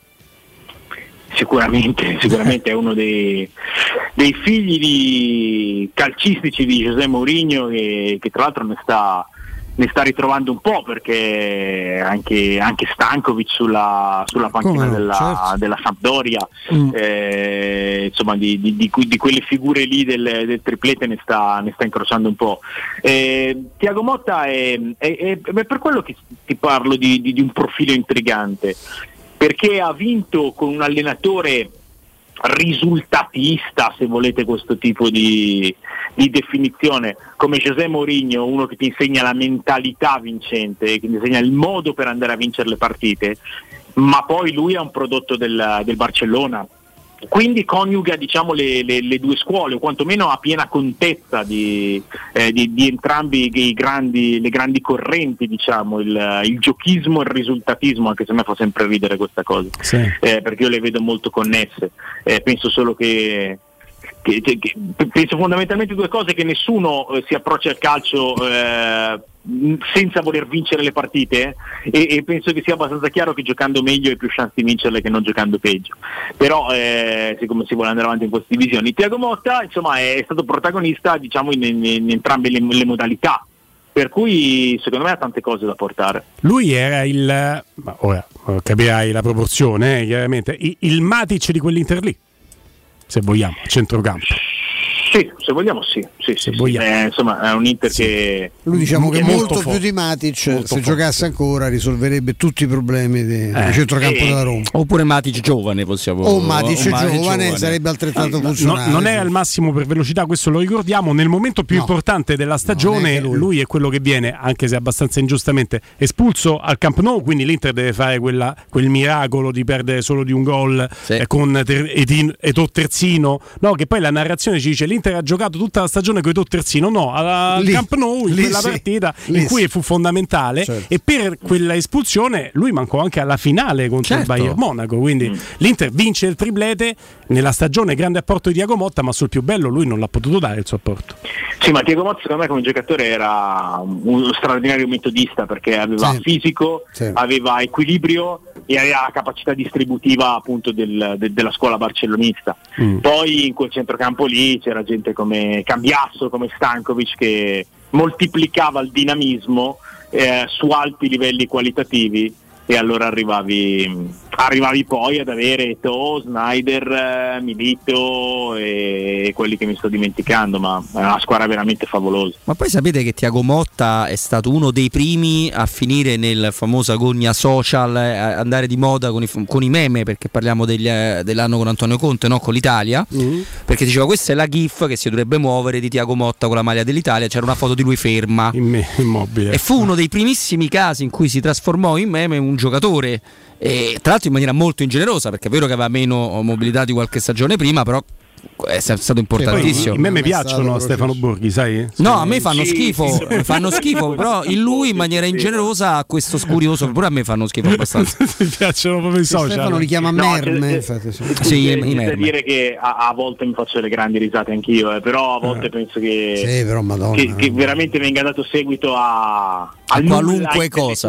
Sicuramente, sicuramente è uno dei, dei figli di calcistici di José Mourinho, che, che tra l'altro ne sta, ne sta ritrovando un po', perché anche, anche Stankovic sulla, sulla panchina no, della, certo. della Sampdoria, Mm. eh, insomma di, di, di, que- di quelle figure lì del, del triplete ne sta, ne sta incrociando un po'. Eh, Thiago Motta è, è, è, è per quello che ti parlo di, di, di un profilo intrigante, perché ha vinto con un allenatore risultatista, se volete questo tipo di, di definizione, come José Mourinho, uno che ti insegna la mentalità vincente, che ti insegna il modo per andare a vincere le partite, ma poi lui è un prodotto del, del Barcellona, quindi coniuga, diciamo, le, le, le due scuole, o quantomeno ha piena contezza di, eh, di, di entrambi i grandi, le grandi correnti, diciamo, il, il giochismo e il risultatismo, anche se a me fa sempre ridere questa cosa, Sì. eh, perché io le vedo molto connesse. Eh, penso solo che, che, che, che penso fondamentalmente due cose: che nessuno eh, si approccia al calcio eh, senza voler vincere le partite, e, e penso che sia abbastanza chiaro che giocando meglio hai più chance di vincerle che non giocando peggio. Però eh, siccome si vuole andare avanti in queste divisioni, Thiago Motta insomma è stato protagonista, diciamo, in, in, in entrambe le, le modalità, per cui secondo me ha tante cose da portare. Lui era il, ma ora capirai la proporzione, eh, chiaramente, il, il Matic di quell'Inter lì, se vogliamo, a centrocampo. Sì, se vogliamo sì, sì, sì, sì. Eh, insomma è un Inter sì. che lui diciamo che molto, molto più di molto Matic se forte. Giocasse ancora risolverebbe tutti i problemi del eh. centrocampo eh. della Roma. Oppure Matic giovane possiamo o Matic, o Matic giovane, giovane sarebbe altrettanto no, funzionale. No, non è al massimo per velocità, questo lo ricordiamo, nel momento più no. importante della stagione lui. lui è quello che viene, anche se abbastanza ingiustamente, espulso al Camp Nou, quindi l'Inter deve fare quella, quel miracolo di perdere solo di un gol sì. eh, con Eto'o Terzino, no, che poi la narrazione ci dice l'Inter ha giocato tutta la stagione con Eto'o Terzino, no, al lì, Camp Nou in lì, quella sì. partita lì, in cui sì. fu fondamentale certo. e per quella espulsione lui mancò anche alla finale contro certo. il Bayern Monaco, quindi mm. l'Inter vince il triplete nella stagione, grande apporto di Thiago Motta, ma sul più bello lui non l'ha potuto dare il suo apporto. Sì, ma Thiago Motta secondo me come giocatore era uno straordinario metodista, perché aveva sì. fisico, sì. aveva equilibrio e aveva la capacità distributiva appunto del, de, della scuola barcellonista. Mm. Poi in quel centrocampo lì c'era gente come Cambiasso, come Stankovic, che moltiplicava il dinamismo eh, su alti livelli qualitativi, e allora arrivavi arrivavi poi ad avere Eto'o, Snyder, Milito e quelli che mi sto dimenticando, ma è una squadra veramente favolosa. Ma poi sapete che Thiago Motta è stato uno dei primi a finire nel famoso agonia social, a andare di moda con i, con i meme, perché parliamo degli, dell'anno con Antonio Conte, no? Con l'Italia, mm-hmm. perché diceva questa è la gif che si dovrebbe muovere di Thiago Motta con la maglia dell'Italia, c'era una foto di lui ferma, immobile, e fu uno dei primissimi casi in cui si trasformò in meme un giocatore, e tra l'altro in maniera molto ingenerosa, perché è vero che aveva meno mobilità di qualche stagione prima, però è stato importantissimo. A me mi piacciono Stefano Borghi, sai? No, a me fanno sì, schifo, sì. fanno schifo, però in lui in maniera ingenerosa ha questo scurioso, pure a me fanno schifo abbastanza. Mi piacciono proprio i social. Stefano li chiama no, merme, c'è, infatti, sì. Sì, c'è, c'è da dire che a, a volte mi faccio le grandi risate anch'io, eh, però a volte eh. penso che, sì, però, Madonna, che, che veramente venga dato seguito a, a qualunque cosa.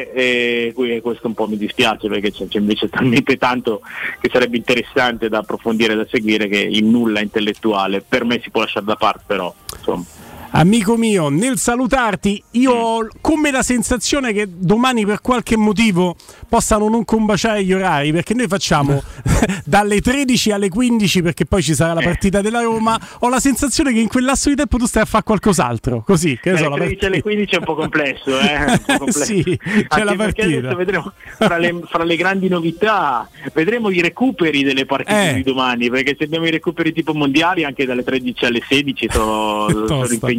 E questo un po' mi dispiace, perché c'è, c'è invece talmente tanto che sarebbe interessante da approfondire, da seguire, che il nulla intellettuale per me si può lasciare da parte, però insomma. Amico mio, nel salutarti io ho come la sensazione che domani per qualche motivo possano non combaciare gli orari, perché noi facciamo dalle tredici alle quindici, perché poi ci sarà la partita della Roma. Ho la sensazione che in quel lasso di tempo tu stai a fare qualcos'altro, così che Beh, so, la tredici alle quindici è un po' complesso, eh? un po' complesso. Sì, c'è la partita. Vedremo fra le, fra le grandi novità, vedremo i recuperi delle partite eh. di domani, perché se abbiamo i recuperi tipo mondiali anche dalle tredici alle sedici sono, sono impegnato.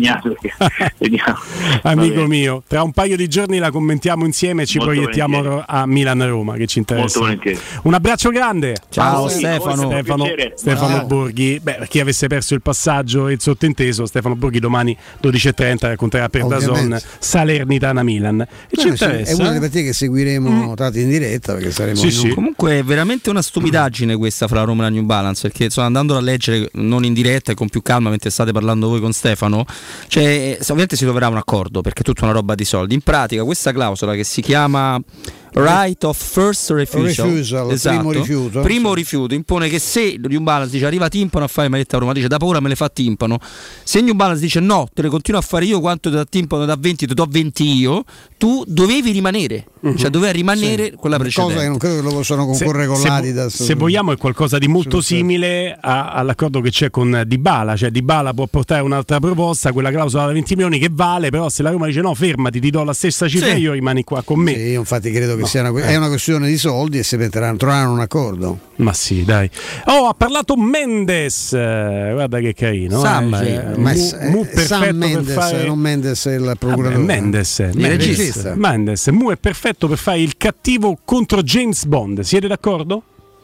Amico mio, tra un paio di giorni la commentiamo insieme e ci Molto proiettiamo volentieri. a Milan-Roma, che ci interessa. Molto volentieri. Un abbraccio grande. Ciao, Ciao Stefano. Stefano, Stefano Ciao. Borghi. Beh, per chi avesse perso il passaggio e il sottinteso, Stefano Borghi domani dodici e trenta racconterà per Dazon Salernitana-Milan. E ci Beh, interessa. È una delle partite che seguiremo mm. tanto in diretta, perché saremo sì, sì. Comunque è veramente una stupidaggine questa fra Roma e la New Balance, perché sto andando a leggere non in diretta e con più calma mentre state parlando voi con Stefano. Cioè, ovviamente si troverà un accordo, perché è tutta una roba di soldi. In pratica questa clausola che si chiama Right of First Refusal, refusal esatto, primo rifiuto primo rifiuto impone che se New Balance dice arriva Timpano a fare maglietta a Roma, dice da paura me le fa Timpano, se New Balance dice no, te le continuo a fare io, quanto da Timpano da venti te do venti io, tu dovevi rimanere, uh-huh. cioè doveva rimanere sì. quella precedente, cosa che non credo che lo possano concorrere se, con se, l'Adidas. Se vogliamo è qualcosa di molto simile a, all'accordo che c'è con Dybala, cioè Dybala può portare un'altra proposta, quella clausola da venti milioni che vale, però se la Roma dice no fermati, ti do la stessa cifra sì. io rimani qua con me. Sì, io infatti credo che no. sia una, è una questione di soldi e si metteranno, troveranno un accordo. Ma sì, dai. Oh, ha parlato Mendes, eh, guarda che carino. Sam, eh, cioè, ma mu, è, mu è Sam Mendes, fare... non Mendes è il procuratore. Vabbè, Mendes, il Mendes, regista. Mendes, mu è perfetto per fare il cattivo contro James Bond. Siete d'accordo?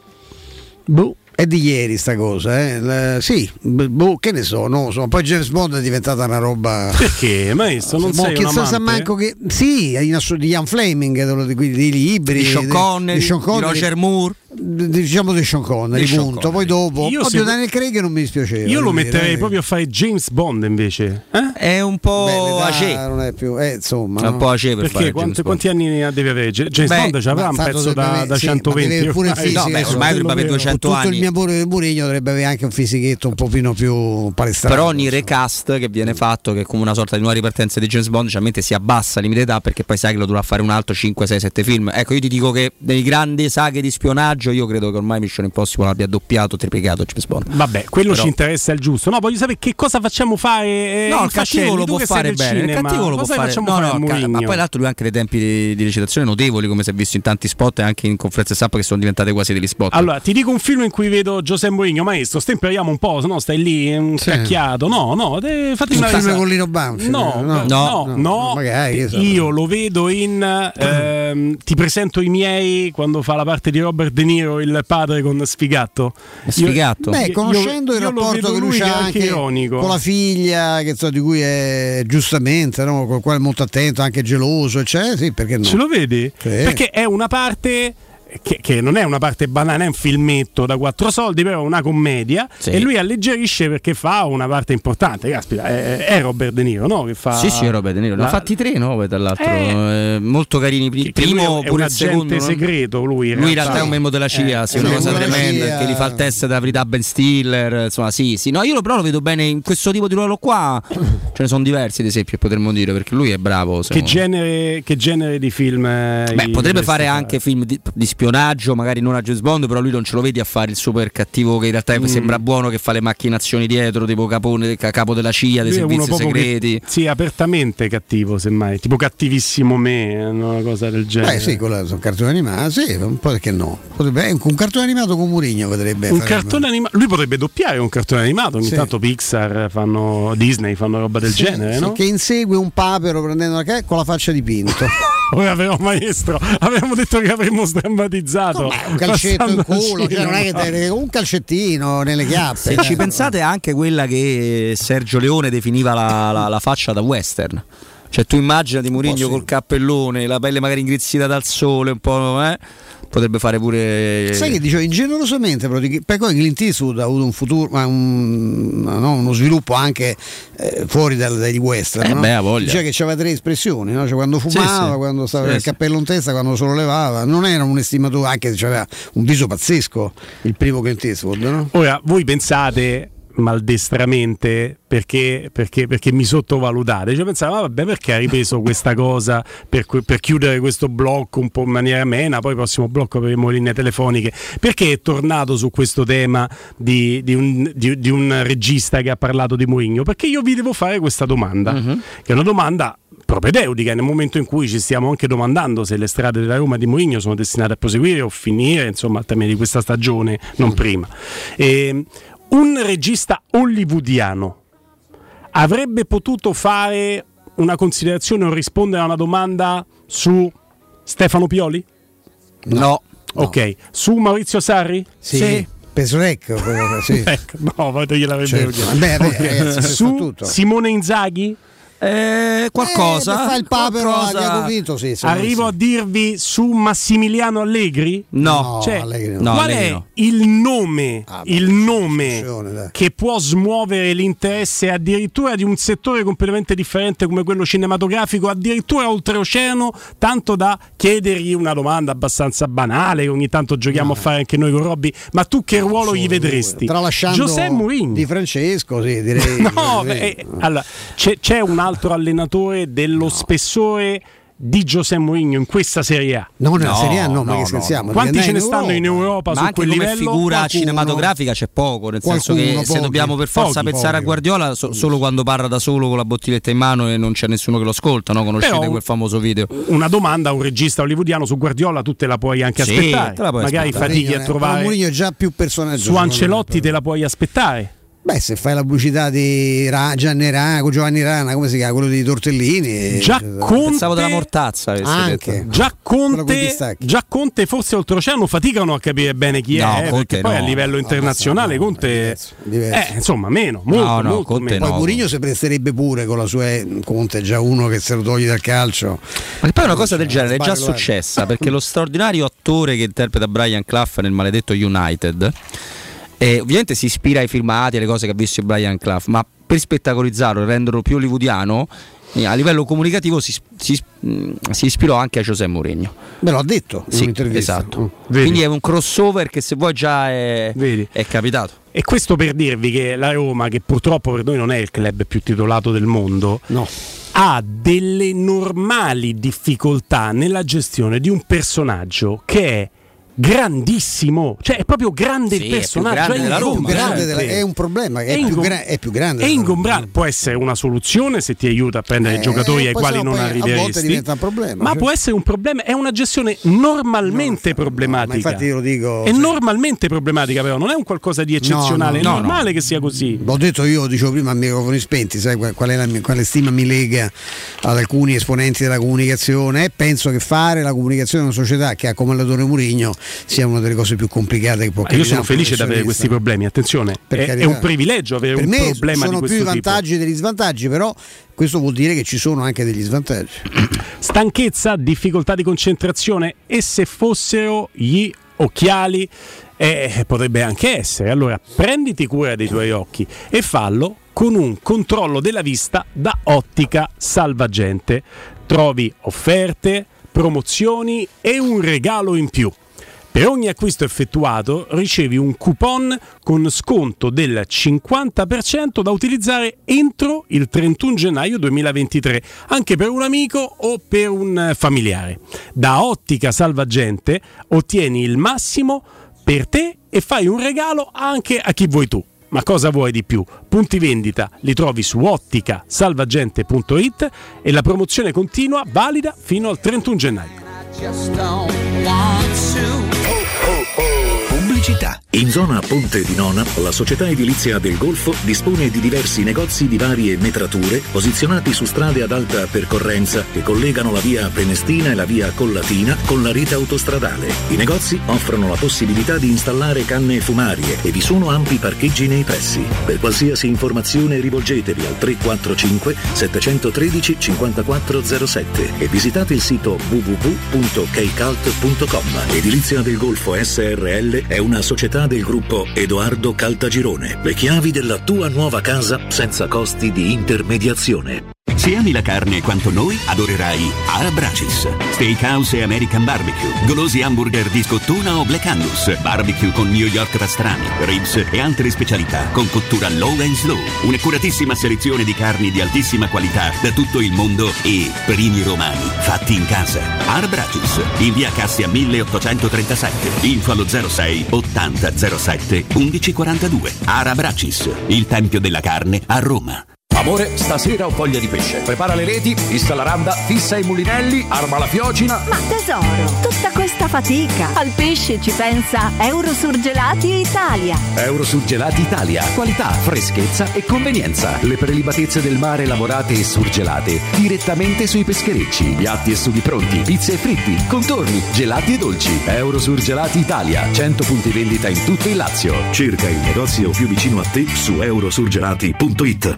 Boh. È di ieri sta cosa, eh? La, sì, boh, che ne so, no, so. Poi James Bond è diventata una roba. Perché? Maestro, non Mo sei che un amante? manco che sì, in assu- di Ian Fleming, dei, dei libri di Sean Connery, di, Sean Connery, di Roger Moore, diciamo di Sean Connery, di punto. Sean Poi dopo, io oddio, se... Daniel Craig non mi dispiaceva. Io lo metterei dire, proprio a fare James Bond invece. Eh? È un po' agé. Non è più, eh, insomma. È un po' agé per perché fare quanti, James quanti anni deve avere? James Beh, Bond c'aveva un pezzo da, da sì, centoventi. Pure il fisico, no, beh, ormai dovrebbe avere duecento tutto anni. Il mio amore del Mourinho dovrebbe avere anche un fisichetto un pochino più palestrato. Però ogni recast che viene fatto, che è come una sorta di nuova ripartenza di James Bond, generalmente si abbassa il limite d'età, perché poi sai che lo dovrà fare un altro cinque sei sette film. Ecco, io ti dico che nei grandi saghe di spionaggio personaggio io credo che ormai Mission Impossible abbia doppiato, triplicato James Bond. Vabbè, quello Però... ci interessa il giusto. No, voglio sapere che cosa facciamo fare. No, il cattivo lo può fare bene. Il cattivo lo può fare. No, fare no, ca- ma poi l'altro lui ha anche dei tempi di, di recitazione notevoli, come si è visto in tanti spot e anche in conferenze stampa che sono diventate quasi degli spot. Allora, ti dico un film in cui vedo José Mourinho, maestro, stemperiamo un po', se no stai lì un sì. cacchiato. No, no, te, fatti un una film con Lino Banfi. No, no, no, no, no, no. Magari, io, io lo vedo in ehm, Ti presento i miei, quando fa la parte di Robert De Niro, il padre con Sfigatto. Sfigatto. Beh, conoscendo io, il rapporto che lui ha anche ironico. Con la figlia, che so, di cui è giustamente, no, con il quale è molto attento, anche geloso, eccetera, sì, perché no? Ce lo vedi? Sì. Perché è una parte Che, che non è una parte banale, è un filmetto da quattro soldi, però è una commedia, sì. E lui alleggerisce perché fa una parte importante. Caspita, è, è Robert De Niro, no? Che fa sì, sì, è Robert De Niro. Ne ha fatti tre, no? Tra l'altro, eh, molto carini. Il primo, è pure un il secondo. agente segreto. Lui in lui realtà, in realtà è un membro della C I A, eh, sì, una cosa tremenda. Che gli fa il test da verità Ben Stiller. Insomma, sì, sì. No, io però lo vedo bene in questo tipo di ruolo qua. Ce ne sono diversi, ad esempio, potremmo dire, perché lui è bravo. Che genere, che genere di film? Beh, potrebbe fare anche film di, di spionaggio, magari non a James Bond, però lui non ce lo vedi a fare il super cattivo che in realtà mm. sembra buono, che fa le macchinazioni dietro, tipo capone, capo della C I A, dei lui servizi segreti. Che, sì, apertamente cattivo, semmai, tipo Cattivissimo Me, una cosa del genere. Eh sì, quello sono cartoni animati, sì, un po' perché no. Potrebbe, un cartone animato con Mourinho potrebbe un fare cartone animato. Lui potrebbe doppiare un cartone animato, ogni sì. tanto Pixar fanno, Disney fanno roba del sì, genere, sì, no? Che insegue un papero prendendo la ca- con la faccia di Pinto. Ora però maestro, avevamo detto che avremmo sdrammatizzato. No, un calcetto in culo, cioè non è che te, un calcettino nelle chiappe. Se eh. ci pensate, anche quella che Sergio Leone definiva la, la, la faccia da western. Cioè tu immaginati Mourinho col cappellone, la pelle magari ingrizzita dal sole, un po', eh? Potrebbe fare pure. Sai che dicevo ingenerosamente, però, per poi Clint Eastwood ha avuto un futuro, ma un, no, uno sviluppo anche eh, fuori dal, dagli western. Eh no? beh, voglia. Diceva che c'aveva tre espressioni, no? Cioè, quando fumava, sì, sì. quando stava sì, il cappello in testa, quando se lo levava. Non era un estimatore, anche se aveva un viso pazzesco, il primo Clint Eastwood, no? Ora, voi pensate maldestramente perché, perché, perché mi sottovalutate, cioè pensavo, vabbè, perché ha ripreso questa cosa per, per chiudere questo blocco un po' in maniera amena, poi il prossimo blocco avremo linee telefoniche, perché è tornato su questo tema di, di, un, di, di un regista che ha parlato di Mourinho? Perché io vi devo fare questa domanda, uh-huh. che è una domanda propedeutica nel momento in cui ci stiamo anche domandando se le strade della Roma di Mourinho sono destinate a proseguire o finire, insomma, al termine di questa stagione, non prima. E, un regista hollywoodiano avrebbe potuto fare una considerazione o rispondere a una domanda su Stefano Pioli? No. no. Ok. Su Maurizio Sarri? Sì. sì. Pesorecchio, sì. Ecco, no, poi gliel'avrebbe certo. Beh, beh, okay. ragazzi, su Simone Inzaghi? Eh, qualcosa eh, fa il papero qualcosa... a Vinto, sì, arrivo sì. a dirvi su Massimiliano Allegri? No, cioè, no, Allegri no. Qual Allegri è no. il nome, ah, il nome che può smuovere l'interesse addirittura di un settore completamente differente come quello cinematografico, addirittura oltreoceano, tanto da chiedergli una domanda abbastanza banale che ogni tanto giochiamo no. a fare anche noi con Robby, ma tu che no, ruolo gli vedresti? Tralasciando José Mourinho di Francesco, sì, direi. no, beh, allora, c'è, c'è un altro allenatore dello no. spessore di José Mourinho in questa Serie A? No, nella no, Serie A no, no ma che no, scherziamo? Quanti ce ne in stanno in Europa ma su anche quel come livello? figura Qualcuno, cinematografica c'è poco, nel senso che pochi, se dobbiamo per forza pochi, pensare pochi. a Guardiola so, solo quando parla da solo con la bottiglietta in mano e non c'è nessuno che lo ascolta, no? Conoscete Però, quel famoso video? Una domanda a un regista hollywoodiano su Guardiola tu te la puoi anche sì, aspettare, te la puoi magari aspettare. fatichi a trovare Mourinho è già più personaggio su Ancelotti, te la puoi aspettare. Beh, se fai la pubblicità di Ra, Gianni Rana, Giovanni Rana, come si chiama? Quello di Tortellini. Già Conte, pensavo della mortazza. Anche. Già Conte, già Conte forse oltreoceano faticano a capire bene chi no, è, Conte perché poi no. a livello internazionale no, no, Conte diverso, diverso. Eh, insomma meno, molto, no, no, molto Conte meno. Poi no. Mourinho si presterebbe pure con la sua Conte, è già uno che se lo toglie dal calcio. Ma poi una cosa del genere è già successa, perché lo straordinario attore che interpreta Brian Clough nel maledetto United Eh, ovviamente si ispira ai filmati, alle cose che ha visto Brian Clough, ma per spettacolizzarlo e renderlo più hollywoodiano, eh, a livello comunicativo si, si, si ispirò anche a José Mourinho. Me l'ho detto in sì, un'intervista. Esatto. Mm. Quindi è un crossover che se vuoi già è, è capitato. E questo per dirvi che la Roma, che purtroppo per noi non è il club più titolato del mondo, no. ha delle normali difficoltà nella gestione di un personaggio che è grandissimo, cioè è proprio grande sì, il personaggio, è, è, della Roma, grande della, è un problema, è, è, più, gra- è più grande. È ingombrante, può essere una soluzione se ti aiuta a prendere eh, giocatori ai quali non arriveresti. A volte diventa un problema, ma cioè. può essere un problema, è una gestione normalmente no, problematica. No, infatti io lo dico. È sì. normalmente problematica, però non è un qualcosa di eccezionale, no, no, è normale no. che sia così. L'ho detto io, dicevo prima a microfoni spenti, sai qual è la quale stima mi lega ad alcuni esponenti della comunicazione, e penso che fare la comunicazione in una società che ha come allenatore Mourinho sia una delle cose più complicate che può capitare. Io sono felice di avere questi problemi, attenzione, è, è un privilegio avere per un me problema di questo tipo. Sono più i vantaggi degli svantaggi, però questo vuol dire che ci sono anche degli svantaggi. Stanchezza, difficoltà di concentrazione, e se fossero gli occhiali eh, potrebbe anche essere. Allora prenditi cura dei tuoi occhi e fallo con un controllo della vista da Ottica Salvagente. Trovi offerte, promozioni e un regalo in più. Per ogni acquisto effettuato ricevi un coupon con sconto del cinquanta per cento da utilizzare entro il trentuno gennaio duemilaventitré, anche per un amico o per un familiare. Da Ottica Salvagente ottieni il massimo per te e fai un regalo anche a chi vuoi tu. Ma cosa vuoi di più? Punti vendita li trovi su ottica salvagente punto it e la promozione continua, valida fino al trentuno gennaio. Pubblicità. In zona Ponte di Nona, la società edilizia del Golfo dispone di diversi negozi di varie metrature posizionati su strade ad alta percorrenza che collegano la via Prenestina e la via Collatina con la rete autostradale. I negozi offrono la possibilità di installare canne fumarie e vi sono ampi parcheggi nei pressi. Per qualsiasi informazione rivolgetevi al tre quattro cinque sette uno tre cinque zero sette e visitate il sito w w w punto keicalt punto com. Edilizia del Golfo S R L è una società del gruppo Edoardo Caltagirone. Le chiavi della tua nuova casa senza costi di intermediazione. Se ami la carne quanto noi, adorerai Arab Racis. Steakhouse e American Barbecue, golosi hamburger di scottuna o Black Angus, barbecue con New York pastrami, ribs e altre specialità con cottura low and slow. Un'accuratissima selezione di carni di altissima qualità da tutto il mondo e primi romani fatti in casa. Arab Racis, in via Cassia milleottocentotrentasette, info allo zero sei ottanta zero sette undici quarantadue. Arab Racis, il tempio della carne a Roma. Amore, stasera ho voglia di pesce. Prepara le reti, fissa la randa, fissa i mulinelli, arma la fiocina. Ma tesoro, tutta questa fatica. Al pesce ci pensa Eurosurgelati Italia. Eurosurgelati Italia. Qualità, freschezza e convenienza. Le prelibatezze del mare lavorate e surgelate direttamente sui pescherecci. Piatti e sughi pronti, pizze e fritti, contorni, gelati e dolci. Eurosurgelati Italia. cento punti vendita in tutto il Lazio. Cerca il negozio più vicino a te su eurosurgelati punto it.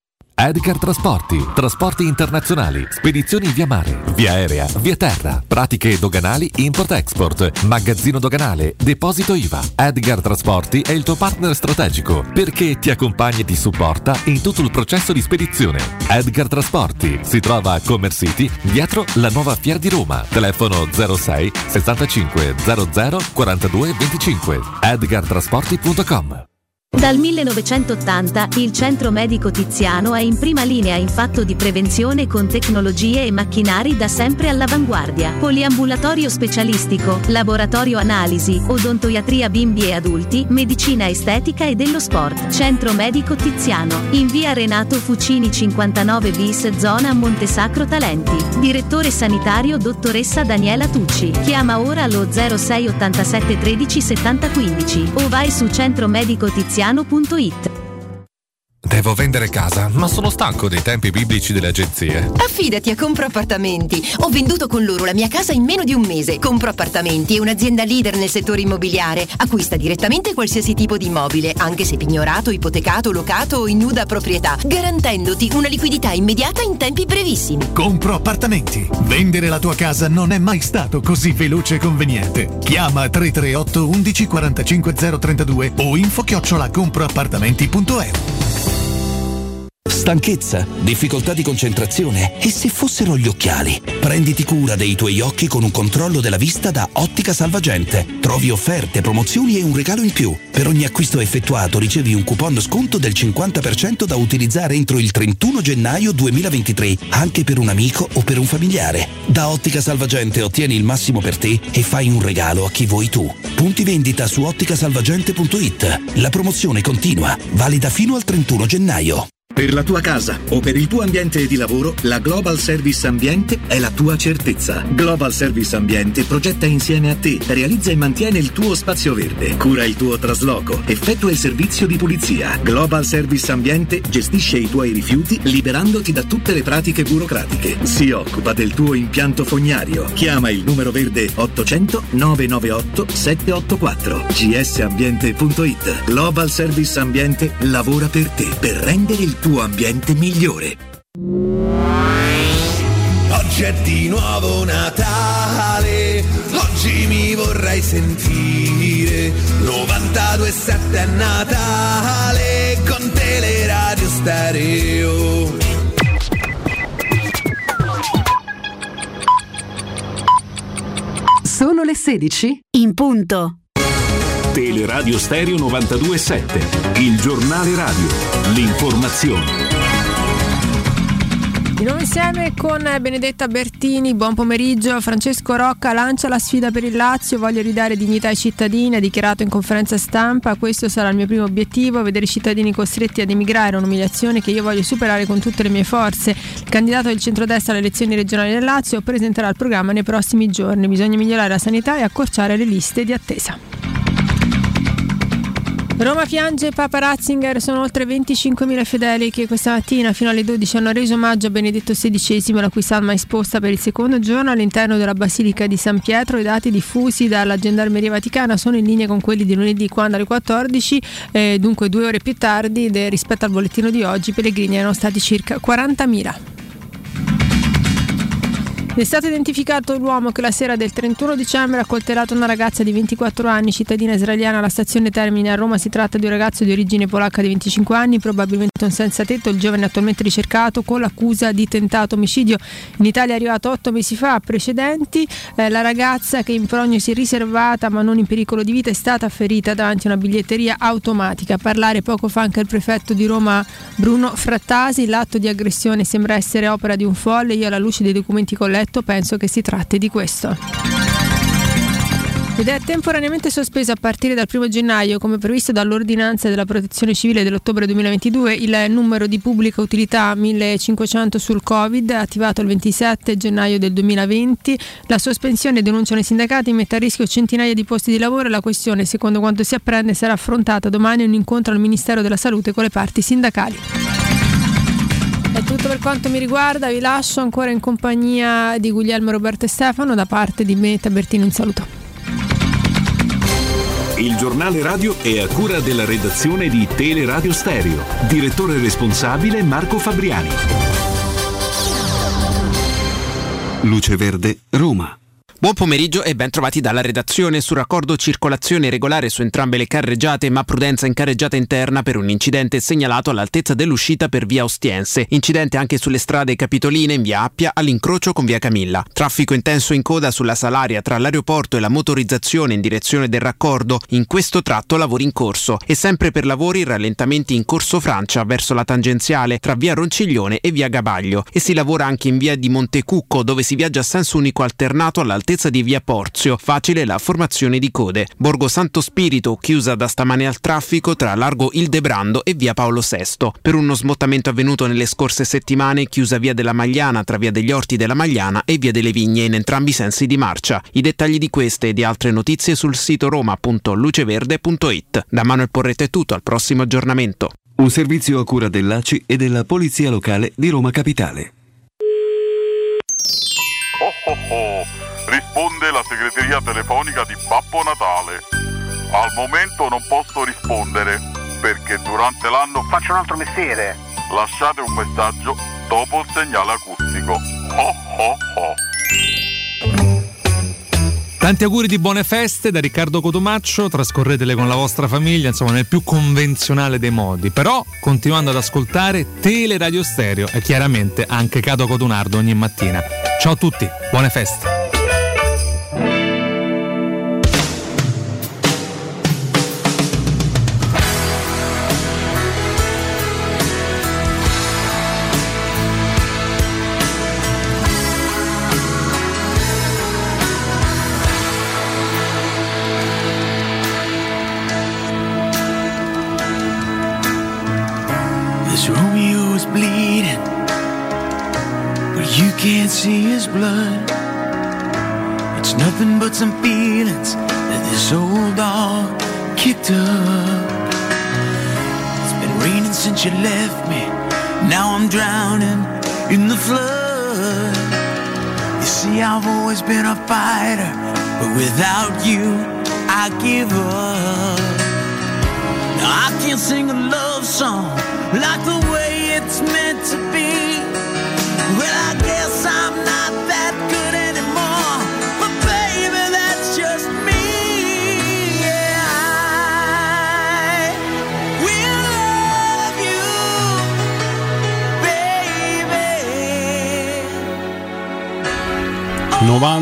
Edgar Trasporti, trasporti internazionali, spedizioni via mare, via aerea, via terra, pratiche doganali import-export, magazzino doganale, deposito I V A. Edgar Trasporti è il tuo partner strategico perché ti accompagna e ti supporta in tutto il processo di spedizione. Edgar Trasporti si trova a Commerce City, dietro la nuova Fiera di Roma. Telefono zero sei sessantacinque zero zero quarantadue venticinque. edgar trasporti punto com. Dal millenovecentottanta il Centro Medico Tiziano è in prima linea in fatto di prevenzione con tecnologie e macchinari da sempre all'avanguardia. Poliambulatorio specialistico, laboratorio analisi, odontoiatria bimbi e adulti, medicina estetica e dello sport. Centro Medico Tiziano, in via Renato Fucini cinquantanove bis, zona Montesacro Talenti. Direttore sanitario dottoressa Daniela Tucci. Chiama ora allo zero sei ottantasette tredici settanta quindici o vai su centromedicotiziano punto it. Devo vendere casa, ma sono stanco dei tempi biblici delle agenzie. Affidati a Compro Appartamenti. Ho venduto con loro la mia casa in meno di un mese. Compro Appartamenti è un'azienda leader nel settore immobiliare. Acquista direttamente qualsiasi tipo di immobile, anche se pignorato, ipotecato, locato o in nuda proprietà, garantendoti una liquidità immediata in tempi brevissimi. Compro Appartamenti. Vendere la tua casa non è mai stato così veloce e conveniente. Chiama tre tre otto undici quarantacinque zero trentadue o info chiocciola compro appartamenti punto e u. Stanchezza? Difficoltà di concentrazione? E se fossero gli occhiali? Prenditi cura dei tuoi occhi con un controllo della vista da Ottica Salvagente. Trovi offerte, promozioni e un regalo in più. Per ogni acquisto effettuato ricevi un coupon sconto del cinquanta per cento da utilizzare entro il trentuno gennaio duemilaventitré, anche per un amico o per un familiare. Da Ottica Salvagente ottieni il massimo per te e fai un regalo a chi vuoi tu. Punti vendita su ottica salvagente punto it. La promozione continua, valida fino al trentuno gennaio. Per la tua casa o per il tuo ambiente di lavoro, la Global Service Ambiente è la tua certezza. Global Service Ambiente progetta insieme a te, realizza e mantiene il tuo spazio verde, cura il tuo trasloco, effettua il servizio di pulizia. Global Service Ambiente gestisce i tuoi rifiuti liberandoti da tutte le pratiche burocratiche. Si occupa del tuo impianto fognario. Chiama il numero verde ottocento nove nove otto sette otto quattro g s ambiente punto it. Global Service Ambiente lavora per te, per rendere il tuo ambiente migliore. Oggi è di nuovo Natale, oggi mi vorrei sentire novantadue virgola sette è Natale con Teleradio Stereo. Sono le sedici in punto. Teleradio Stereo novantadue virgola sette, il giornale radio, l'informazione. Di nuovo insieme con Benedetta Bertini, buon pomeriggio. Francesco Rocca lancia la sfida per il Lazio, voglio ridare dignità ai cittadini, ha dichiarato in conferenza stampa, questo sarà il mio primo obiettivo, vedere i cittadini costretti ad emigrare è un'umiliazione che io voglio superare con tutte le mie forze. Il candidato del centrodestra alle elezioni regionali del Lazio presenterà il programma nei prossimi giorni, bisogna migliorare la sanità e accorciare le liste di attesa. Roma piange Papa Ratzinger, sono oltre venticinquemila fedeli che questa mattina fino alle dodici hanno reso omaggio a Benedetto sedicesimo, la cui salma esposta per il secondo giorno all'interno della Basilica di San Pietro. I dati diffusi dalla Gendarmeria Vaticana sono in linea con quelli di lunedì, quando alle quattordici, eh, dunque due ore più tardi de, rispetto al bollettino di oggi, i pellegrini erano stati circa quarantamila. È stato identificato l'uomo che la sera del trentuno dicembre ha accoltellato una ragazza di ventiquattro anni, cittadina israeliana, alla stazione Termini a Roma. Si tratta di un ragazzo di origine polacca di venticinque anni, probabilmente un senza tetto. Il giovane è attualmente ricercato con l'accusa di tentato omicidio. In Italia è arrivato otto mesi fa, a precedenti. Eh, la ragazza, che in prognosi riservata ma non in pericolo di vita, è stata ferita davanti a una biglietteria automatica. A parlare poco fa anche il prefetto di Roma Bruno Frattasi. L'atto di aggressione sembra essere opera di un folle. Io, alla luce dei documenti colletti, penso che si tratti di questo. Ed è temporaneamente sospeso a partire dal primo gennaio, come previsto dall'ordinanza della Protezione Civile dell'ottobre duemilaventidue, il numero di pubblica utilità millecinquecento sul Covid, attivato il ventisette gennaio del duemilaventi. La sospensione, denunciano i sindacati, mette a rischio centinaia di posti di lavoro e la questione, secondo quanto si apprende, sarà affrontata domani in un incontro al Ministero della Salute con le parti sindacali. È tutto per quanto mi riguarda, vi lascio ancora in compagnia di Guglielmo, Roberto e Stefano. Da parte di Benedetta Bertini un saluto. Il giornale radio è a cura della redazione di Teleradio Stereo. Direttore responsabile Marco Fabriani. Luce Verde, Roma. Buon pomeriggio e ben trovati dalla redazione. Sul raccordo circolazione regolare su entrambe le carreggiate, ma prudenza in carreggiata interna per un incidente segnalato all'altezza dell'uscita per via Ostiense. Incidente anche sulle strade Capitoline in via Appia all'incrocio con via Camilla. Traffico intenso in coda sulla Salaria tra l'aeroporto e la motorizzazione in direzione del raccordo. In questo tratto lavori in corso. E sempre per lavori rallentamenti in corso Francia verso la tangenziale tra via Ronciglione e via Gabaglio. E si lavora anche in via di Montecucco, dove si viaggia a senso unico alternato all'altezza di via Porzio, facile la formazione di code. Borgo Santo Spirito chiusa da stamane al traffico tra largo Ildebrando e via Paolo sesto. Per uno smottamento avvenuto nelle scorse settimane, chiusa via della Magliana tra via degli Orti della Magliana e via delle Vigne in entrambi i sensi di marcia. I dettagli di queste e di altre notizie sul sito roma punto luceverde punto it. Da Manuel Porretta è tutto, al prossimo aggiornamento. Un servizio a cura dell'A C I e della Polizia Locale di Roma Capitale. Oh oh oh! Risponde la segreteria telefonica di Babbo Natale. Al momento non posso rispondere perché durante l'anno faccio un altro mestiere. Lasciate un messaggio dopo il segnale acustico. Oh oh oh. Tanti auguri di buone feste da Riccardo Cotomaccio, trascorretele con la vostra famiglia, insomma nel più convenzionale dei modi, però continuando ad ascoltare Teleradio Stereo e chiaramente anche Cato Cotunardo ogni mattina. Ciao a tutti, buone feste. Romeo is bleeding, but you can't see his blood. It's nothing but some feelings that this old dog kicked up. It's been raining since you left me, now I'm drowning in the flood. You see, I've always been a fighter, but without you, I give up. Now I can't sing a love song like the way it's meant to be. Well, I guess I'm not that good anymore, but baby, that's just me. Yeah, I will love you, baby.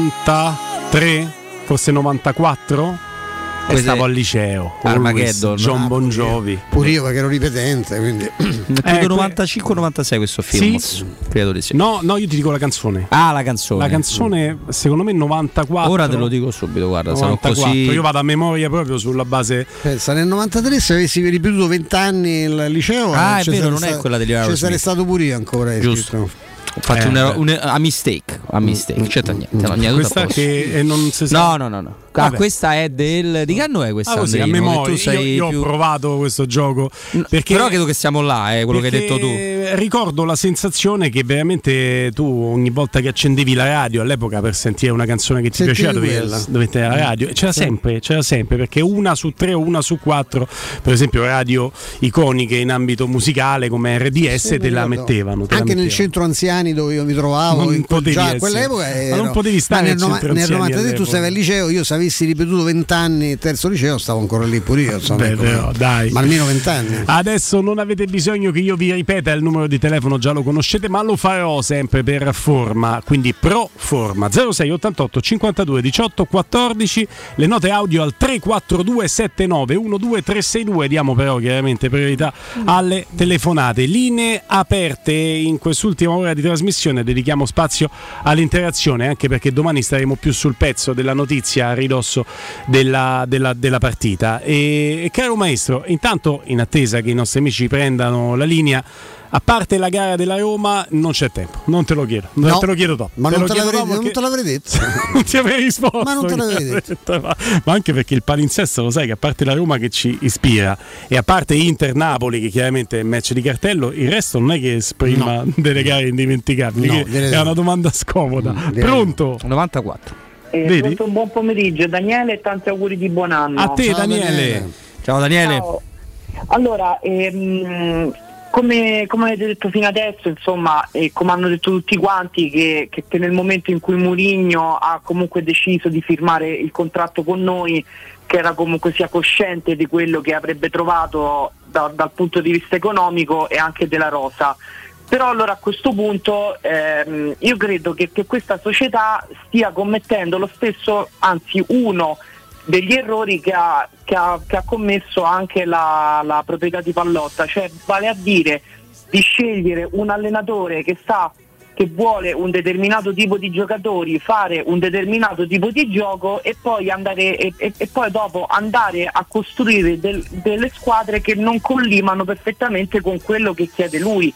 novantatré, forse novantaquattro? E stavo al liceo, Armageddon, John no? Bon Jovi. Pure io perché ero ripetente, quindi credo novantacinque novantasei questo film. Sì? Credo di sì. No, no, io ti dico la canzone. Ah, la canzone. La canzone, secondo me novantaquattro. Ora te lo dico subito, guarda, novantaquattro. Sarò così. Io vado a memoria proprio sulla base. Pensa, nel novantatré se avessi ripetuto vent'anni il liceo, ah, è vero, non stato, è quella degli Aerosmith. ci sarei stato pure io ancora. Giusto. Ho fatto Eh, un, beh. un, a mistake, a mistake, mm, c'è niente, no, niente, Questa tutto a posto. che e non si sa. No, no, no, no. Ah, Vabbè. questa è del di che anno è questa? Ah, così, a Andrino? Che memoria. tu sei io io più... ho provato questo gioco perché Però credo che siamo là, eh, quello che hai detto tu. Ricordo la sensazione che veramente tu ogni volta che accendevi la radio all'epoca per sentire una canzone che ti Sentivi piaceva dovevi, quella. dovevi tenere la radio e c'era Sì. sempre, c'era sempre perché una su tre o una su quattro, per esempio radio iconiche in ambito musicale come R D S Sì, te la ricordo. mettevano. te la Anche nel mettevano. centro anziani dove io mi trovavo, Non in quel- potevi già a essere. quell'epoca Ma ero- non potevi stare ma nel, nel nova- centro nel anziani novantatré tu all'epoca. stavi al liceo, io se avessi ripetuto vent'anni terzo liceo stavo ancora lì pure io, insomma, Beh, ecco, però, dai. ma almeno vent'anni. Adesso non avete bisogno che io vi ripeta il numero di telefono, già lo conoscete, ma lo farò sempre per forma, quindi pro forma. zero sei ottantotto cinquantadue diciotto quattordici, le note audio al tre quattro due sette nove uno due tre sei due. Diamo però chiaramente priorità alle telefonate. Linee aperte in quest'ultima ora di trasmissione, dedichiamo spazio all'interazione, anche perché domani staremo più sul pezzo della notizia a ridosso della, della, della partita. E, e caro maestro, intanto in attesa che i nostri amici prendano la linea, a parte la gara della Roma non c'è tempo, non te lo chiedo, non No, te lo chiedo dopo. ma Te non lo te, chiedo l'avrei, dopo non che- te l'avrei detto. non ti avrei risposto. Ma non te l'avrei detto. Ma, ma anche perché il palinsesto lo sai che a parte la Roma che ci ispira e a parte Inter-Napoli che chiaramente è match di cartello, il resto non è che esprima delle gare indimenticabili. No, che direi è no. una domanda scomoda. Pronto? novantaquattro. Eh, Vedi? pronto, un buon pomeriggio Daniele e tanti auguri di buon anno. A te Daniele. Ciao Daniele. Ciao. Allora, ehm, come, come avete detto fino adesso, insomma, e come hanno detto tutti quanti, che, che, che nel momento in cui Mourinho ha comunque deciso di firmare il contratto con noi, che era comunque sia cosciente di quello che avrebbe trovato da- dal punto di vista economico e anche della rosa. Però allora a questo punto ehm, io credo che, che questa società stia commettendo lo stesso, anzi uno degli errori che ha, che ha, che ha commesso anche la, la proprietà di Pallotta, cioè vale a dire di scegliere un allenatore che sa che vuole un determinato tipo di giocatori, fare un determinato tipo di gioco e poi andare e, e, e poi dopo andare a costruire del- delle squadre che non collimano perfettamente con quello che chiede lui.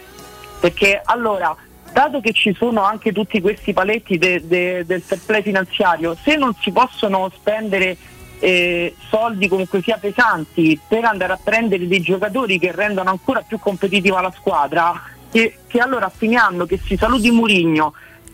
Perché allora, dato che ci sono anche tutti questi paletti de- de- del fair play finanziario, se non si possono spendere eh, soldi comunque sia pesanti per andare a prendere dei giocatori che rendano ancora più competitiva la squadra, che, che allora fine anno che si saluti Mourinho,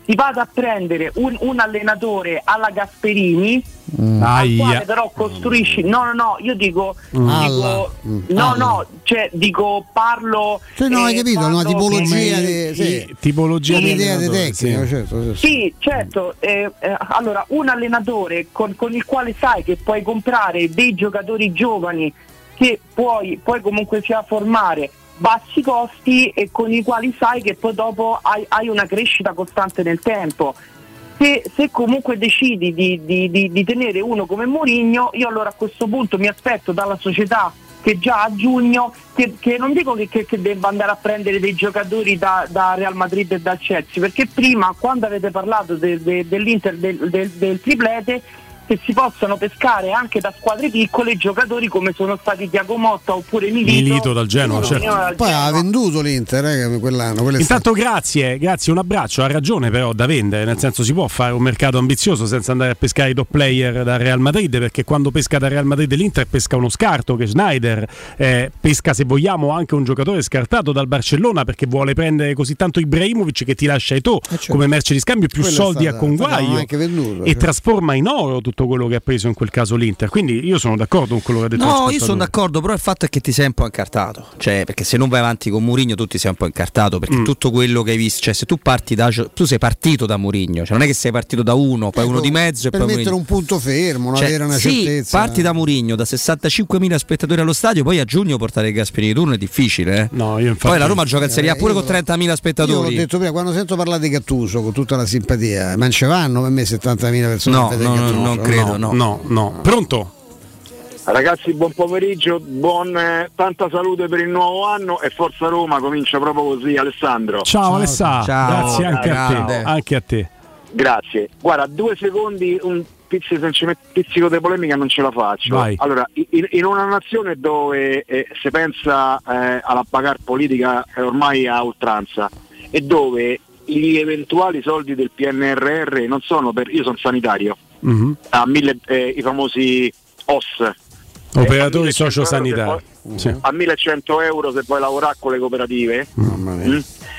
si vada a prendere un, un allenatore alla Gasperini, mm. al quale però costruisci, no no no, io dico, Mm. dico Mm. no Alla. no, cioè dico parlo Sì, no, hai eh, capito, parlo una tipologia come- di, sì, tipologia di idea di allenatore, tecnica, sì. certo, certo. Sì, certo. Eh, eh, allora, un allenatore con, con il quale sai che puoi comprare dei giocatori giovani che puoi, puoi comunque sia formare bassi costi e con i quali sai che poi dopo hai, hai una crescita costante nel tempo. Se, se comunque decidi di, di, di, di tenere uno come Mourinho, io allora a questo punto mi aspetto dalla società che già a giugno, che, che non dico che, che, che debba andare a prendere dei giocatori da, da Real Madrid e dal Chelsea, perché prima quando avete parlato de, de, dell'Inter del, del, del triplete, che si possano pescare anche da squadre piccole giocatori come sono stati Thiago Motta oppure Milito, Milito dal Genoa, che certo. venivano dal Poi Genoa. ha venduto l'Inter eh, quell'anno. quello è Intanto grazie, grazie, un abbraccio, ha ragione però da vendere, nel senso si può fare un mercato ambizioso senza andare a pescare i top player da Real Madrid, perché quando pesca da Real Madrid l'Inter pesca uno scarto che è Schneider, eh, pesca se vogliamo anche un giocatore scartato dal Barcellona perché vuole prendere così tanto Ibrahimovic che ti lascia Eto'o certo. come merce di scambio, più Quello è soldi stata- a conguaglio anche venduto, e certo. trasforma in oro tutto quello che ha preso in quel caso l'Inter, quindi io sono d'accordo con quello che ha detto No, io l'ascoltatore. sono d'accordo, però il fatto è che ti sei un po' incartato. Cioè, perché se non vai avanti con Mourinho tu ti sei un po' incartato, perché Mm. tutto quello che hai visto, cioè se tu parti da tu sei partito da Mourinho, cioè non è che sei partito da uno, poi uno di mezzo e per poi mettere Mourinho. un punto fermo, non Cioè, avere una sì, certezza. parti da Mourinho, da sessantacinquemila spettatori allo stadio, poi a giugno portare il Gasperini di turno è difficile. Eh? No, io infatti- Poi la Roma gioca in Serie A pure io con lo- trentamila Io l'ho spettatori. detto prima, quando sento parlare di Gattuso con tutta la simpatia, ma non ce vanno per me settantamila persone No, a vedere no, no, Gattuso, non credo, no. no, no. Pronto? Ragazzi, buon pomeriggio, buon eh, tanta salute per il nuovo anno e Forza Roma, comincia proprio così. Alessandro. Ciao, Alessà, grazie anche a te, Grande. anche a te. Grazie. Guarda, due secondi, un pizzico, se ci metti- pizzico di polemica non ce la faccio. Vai. Allora, in, in una nazione dove eh, si pensa eh, alla bagarre politica eh, ormai a oltranza e dove gli eventuali soldi del P N R R non sono per... Io sono sanitario, Mhm. a mille, eh, i famosi O S. Operatori Eh, a sociosanitari. millecento Sì. a millecento euro se vuoi lavorare con le cooperative. Mamma mia. Mm?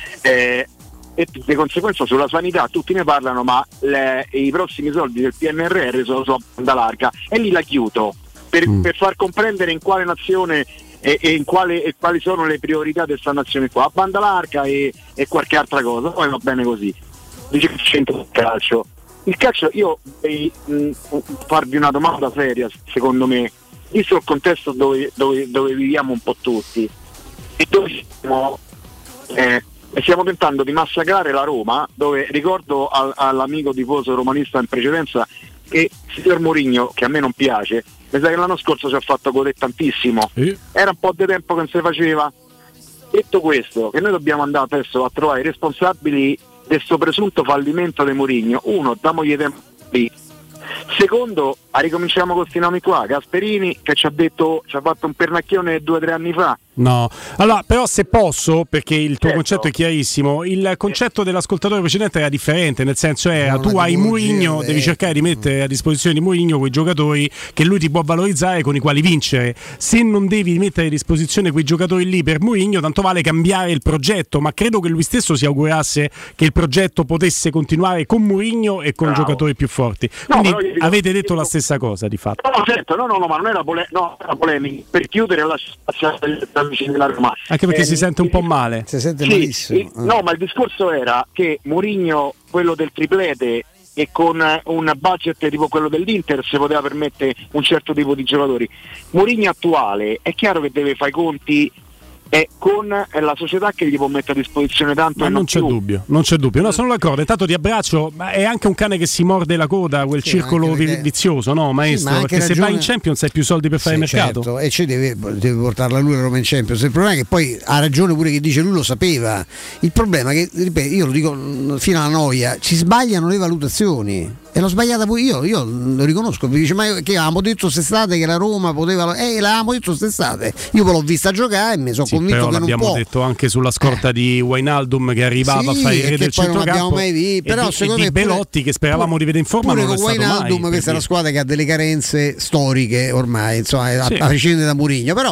Eh, e di conseguenza sulla sanità tutti ne parlano, ma le- i prossimi soldi del P N R R sono su banda larga e lì la chiudo per, Mm. per far comprendere in quale nazione e, e in quale, e quali sono le priorità di questa nazione qua, a banda larga e, e qualche altra cosa, poi va bene così. Dice il centro del calcio. Il calcio, io vorrei mh, farvi una domanda seria, secondo me, visto il contesto dove, dove, dove viviamo un po' tutti e dove siamo, eh, stiamo tentando di massacrare la Roma, dove ricordo al, all'amico tifoso romanista in precedenza che il signor Mourinho, che a me non piace, mi sa che l'anno scorso ci ha fatto godere tantissimo, era un po' di tempo che non si faceva. Detto questo, che noi dobbiamo andare adesso a trovare i responsabili di questo presunto fallimento di Mourinho. Uno, damogli tempo lì. Secondo, a ricominciamo con questi nomi qua, Gasperini che ci ha detto, ci ha fatto un pernacchione due o tre anni fa. No, allora però se posso, perché il tuo Certo. concetto è chiarissimo, il concetto dell'ascoltatore precedente era differente, nel senso era tu hai Mourinho, devi cercare di mettere a disposizione di Mourinho quei giocatori che lui ti può valorizzare, con i quali vincere. Se non devi mettere a disposizione quei giocatori lì per Mourinho, tanto vale cambiare il progetto, ma credo che lui stesso si augurasse che il progetto potesse continuare con Mourinho e con Bravo. giocatori più forti. No, Quindi però io dico- avete detto la stessa cosa di fatto. No, no, certo, no, no, no, ma non era, pole- no, era polemica, per chiudere la situazione degli amici della Roma. Anche perché Eh, si sente un po' male. Si sente Sì, malissimo. il- no, ma il discorso era che Mourinho, quello del triplete, e con eh, un budget tipo quello dell'Inter si poteva permettere un certo tipo di giocatori. Mourinho attuale è chiaro che deve fare i conti eh, con eh, la società che gli può mettere a disposizione tanto Ma e non non c'è più. dubbio, non c'è dubbio. No, sono d'accordo. Intanto ti abbraccio, ma è anche un cane che si morde la coda, quel Sì, circolo anche vi- perché- vizioso, no, maestro? ma anche perché se ragione- vai in Champions hai più soldi per fare Sì, mercato. certo, e ci deve, deve portarla lui la Roma in Champions. Il problema è che poi ha ragione pure chi dice lui lo sapeva. Il problema è che, ripeto, io lo dico mh, fino alla noia, ci sbagliano le valutazioni. E l'ho sbagliata pure io, io lo riconosco. Mi dice, ma io- che avevamo detto quest'estate che la Roma poteva. Eh, l'avevamo detto quest'estate. Io poi l'ho vista giocare e mi sono Sì, convinto però che non l'abbiamo può. detto anche sulla scorta di Wijnaldum che è arrivato a Sì, fare il e re che del poi non centrocampo abbiamo mai visto, e però di, secondo e di me pure- Belotti che speravamo pure- di vedere in forma, pure ma non è con stato mai. Wijnaldum, per questa è una dire. squadra che ha delle carenze storiche ormai, insomma, a, Sì. a prescindere da Mourinho, però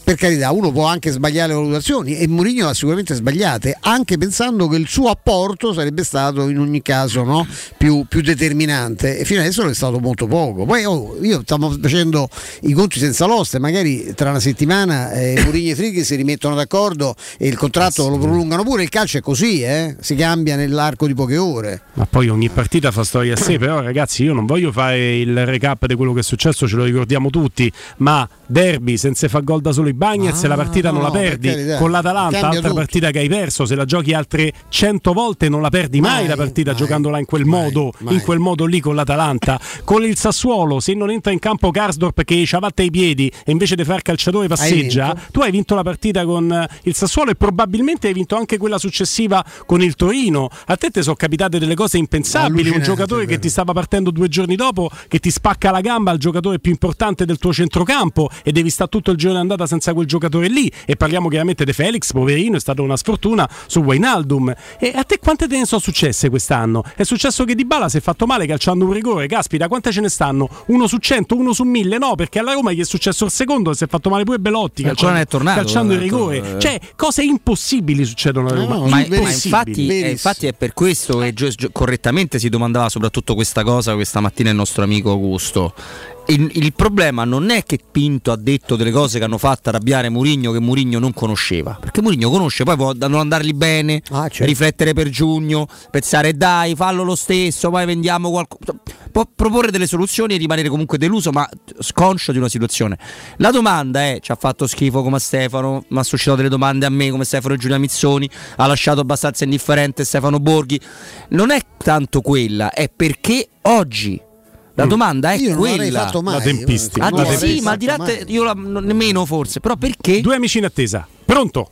per carità, uno può anche sbagliare le valutazioni e Mourinho l'ha sicuramente sbagliate, anche pensando che il suo apporto sarebbe stato in ogni caso, no, più, più determinante, e fino adesso è stato molto poco. Poi oh, io stavo facendo i conti senza l'oste, magari tra una settimana eh, Mourinho e Frighi si rimettono d'accordo e il contratto lo prolungano pure. Il calcio è così, eh? Si cambia nell'arco di poche ore. Ma poi ogni partita fa storia a sé. Però ragazzi, io non voglio fare il recap di quello che è successo, ce lo ricordiamo tutti, ma derby senza fa gol da solo i Bagnets, ah, la partita no, non la perdi. Con l'Atalanta, cambia altra tutto. Partita che hai perso, se la giochi altre cento volte non la perdi mai, mai la partita mai, giocandola in quel mai, modo mai. in quel modo lì con l'Atalanta. Con il Sassuolo, se non entra in campo Karsdorp che ci avatta i piedi e invece di far calciatore passeggia, hai tu hai vinto la partita con il Sassuolo e probabilmente hai vinto anche quella successiva con il Torino. A te te sono capitate delle cose impensabili, un giocatore che ti stava partendo due giorni dopo che ti spacca la gamba al giocatore più importante del tuo centrocampo e devi stare tutto il giorno andata senza quel giocatore lì. E parliamo chiaramente di Felix, poverino, è stata una sfortuna su Wijnaldum. E a te quante te ne sono successe quest'anno? È successo che Dybala si è fatto male calciando un rigore, caspita, quante ce ne stanno? Uno su cento, uno su mille? No, perché alla Roma gli è successo il secondo e si è fatto male pure Belotti calciando, è tornato, calciando il rigore. Eh. Cioè, cose impossibili succedono a Roma. No, ma, ma infatti, è, infatti è per questo che gio- gio- correttamente si domandava soprattutto questa cosa questa mattina il nostro amico Augusto. Il, il problema non è che Pinto ha detto delle cose che hanno fatto arrabbiare Mourinho, che Mourinho non conosceva, perché Mourinho conosce, poi può non andargli bene, ah, certo. riflettere per giugno, pensare dai fallo lo stesso, poi vendiamo qualcosa, può proporre delle soluzioni e rimanere comunque deluso ma sconscio di una situazione. La domanda è: ci ha fatto schifo come a Stefano, ma ha suscitato delle domande a me come Stefano e Giulia Mizzoni, ha lasciato abbastanza indifferente Stefano Borghi. Non è tanto quella, è perché oggi la domanda è io quella, mai, la tempistica. Ah, no, sì, ma di là te, io la, nemmeno forse, però perché? Due amici in attesa. Pronto?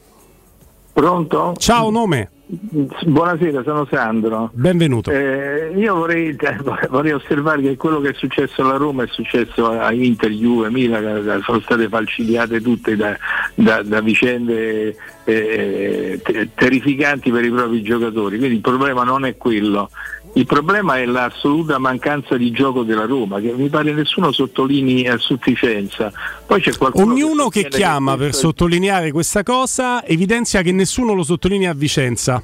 Pronto? Ciao, nome? Buonasera, sono Sandro. Benvenuto. Eh, io vorrei, vorrei osservare che quello che è successo alla Roma è successo a Inter, Juve, Milan, sono state falcidiate tutte da, da, da vicende eh, te- terrificanti per i propri giocatori, quindi il problema non è quello. Il problema è l'assoluta mancanza di gioco della Roma, che mi pare nessuno sottolinei a sufficienza. Poi c'è qualcuno Ognuno che, che chiama che per sottolineare questa cosa evidenzia che nessuno lo sottolinea a Vicenza.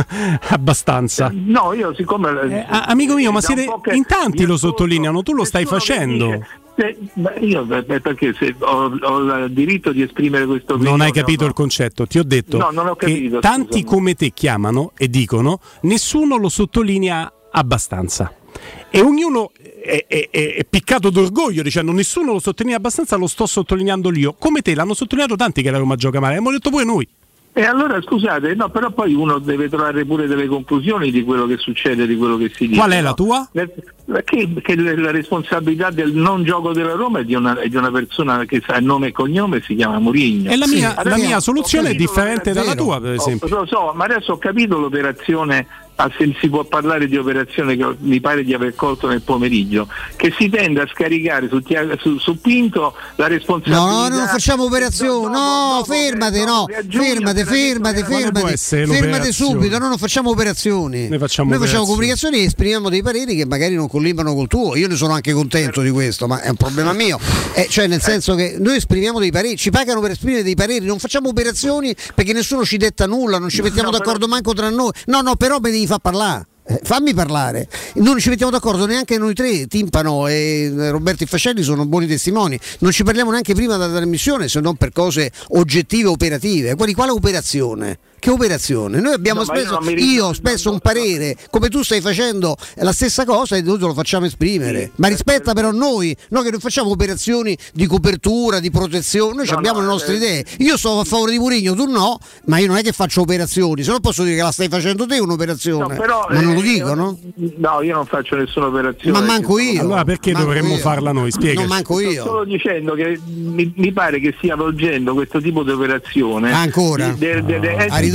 Abbastanza. No, io siccome eh, amico mio, ma siete in tanti lo sottolineano, tu lo stai facendo. Eh, io perché se ho, ho il diritto di esprimere questo opinione. Non hai capito no? il concetto, ti ho detto no, non ho capito, che tanti scusami. come te chiamano e dicono nessuno lo sottolinea abbastanza e ognuno è, è, è, è piccato d'orgoglio dicendo nessuno lo sottolinea abbastanza, lo sto sottolineando io. Come te l'hanno sottolineato tanti che la Roma gioca male, abbiamo detto pure noi. E allora scusate, no, però poi uno deve trovare pure delle conclusioni di quello che succede, di quello che si dice. Qual è no? la tua? Che, che la responsabilità del non gioco della Roma è di una, è di una persona che sa il nome e cognome, si chiama Mourinho. E la mia, sì, la mia soluzione è differente dalla tua, per esempio. Lo so, ma adesso ho capito l'operazione. Ah, se si può parlare di operazione che mi pare di aver colto nel pomeriggio, che si tende a scaricare su, su, su Pinto la responsabilità. No, no, non facciamo operazioni, no, dopo, fermate, no, fermate, fermate, fermate, fermate subito, no, non facciamo operazioni. Noi facciamo, Noi facciamo comunicazioni e esprimiamo dei pareri che magari non collimano col tuo. Io ne sono anche contento di questo, ma è un problema mio. Eh, cioè nel senso che noi esprimiamo dei pareri, ci pagano per esprimere dei pareri, non facciamo operazioni perché nessuno ci detta nulla, non ci mettiamo no, d'accordo però... manco tra noi. No, no, però me devi fa parlare. Eh, fammi parlare, non ci mettiamo d'accordo neanche noi tre, Timpano e Roberto Fascelli sono buoni testimoni, non ci parliamo neanche prima della trasmissione se non per cose oggettive operative. Quali, quale operazione? Che operazione? Noi abbiamo no, speso, io, io ho speso un parere, come tu stai facendo la stessa cosa e noi te lo facciamo esprimere, sì, ma rispetta però noi, noi che non facciamo operazioni di copertura, di protezione, noi no, abbiamo no, le nostre eh, idee. Io sto a favore di Mourinho, tu no, ma io non è che faccio operazioni, se no posso dire che la stai facendo te un'operazione, no, però, ma non lo dico, io, no? No, io non faccio nessuna operazione. Ma manco io. Allora perché manco dovremmo io. farla noi? Spiegaci. Non manco io. Sto solo dicendo che mi, mi pare che stia volgendo questo tipo di operazione. Ancora? De, de, de, de, a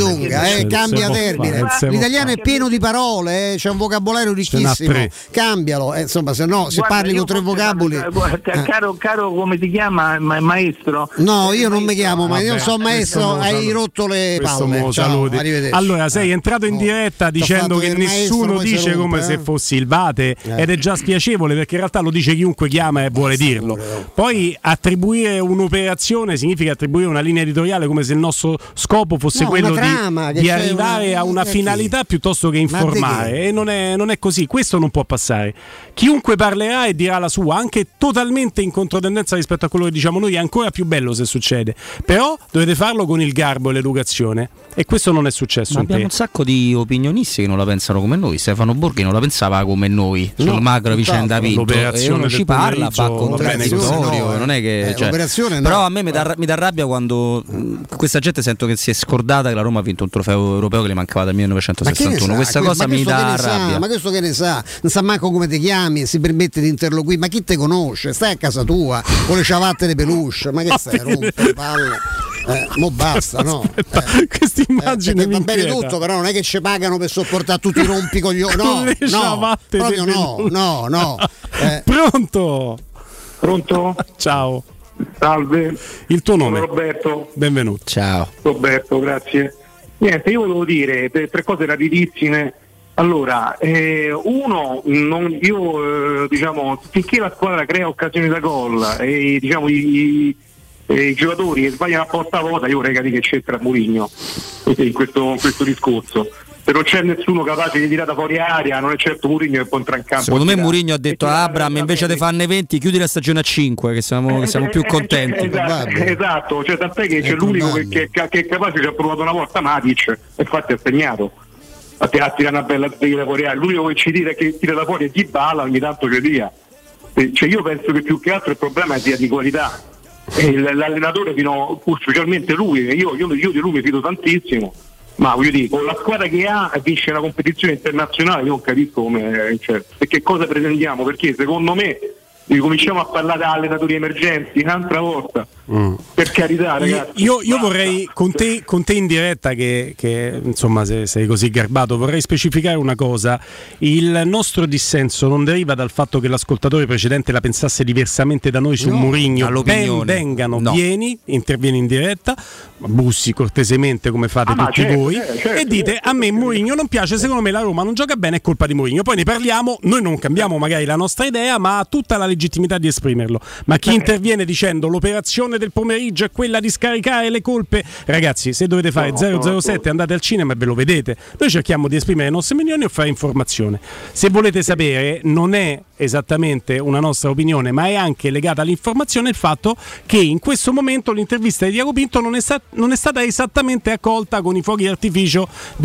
Dunga, eh, cambia termine. L'italiano è pieno di parole, eh, c'è un vocabolario ricchissimo. Cambialo, eh, insomma, se no, se Guarda, parli con tre vocaboli. Eh. Caro, caro, come ti chiama, ma- maestro? No, io non mi chiamo, ma Vabbè, io non so maestro, hai rotto le palle. Ciao, arrivederci. Allora, sei entrato in diretta T'ho dicendo fatto che il maestro, nessuno poi si dice rompe, come eh. se fossi il Vate Eh. ed è già spiacevole perché in realtà lo dice chiunque chiama e vuole dirlo. Poi attribuire un'operazione significa attribuire una linea editoriale come se il nostro scopo fosse No, quello una trama, di, che di c'è arrivare una- a una che- finalità piuttosto che Ma di informare che? e non è, non è così, questo non può passare. Chiunque parlerà e dirà la sua, anche totalmente in controtendenza rispetto a quello che diciamo noi, è ancora più bello se succede, però dovete farlo con il garbo e l'educazione e questo non è successo. Ma in abbiamo te. un sacco di opinionisti che non la pensano come noi. Stefano Borghi non la pensava come noi No, sul macro vicenda tutt'altro. Pinto, e L'operazione uno del ci parla, fa pomeriggio, contraddittorio, no, eh. non è che Eh, cioè, l'operazione no. però a me mi dà, mi dà rabbia quando mh, questa gente sento che si è scordata che la Roma ha vinto un trofeo europeo che le mancava dal Ma che ne millenovecentosessantuno. sa? Questa Que- cosa ma mi questo che dà ne sa? rabbia. Ma questo che ne sa? Non sa manco come ti chiami, si permette di interloquire. Ma chi te conosce? Stai a casa tua con le ciabatte di peluche. Ma che stai a rompere le palle? Eh, mo basta, no? Eh, Questa immagine eh, mi va bene inquieta. tutto, però non è che ci pagano per sopportare tutti i rompicoglioni. No, Con le no, ciabatte proprio di no, peluche. no, no. Eh, Pronto? Pronto? Ciao. Salve. Il tuo nome? Sono Roberto. Benvenuto. Ciao. Roberto, grazie. Niente, io volevo dire tre, tre cose rapidissime. Allora, eh, uno, non, io eh, diciamo, finché la squadra crea occasioni da gol e diciamo i, i, i giocatori sbagliano a porta vuota, io vorrei capire che c'entra Mourinho in questo, in questo discorso. Se non c'è nessuno capace di tirare da fuori aria, non è certo Mourinho che può entrare in campo. Secondo me e tirare. Mourinho ha detto a Abram invece di farne venti chiudi la stagione a cinque che siamo, che siamo più contenti. Esatto, esatto, cioè tant'è che c'è l'unico che, che, che è capace, ci ha provato una volta Matic e infatti ha segnato a tirare una bella sveglia da fuori aria. L'unico che ci tira, che tira da fuori è Dybala, ogni tanto ci tira. Cioè io penso che più che altro il problema è di qualità e l'allenatore fino, specialmente lui, io, io, io di lui mi fido tantissimo, ma voglio dire, con la squadra che ha vince una competizione internazionale, io non capisco come, cioè, e che cosa pretendiamo, perché secondo me ricominciamo a parlare da allenatori emergenti un'altra volta. Mm. Per carità, ragazzi. Io, io vorrei con te, con te in diretta, che, che insomma se sei così garbato, vorrei specificare una cosa. Il nostro dissenso non deriva dal fatto che l'ascoltatore precedente la pensasse diversamente da noi su No, Mourinho. Ben dall'opinione. vengano, No. vieni, intervieni in diretta, bussi cortesemente come fate Ah, tutti certo, voi certo, certo, e dite certo, a me Mourinho non piace, secondo me la Roma non gioca bene, è colpa di Mourinho. Poi ne parliamo, noi non cambiamo magari la nostra idea, ma ha tutta la legittimità di esprimerlo. Ma chi interviene dicendo l'operazione del pomeriggio è quella di scaricare le colpe, ragazzi, se dovete fare No, zero zero no, sette andate al cinema e ve lo vedete. Noi cerchiamo di esprimere le nostre opinioni e fare informazione. Se volete sapere, non è esattamente una nostra opinione, ma è anche legata all'informazione il fatto che in questo momento l'intervista di Tiago Pinto non è, sta- non è stata esattamente accolta con i fuochi d'artificio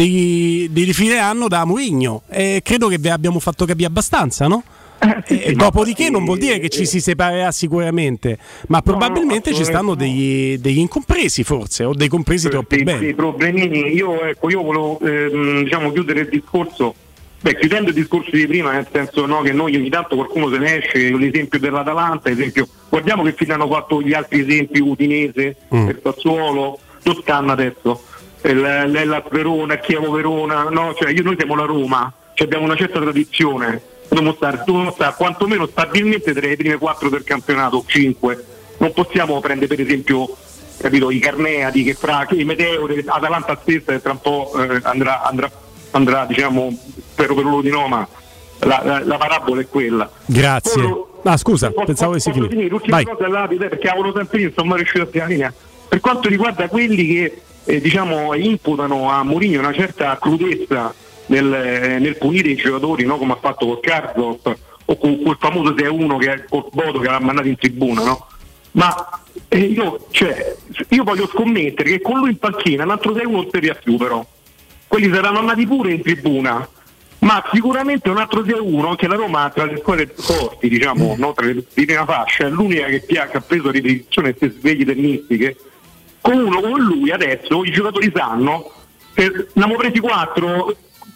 di, di fine anno da Mourinho, e credo che vi abbiamo fatto capire abbastanza, no? E dopodiché non vuol dire che ci si separerà sicuramente, ma probabilmente ci stanno degli, degli incompresi forse, o dei compresi troppo dei, bene. dei problemini. Io ecco, io volevo ehm, diciamo chiudere il discorso, beh, chiudendo il discorso di prima, nel senso, no, che noi ogni tanto qualcuno se ne esce, l'esempio dell'Atalanta, esempio, guardiamo che fine hanno fatto gli altri esempi, Udinese, mm. il Sassuolo, Toscana adesso, l'Hellas Verona, il Chievo Verona, no? Cioè io, noi siamo la Roma, cioè abbiamo una certa tradizione, dobbiamo stare, dobbiamo stare quantomeno stabilmente tra le prime quattro del campionato, cinque. Non possiamo prendere per esempio, capito, i Carneadi, che fra i Meteore, Atalanta stessa che tra un po' eh, andrà, andrà, andrà, diciamo, spero per loro di no, ma la, la, la parabola è quella. Grazie. Poi, Ah, scusa, posso, pensavo che si posso finisse. l'ultima cosa lapide, perché avevo sempre io, insomma, riuscito a tirare linea. Per quanto riguarda quelli che eh, diciamo imputano a Mourinho una certa crudezza nel, eh, nel punire i giocatori, no? Come ha fatto col Carlos o con quel famoso sei a uno che è col Bodo che l'ha mandato in tribuna, no? Ma eh, io, cioè, io voglio scommettere che con lui in panchina un altro sei a uno non si più, però quelli saranno andati pure in tribuna, ma sicuramente un altro sei a uno che la Roma tra le squadre forti, diciamo, no? Tra le di prima fascia, è l'unica che, che ha preso ripetizione e queste sveglie tennistiche. Con uno con lui adesso i giocatori sanno che ne abbiamo presi quattro,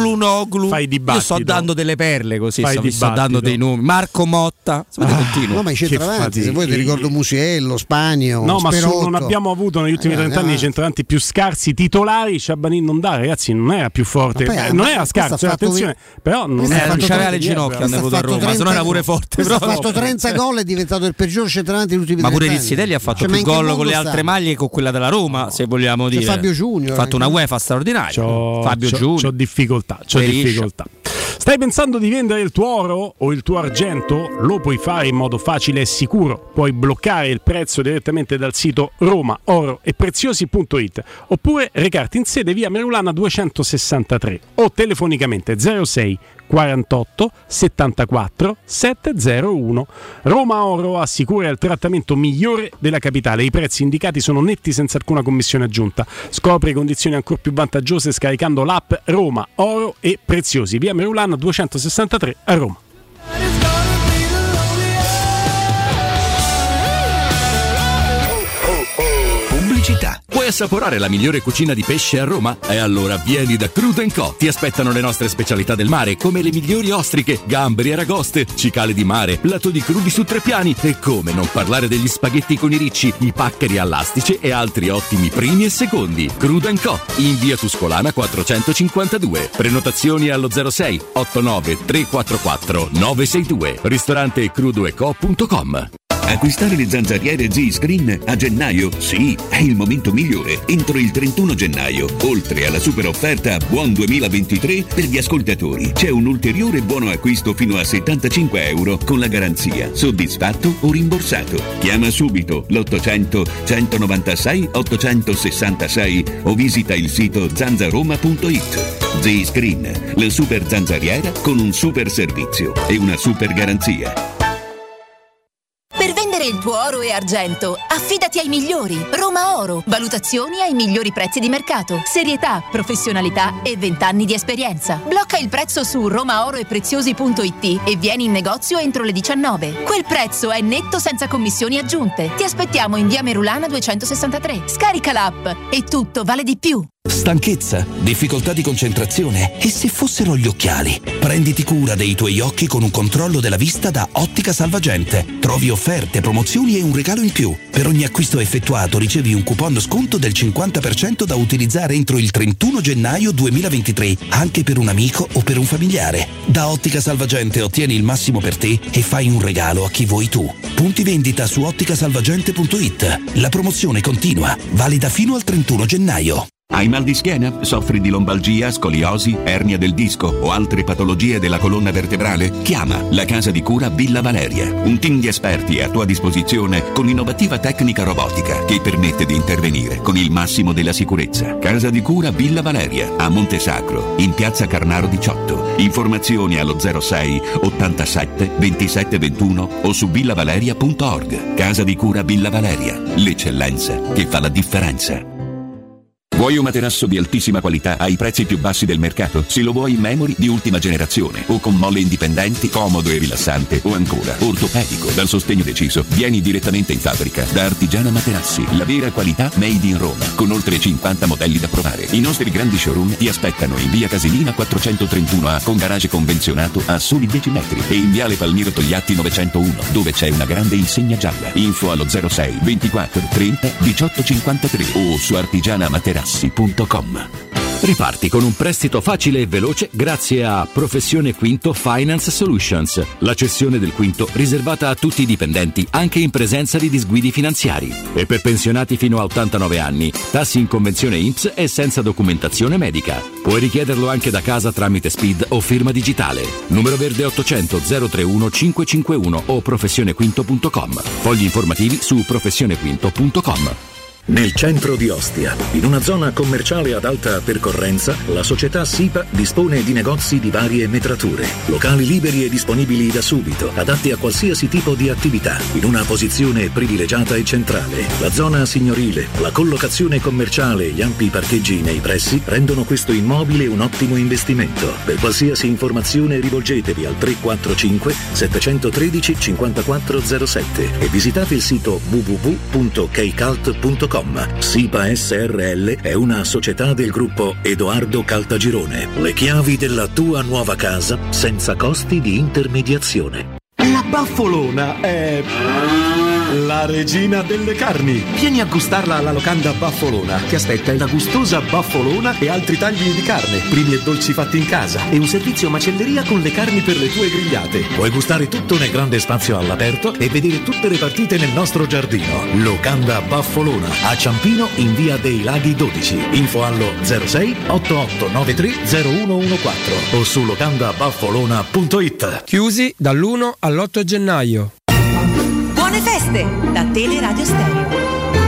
Noglu. Fai Io sto dando delle perle così, Fai sto, vi sto dibattito. dando dei nomi. Marco Motta. Ah, no, ma i centravanti, se vuoi ti ricordo Musiello, Spagno, No, ma su- Sperotto. non abbiamo avuto negli ultimi Eh, trenta anni eh. i centravanti più scarsi titolari Bari, Sciabanin non dà, ragazzi, non era più forte, Ma poi, eh, non ma era questo ha scarso, fatto attenzione, ve- però non questo ha era, fatto c'aveva trenta le ginocchia questo ha a fatto Roma, se no era pure forte. questo Però ha fatto trenta gol, è diventato il peggior centravanti degli ultimi ma pure trenta anni. Rizzitelli ha fatto Cioè, ma più in che gol con mondo le altre sta? maglie che con quella della Roma, se vogliamo C'è dire. Fabio Junior, ha fatto una anche. UEFA straordinaria. C'ho, Fabio c'ho, Junior. c'ho difficoltà, c'ho Beriscia. difficoltà. Stai pensando di vendere il tuo oro o il tuo argento? Lo puoi fare in modo facile e sicuro. Puoi bloccare il prezzo direttamente dal sito roma oro e preziosi punto it oppure recarti in sede via Merulana duecentosessantatré o telefonicamente zero sei quarantotto settantaquattro settecentouno. Roma Oro assicura il trattamento migliore della capitale. I prezzi indicati sono netti senza alcuna commissione aggiunta. Scopri condizioni ancora più vantaggiose scaricando l'app Roma Oro e Preziosi, via Merulana duecentosessantatré a Roma. Pubblicità. Vuoi assaporare la migliore cucina di pesce a Roma? E allora vieni da Crudo and Co. Ti aspettano le nostre specialità del mare, come le migliori ostriche, gamberi, aragoste, cicale di mare, plato di crudi su tre piani e come non parlare degli spaghetti con i ricci, i paccheri all'astice e altri ottimi primi e secondi. Crudo and Co. in via Tuscolana quattrocentocinquantadue. Prenotazioni allo zero sei ottantanove trequarantaquattro novecentoseintadue. Ristorante crudoeco punto com. Acquistare le zanzariere Z-Screen a gennaio? Sì, è il momento migliore. Entro il trentuno gennaio, oltre alla super offerta Buon duemilaventitré per gli ascoltatori, c'è un ulteriore buono acquisto fino a settantacinque euro con la garanzia soddisfatto o rimborsato. Chiama subito l'ottocento centonovantasei ottocentosessantasei o visita il sito zanzaroma punto it. Z-Screen, la super zanzariera con un super servizio e una super garanzia. Per vendere il tuo oro e argento, affidati ai migliori. Roma Oro. Valutazioni ai migliori prezzi di mercato. Serietà, professionalità e vent'anni di esperienza. Blocca il prezzo su roma oro e preziosi punto it e vieni in negozio entro le diciannove. Quel prezzo è netto senza commissioni aggiunte. Ti aspettiamo in via Merulana duecentosessantatré. Scarica l'app e tutto vale di più. Stanchezza, difficoltà di concentrazione e se fossero gli occhiali? Prenditi cura dei tuoi occhi con un controllo della vista da Ottica Salvagente. Trovi offerte, promozioni e un regalo in più. Per ogni acquisto effettuato ricevi un coupon sconto del cinquanta per cento da utilizzare entro il trentuno gennaio duemilaventitré, anche per un amico o per un familiare. Da Ottica Salvagente ottieni il massimo per te e fai un regalo a chi vuoi tu. Punti vendita su ottica salvagente punto it. La promozione continua, valida fino al trentuno gennaio. Hai mal di schiena? Soffri di lombalgia, scoliosi, ernia del disco o altre patologie della colonna vertebrale? Chiama la Casa di Cura Villa Valeria. Un team di esperti è a tua disposizione con innovativa tecnica robotica che permette di intervenire con il massimo della sicurezza. Casa di Cura Villa Valeria a Montesacro, in piazza Carnaro diciotto. Informazioni allo zero sei ottantasette ventisette ventuno o su villavaleria punto org. Casa di Cura Villa Valeria, l'eccellenza che fa la differenza. Vuoi un materasso di altissima qualità ai prezzi più bassi del mercato? Se lo vuoi in memory di ultima generazione o con molle indipendenti, comodo e rilassante o ancora ortopedico dal sostegno deciso, vieni direttamente in fabbrica da Artigiana Materassi, la vera qualità made in Roma, con oltre cinquanta modelli da provare. I nostri grandi showroom ti aspettano in via Casilina quattrocentotrentuno A con garage convenzionato a soli dieci metri e in viale Palmiro Togliatti novecentouno dove c'è una grande insegna gialla. Info allo zero sei ventiquattro trenta diciotto cinquantatré o su artigiana materassi punto com. Riparti con un prestito facile e veloce grazie a Professione Quinto Finance Solutions, la cessione del quinto riservata a tutti i dipendenti anche in presenza di disguidi finanziari e per pensionati fino a ottantanove anni, tassi in convenzione I N P S e senza documentazione medica. Puoi richiederlo anche da casa tramite S P I D o firma digitale. Numero verde ottocento zero trentuno cinquecentocinquantuno o professionequinto punto com. Fogli informativi su professionequinto punto com. Nel centro di Ostia, in una zona commerciale ad alta percorrenza, la società SIPA dispone di negozi di varie metrature, locali liberi e disponibili da subito, adatti a qualsiasi tipo di attività, in una posizione privilegiata e centrale. La zona signorile, la collocazione commerciale e gli ampi parcheggi nei pressi rendono questo immobile un ottimo investimento. Per qualsiasi informazione rivolgetevi al tre quattro cinque sette uno tre cinque zero sette e visitate il sito w w w punto keycult punto com. SIPA S R L è una società del gruppo Edoardo Caltagirone. Le chiavi della tua nuova casa senza costi di intermediazione. La Baffolona è la regina delle carni. Vieni a gustarla alla locanda Baffolona. Ti aspetta una gustosa baffolona e altri tagli di carne, primi e dolci fatti in casa e un servizio macelleria con le carni per le tue grigliate. Puoi gustare tutto nel grande spazio all'aperto e vedere tutte le partite nel nostro giardino. Locanda Baffolona a Ciampino in via dei Laghi dodici. Info allo zero sei otto otto nove tre zero uno uno quattro o su locanda baffolona punto it. Chiusi dall'uno all'otto gennaio. Buone feste da Teleradio Stereo.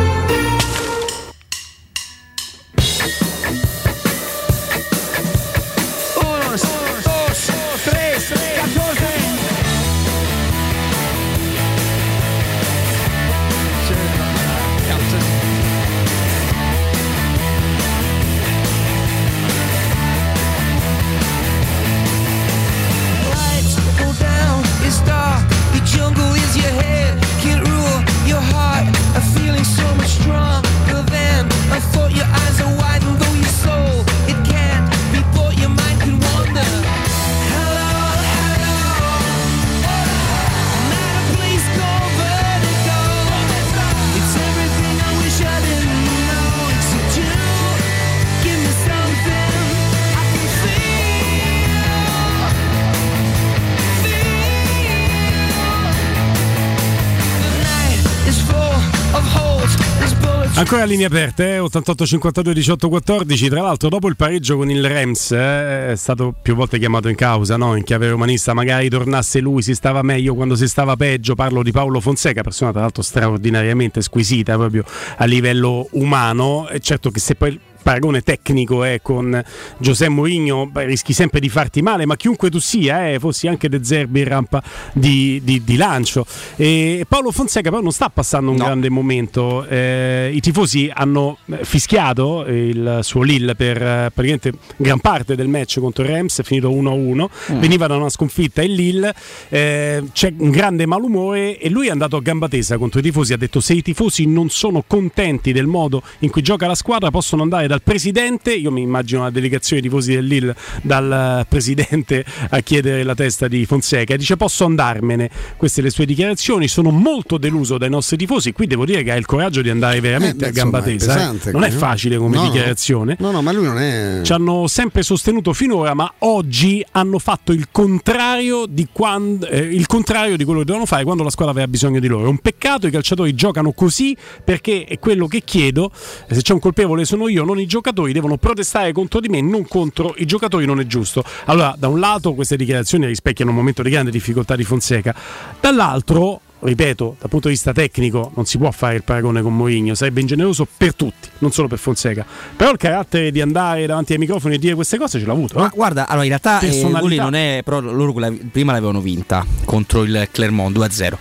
Jungle is your head, can't rule your heart. A feeling so much stronger than I thought. Your eyes are wide and though your soul it can't be bought, your mind can wander. Hello, hello, not a place called Vertigo. It's everything I wish I didn't know. Except you, give me something I can feel. Ancora linee aperte, eh? ottantotto cinquantadue diciotto quattordici. Tra l'altro dopo il pareggio con il Reims eh, è stato più volte chiamato in causa, no? In chiave romanista, magari tornasse lui, si stava meglio quando si stava peggio. Parlo di Paolo Fonseca, persona tra l'altro straordinariamente squisita proprio a livello umano. E certo che se poi paragone tecnico è eh, con José Mourinho, beh, rischi sempre di farti male, ma chiunque tu sia, eh, fossi anche De Zerbi in rampa di, di, di lancio. E Paolo Fonseca però non sta passando un no. grande momento. Eh, I tifosi hanno fischiato il suo Lille per eh, praticamente gran parte del match contro il Reims, è finito uno a uno. Mm. Veniva da una sconfitta in Lille, eh, c'è un grande malumore e lui è andato a gamba tesa contro i tifosi. Ha detto: se i tifosi non sono contenti del modo in cui gioca la squadra, possono andare dal presidente, io mi immagino la delegazione dei tifosi del Lille, dal presidente a chiedere la testa di Fonseca. Dice: posso andarmene. Queste le sue dichiarazioni. Sono molto deluso dai nostri tifosi. Qui devo dire che ha il coraggio di andare veramente eh, beh, a gamba insomma, tesa, è pesante, eh. non è facile come no, dichiarazione. No, no, ma lui non è. Ci hanno sempre sostenuto finora, ma oggi hanno fatto il contrario di quando, eh, il contrario di quello che dovevano fare quando la squadra aveva bisogno di loro. È un peccato, i calciatori giocano così, perché è quello che chiedo. Se c'è un colpevole sono io, non i giocatori. Devono protestare contro di me, non contro i giocatori, non è giusto. Allora, da un lato queste dichiarazioni rispecchiano un momento di grande difficoltà di Fonseca, dall'altro, ripeto, dal punto di vista tecnico non si può fare il paragone con Mourinho, sarebbe ingeneroso per tutti, non solo per Fonseca. Però il carattere di andare davanti ai microfoni e dire queste cose ce l'ha avuto. Eh? Ma guarda, allora in realtà eh, non è, però loro prima l'avevano vinta contro il Clermont due a zero.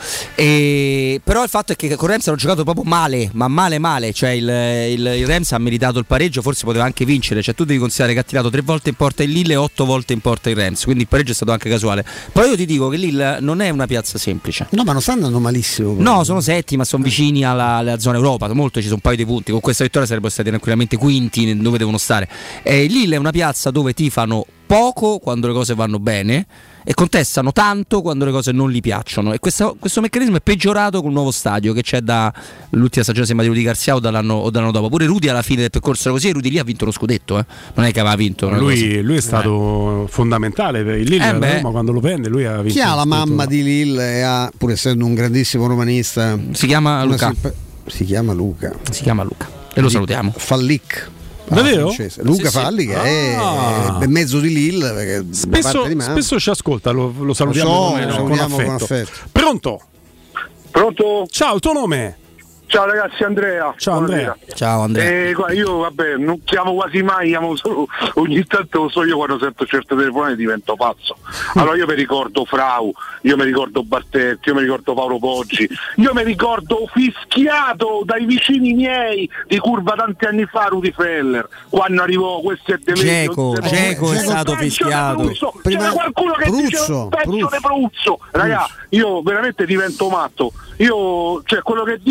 E però il fatto è che con Reims hanno giocato proprio male, ma male male, cioè il, il, il Reims ha meritato il pareggio, forse poteva anche vincere, cioè tu devi considerare che ha tirato tre volte in porta il Lille e otto volte in porta il Reims, quindi il pareggio è stato anche casuale. Però io ti dico che Lille non è una piazza semplice. No, ma non stanno malissimo. No, sono setti, ma sono vicini alla, alla zona Europa. Molto, ci sono un paio di punti. Con questa vittoria sarebbero stati tranquillamente quinti dove devono stare. E Lille è una piazza dove tifano poco quando le cose vanno bene e contestano tanto quando le cose non gli piacciono. E questo, questo meccanismo è peggiorato con il nuovo stadio che c'è dall'ultima stagione, sembra di Rudy Garcia o dall'anno, o dall'anno dopo. Pure Rudy alla fine del percorso era così, e Rudy lì ha vinto lo scudetto, eh. Non è che aveva vinto. Lui, lui è stato eh. fondamentale per il Lille, eh Roma, quando lo prende lui ha vinto. Chi ha la mamma di Lille e ha, pur essendo un grandissimo romanista, si chiama Luca. Simp- si chiama Luca. Si chiama Luca. E lo salutiamo. Fallic. Davvero? Francese. Luca sì, Falli, sì. che ah. è mezzo di Lille, perché spesso, di spesso ci ascolta, lo, lo salutiamo, lo so, con, lo con, affetto. con affetto. Pronto? Pronto? Ciao, il tuo nome? Ciao ragazzi, Andrea. Ciao Andrea. Ciao Andrea. Eh, io vabbè, non chiamo quasi mai, chiamo solo ogni tanto, lo so io quando sento certe telefonate divento pazzo. Allora io mi ricordo Frau, io mi ricordo Bartetti, io mi ricordo Paolo Poggi, io mi ricordo fischiato dai vicini miei di Curva tanti anni fa Rudy Feller, quando arrivò questo è Geco, Geco è stato fischiato. C'era qualcuno che Pruzzo, diceva pezzo di Pruzzo. Raga, io veramente divento matto. Io, cioè, quello che dico è che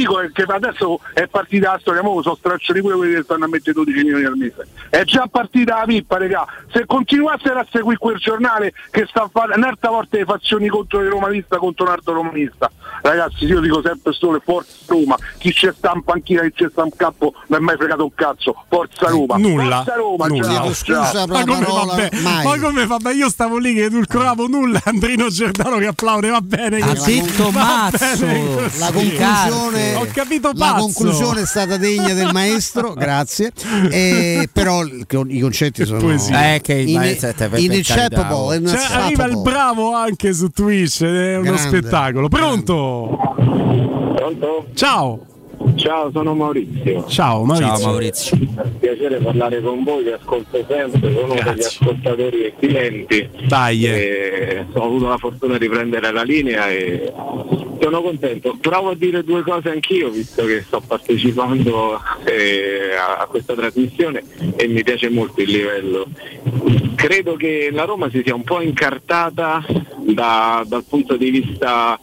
adesso è partita la storia, mo sono stracciati pure quelli che stanno a mettere dodici milioni al mese. È già partita la pippa, regà. Se continuassero a seguire quel giornale che sta a fare un'altra volta le fazioni contro il romanista contro un altro romanista, ragazzi, io dico sempre solo Forza Roma, chi c'è sta in panchina, chi c'è sta in campo non è mai fregato un cazzo, Forza Roma, nulla, Forza Roma, nulla. ciao, ciao. Ma come vabbè, ma come vabbè, io stavo lì che edulcoravo nulla, Andrino Giordano che applaude, va bene ha così. detto mazzo, la conclusione, ho capito la pazzo. conclusione è stata degna del maestro, grazie. E, però i concetti sono eh, che in, ineccepable, in cioè, arriva il bravo anche su Twitch, è uno Grande. spettacolo. Pronto? Pronto? Ciao. Ciao, sono Maurizio. Ciao Maurizio. Ciao Maurizio. Piacere parlare con voi, vi ascolto sempre, sono uno degli ascoltatori e clienti. Dai. E ho avuto la fortuna di prendere la linea e sono contento. Provo a dire due cose anch'io, visto che sto partecipando eh, a questa trasmissione e mi piace molto il livello. Credo che la Roma si sia un po' incartata da, dal punto di vista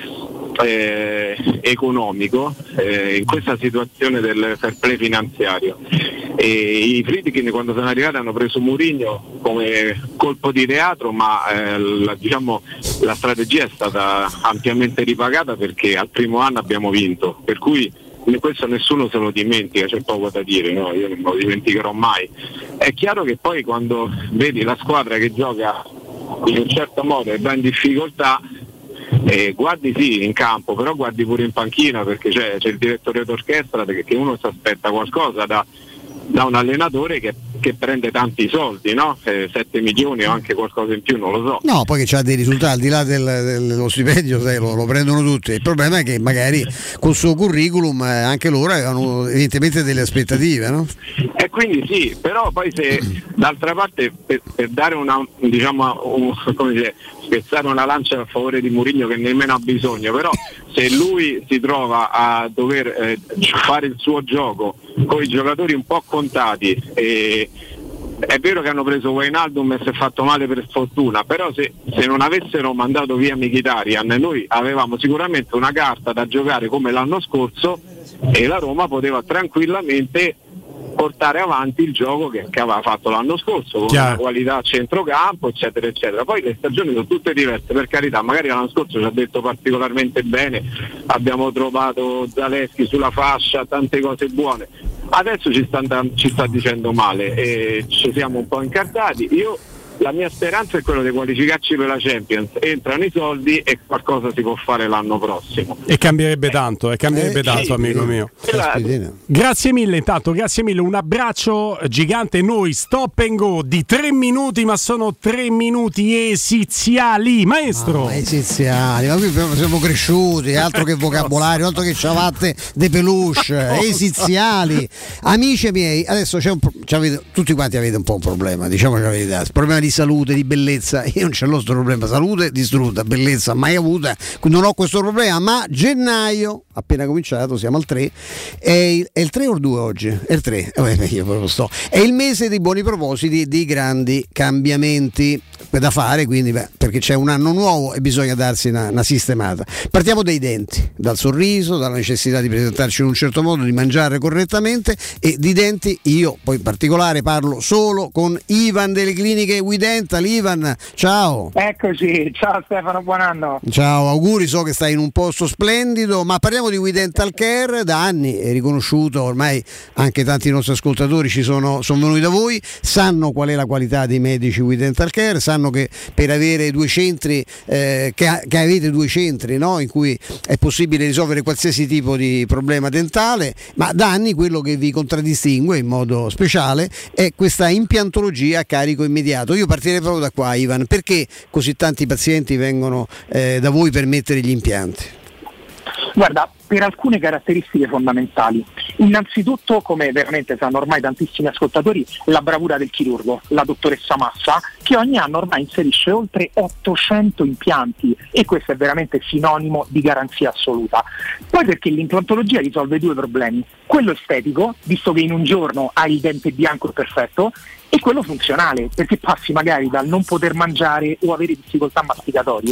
Eh, economico eh, in questa situazione del fair play finanziario, e i Friedkin quando sono arrivati hanno preso Mourinho come colpo di teatro, ma eh, la, diciamo, la strategia è stata ampiamente ripagata perché al primo anno abbiamo vinto, per cui questo nessuno se lo dimentica, c'è poco da dire, no? Io non me lo dimenticherò mai. È chiaro che poi quando vedi la squadra che gioca in un certo modo e va in difficoltà, Eh, guardi sì in campo, però guardi pure in panchina, perché c'è, c'è il direttore d'orchestra che uno si aspetta qualcosa da, da un allenatore che, che prende tanti soldi, no? Eh, sette milioni o anche qualcosa in più, non lo so. No, poi che c'ha dei risultati al di là del, dello stipendio, sai, lo, lo prendono tutti. Il problema è che magari col suo curriculum eh, anche loro avevano evidentemente delle aspettative, no? E quindi sì, però poi se d'altra parte per, per dare una, diciamo, un, come dire, spezzare una lancia a favore di Mourinho che nemmeno ha bisogno, però se lui si trova a dover eh, fare il suo gioco con i giocatori un po' contati, e è vero che hanno preso Wijnaldum e si è fatto male per fortuna, però se, se non avessero mandato via Mkhitaryan noi avevamo sicuramente una carta da giocare come l'anno scorso e la Roma poteva tranquillamente portare avanti il gioco che, che aveva fatto l'anno scorso con Chiaro. una qualità a centrocampo eccetera eccetera. Poi le stagioni sono tutte diverse, per carità, magari l'anno scorso ci ha detto particolarmente bene, abbiamo trovato Zaleschi sulla fascia, tante cose buone, adesso ci sta, andando, ci sta dicendo male e ci siamo un po' incartati. Io la mia speranza è quella di qualificarci per la Champions, entrano i soldi e qualcosa si può fare l'anno prossimo. E cambierebbe tanto, e cambierebbe Eh, tanto, sì, amico sì. mio. La- Grazie mille, intanto, grazie mille, un abbraccio gigante. Noi stop and go di tre minuti, ma sono tre minuti esiziali, maestro. Ah, esiziali, ma qui siamo cresciuti, altro che vocabolario, altro che ciabatte de peluche, esiziali. Amici miei, adesso c'è un pro- c'avete, tutti quanti avete un po' un problema, diciamo la verità, il problema di salute, di bellezza. Io non ce l'ho sto problema, salute distrutta, bellezza mai avuta, quindi non ho questo problema, ma gennaio appena cominciato, siamo al tre, è il, è il tre o il due oggi? È il tre, eh, io proprio sto. È il mese dei buoni propositi e dei grandi cambiamenti da fare, quindi beh, perché c'è un anno nuovo e bisogna darsi una, una sistemata. Partiamo dai denti, dal sorriso, dalla necessità di presentarci in un certo modo, di mangiare correttamente, e di denti io poi in particolare parlo solo con Ivan delle cliniche WeDental. Ivan, ciao. Eccoci, ciao Stefano, buon anno. Ciao, auguri, so che stai in un posto splendido, ma parliamo di WeDental Care. Da anni è riconosciuto, ormai anche tanti nostri ascoltatori ci sono, sono venuti da voi, sanno qual è la qualità dei medici WeDental Care, sanno che per avere due centri, eh, che, che avete due centri, no? In cui è possibile risolvere qualsiasi tipo di problema dentale, ma da anni quello che vi contraddistingue in modo speciale è questa impiantologia a carico immediato. Io partirei proprio da qua, Ivan, perché così tanti pazienti vengono eh, da voi per mettere gli impianti? Guarda, per alcune caratteristiche fondamentali. Innanzitutto, come veramente sanno ormai tantissimi ascoltatori, la bravura del chirurgo, la dottoressa Massa, che ogni anno ormai inserisce oltre ottocento impianti, e questo è veramente sinonimo di garanzia assoluta. Poi perché l'implantologia risolve due problemi: quello estetico, visto che in un giorno hai il dente bianco e perfetto, e quello funzionale, perché passi magari dal non poter mangiare o avere difficoltà masticatorie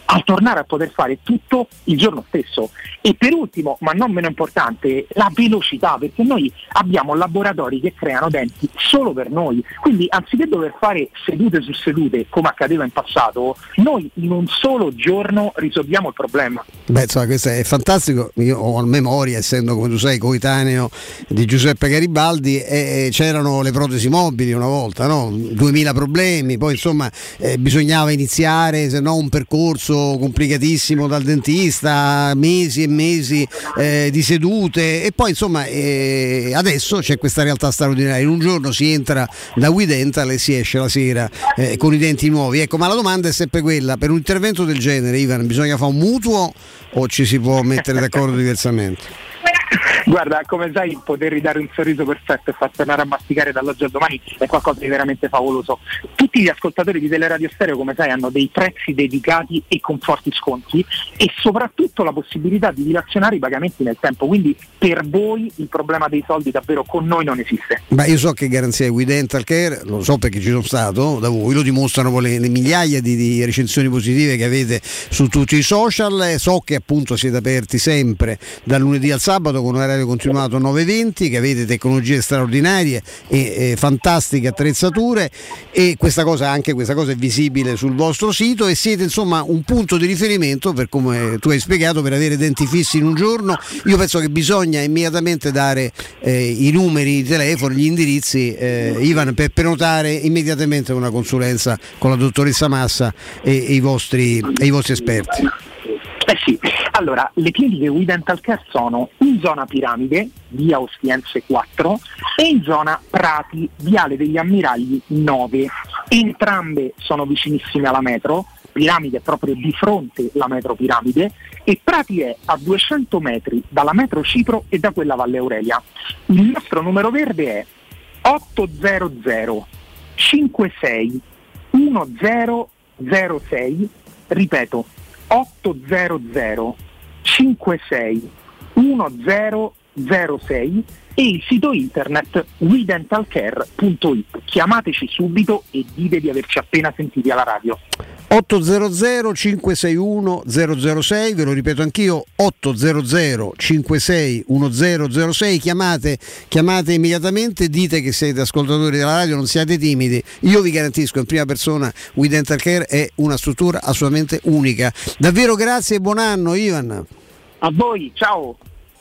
a tornare a poter fare tutto il giorno stesso. E per ultimo, ma non meno importante, la velocità, perché noi abbiamo laboratori che creano denti solo per noi, quindi anziché dover fare sedute su sedute come accadeva in passato, noi in un solo giorno risolviamo il problema. Beh, insomma, questo è fantastico. Io ho a memoria, essendo come tu sai coetaneo di Giuseppe Garibaldi, e c'erano le protesi mobili una volta, no? duemila problemi, poi insomma eh, bisognava iniziare, se no un percorso complicatissimo dal dentista, mesi e mesi eh, di sedute, e poi insomma eh, adesso c'è questa realtà straordinaria. In un giorno si entra da We Dental e si esce la sera eh, con i denti nuovi. Ecco, ma la domanda è sempre quella: per un intervento del genere, Ivan, bisogna fare un mutuo o ci si può mettere d'accordo diversamente? Guarda, come sai, poter ridare un sorriso perfetto e far tornare a masticare dall'oggi al domani è qualcosa di veramente favoloso. Tutti gli ascoltatori di Teleradio Stereo, come sai, hanno dei prezzi dedicati e con forti sconti, e soprattutto la possibilità di dilazionare i pagamenti nel tempo, quindi per voi il problema dei soldi davvero con noi non esiste. Ma io so che garanzia è We Dental Care, lo so perché ci sono stato da voi, lo dimostrano con le, le migliaia di, di recensioni positive che avete su tutti i social. So che appunto siete aperti sempre dal lunedì al sabato con un orario continuato nove e venti, che avete tecnologie straordinarie e, e fantastiche attrezzature, e questa cosa, anche questa cosa è visibile sul vostro sito, e siete insomma un punto di riferimento, per come tu hai spiegato, per avere denti fissi in un giorno. Io penso che bisogna immediatamente dare eh, i numeri di telefono, gli indirizzi, eh, Ivan, per prenotare immediatamente una consulenza con la dottoressa Massa e, e, i, vostri, e i vostri esperti. Eh sì, allora le cliniche We Dental Care sono in zona Piramide, via Ostiense quattro, e in zona Prati, viale degli Ammiragli nove. Entrambe sono vicinissime alla metro. Piramide è proprio di fronte alla metro Piramide e Prati è a duecento metri dalla metro Cipro e da quella Valle Aurelia. Il nostro numero verde è otto zero zero cinque sei uno zero zero sei, ripeto otto zero zero cinque sei uno zero zero sei, e il sito internet we dental care punto it. Chiamateci subito e dite di averci appena sentiti alla radio. otto zero zero cinque sei uno zero zero sei, ve lo ripeto anch'io, otto zero zero cinque sei uno zero zero sei. Chiamate, chiamate immediatamente, dite che siete ascoltatori della radio, non siate timidi. Io vi garantisco in prima persona, We Dental Care è una struttura assolutamente unica. Davvero grazie e buon anno, Ivan. A voi, ciao.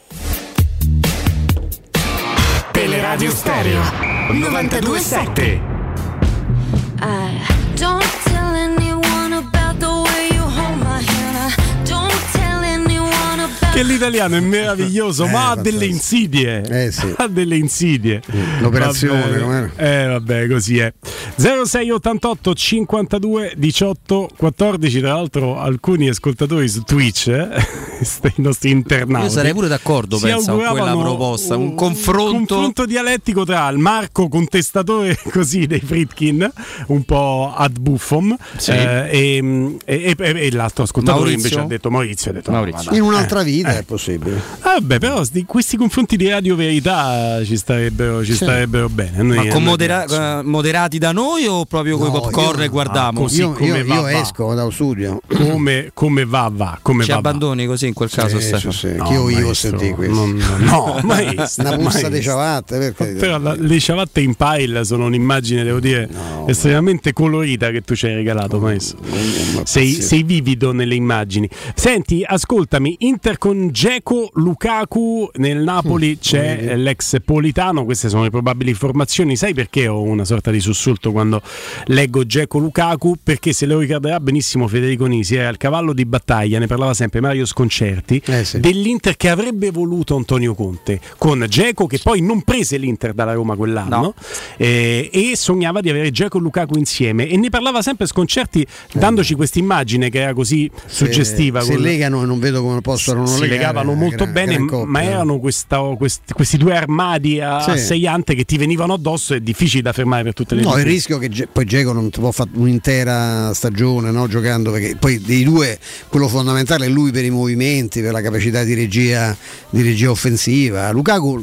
Teleradio Stereo novantadue sette. I don't tell anyone about the way you hold my hand. I don't tell anyone about. Che l'italiano è meraviglioso, Eh, ma ha fantastico. delle insidie. Eh, sì. Ha delle insidie. L'operazione, Vabbè. com'era? Eh vabbè, così è. zero sei ottantotto cinquantadue diciotto quattordici. Tra l'altro alcuni ascoltatori su Twitch, eh, i nostri internauti, Io sarei pure d'accordo, si pensa, con quella auguravano proposta, un un confronto. confronto dialettico tra il Marco contestatore così dei Friedkin, un po' ad buffon, Sì. eh, e, e, e, e l'altro ascoltatore Maurizio? invece ha detto Maurizio, ha detto, Maurizio. no, ma In dai, un'altra eh, vita eh. è possibile. Vabbè, però sti- questi confronti di Radio Verità ci starebbero, ci Sì. starebbero bene. Noi- Ma con noi- modera- eh, moderati da noi o proprio con i No, popcorn io- e guardiamo? ah, così Io, come io- va, io va. esco dallo studio. Come, come va, va, come Ci va, abbandoni così in quel caso, Sì, Stefano? sì, sì. va. Che io No, io ho maestro, sentito questo. non- no, maestro, Una busta maestro. di ciabatte, perché? Però la- le ciabatte in pile sono un'immagine, devo dire, estremamente colorita che tu ci hai regalato, maestro. Sei, sei vivido nelle immagini. Senti, ascoltami, Inter con Dzeko, Lukaku, nel Napoli c'è l'ex Politano, queste sono le probabili informazioni. Sai perché ho una sorta di sussulto quando leggo Dzeko, Lukaku? Perché se lo ricorderà benissimo Federico Nisi, era il cavallo di battaglia, ne parlava sempre Mario Sconcerti, Eh sì. dell'Inter che avrebbe voluto Antonio Conte, con Dzeko che poi non prese l'Inter dalla Roma quell'anno, No. eh, e sognava di avere Dzeko e Lukaku insieme, e ne parlava sempre Sconcerti dandoci questa immagine che era così suggestiva. Si con- legano e non vedo come possono non si legare, legavano molto gran- bene, gran coppia. ma erano questa- quest- questi due armadi a Sì. asseiante che ti venivano addosso, e difficili da fermare per tutte le No, il difese. rischio che Ge- poi Dzeko non ti può fare un'intera stagione, no, giocando, perché poi dei due quello fondamentale è lui per i movimenti, per la capacità di regia, di regia offensiva. Lukaku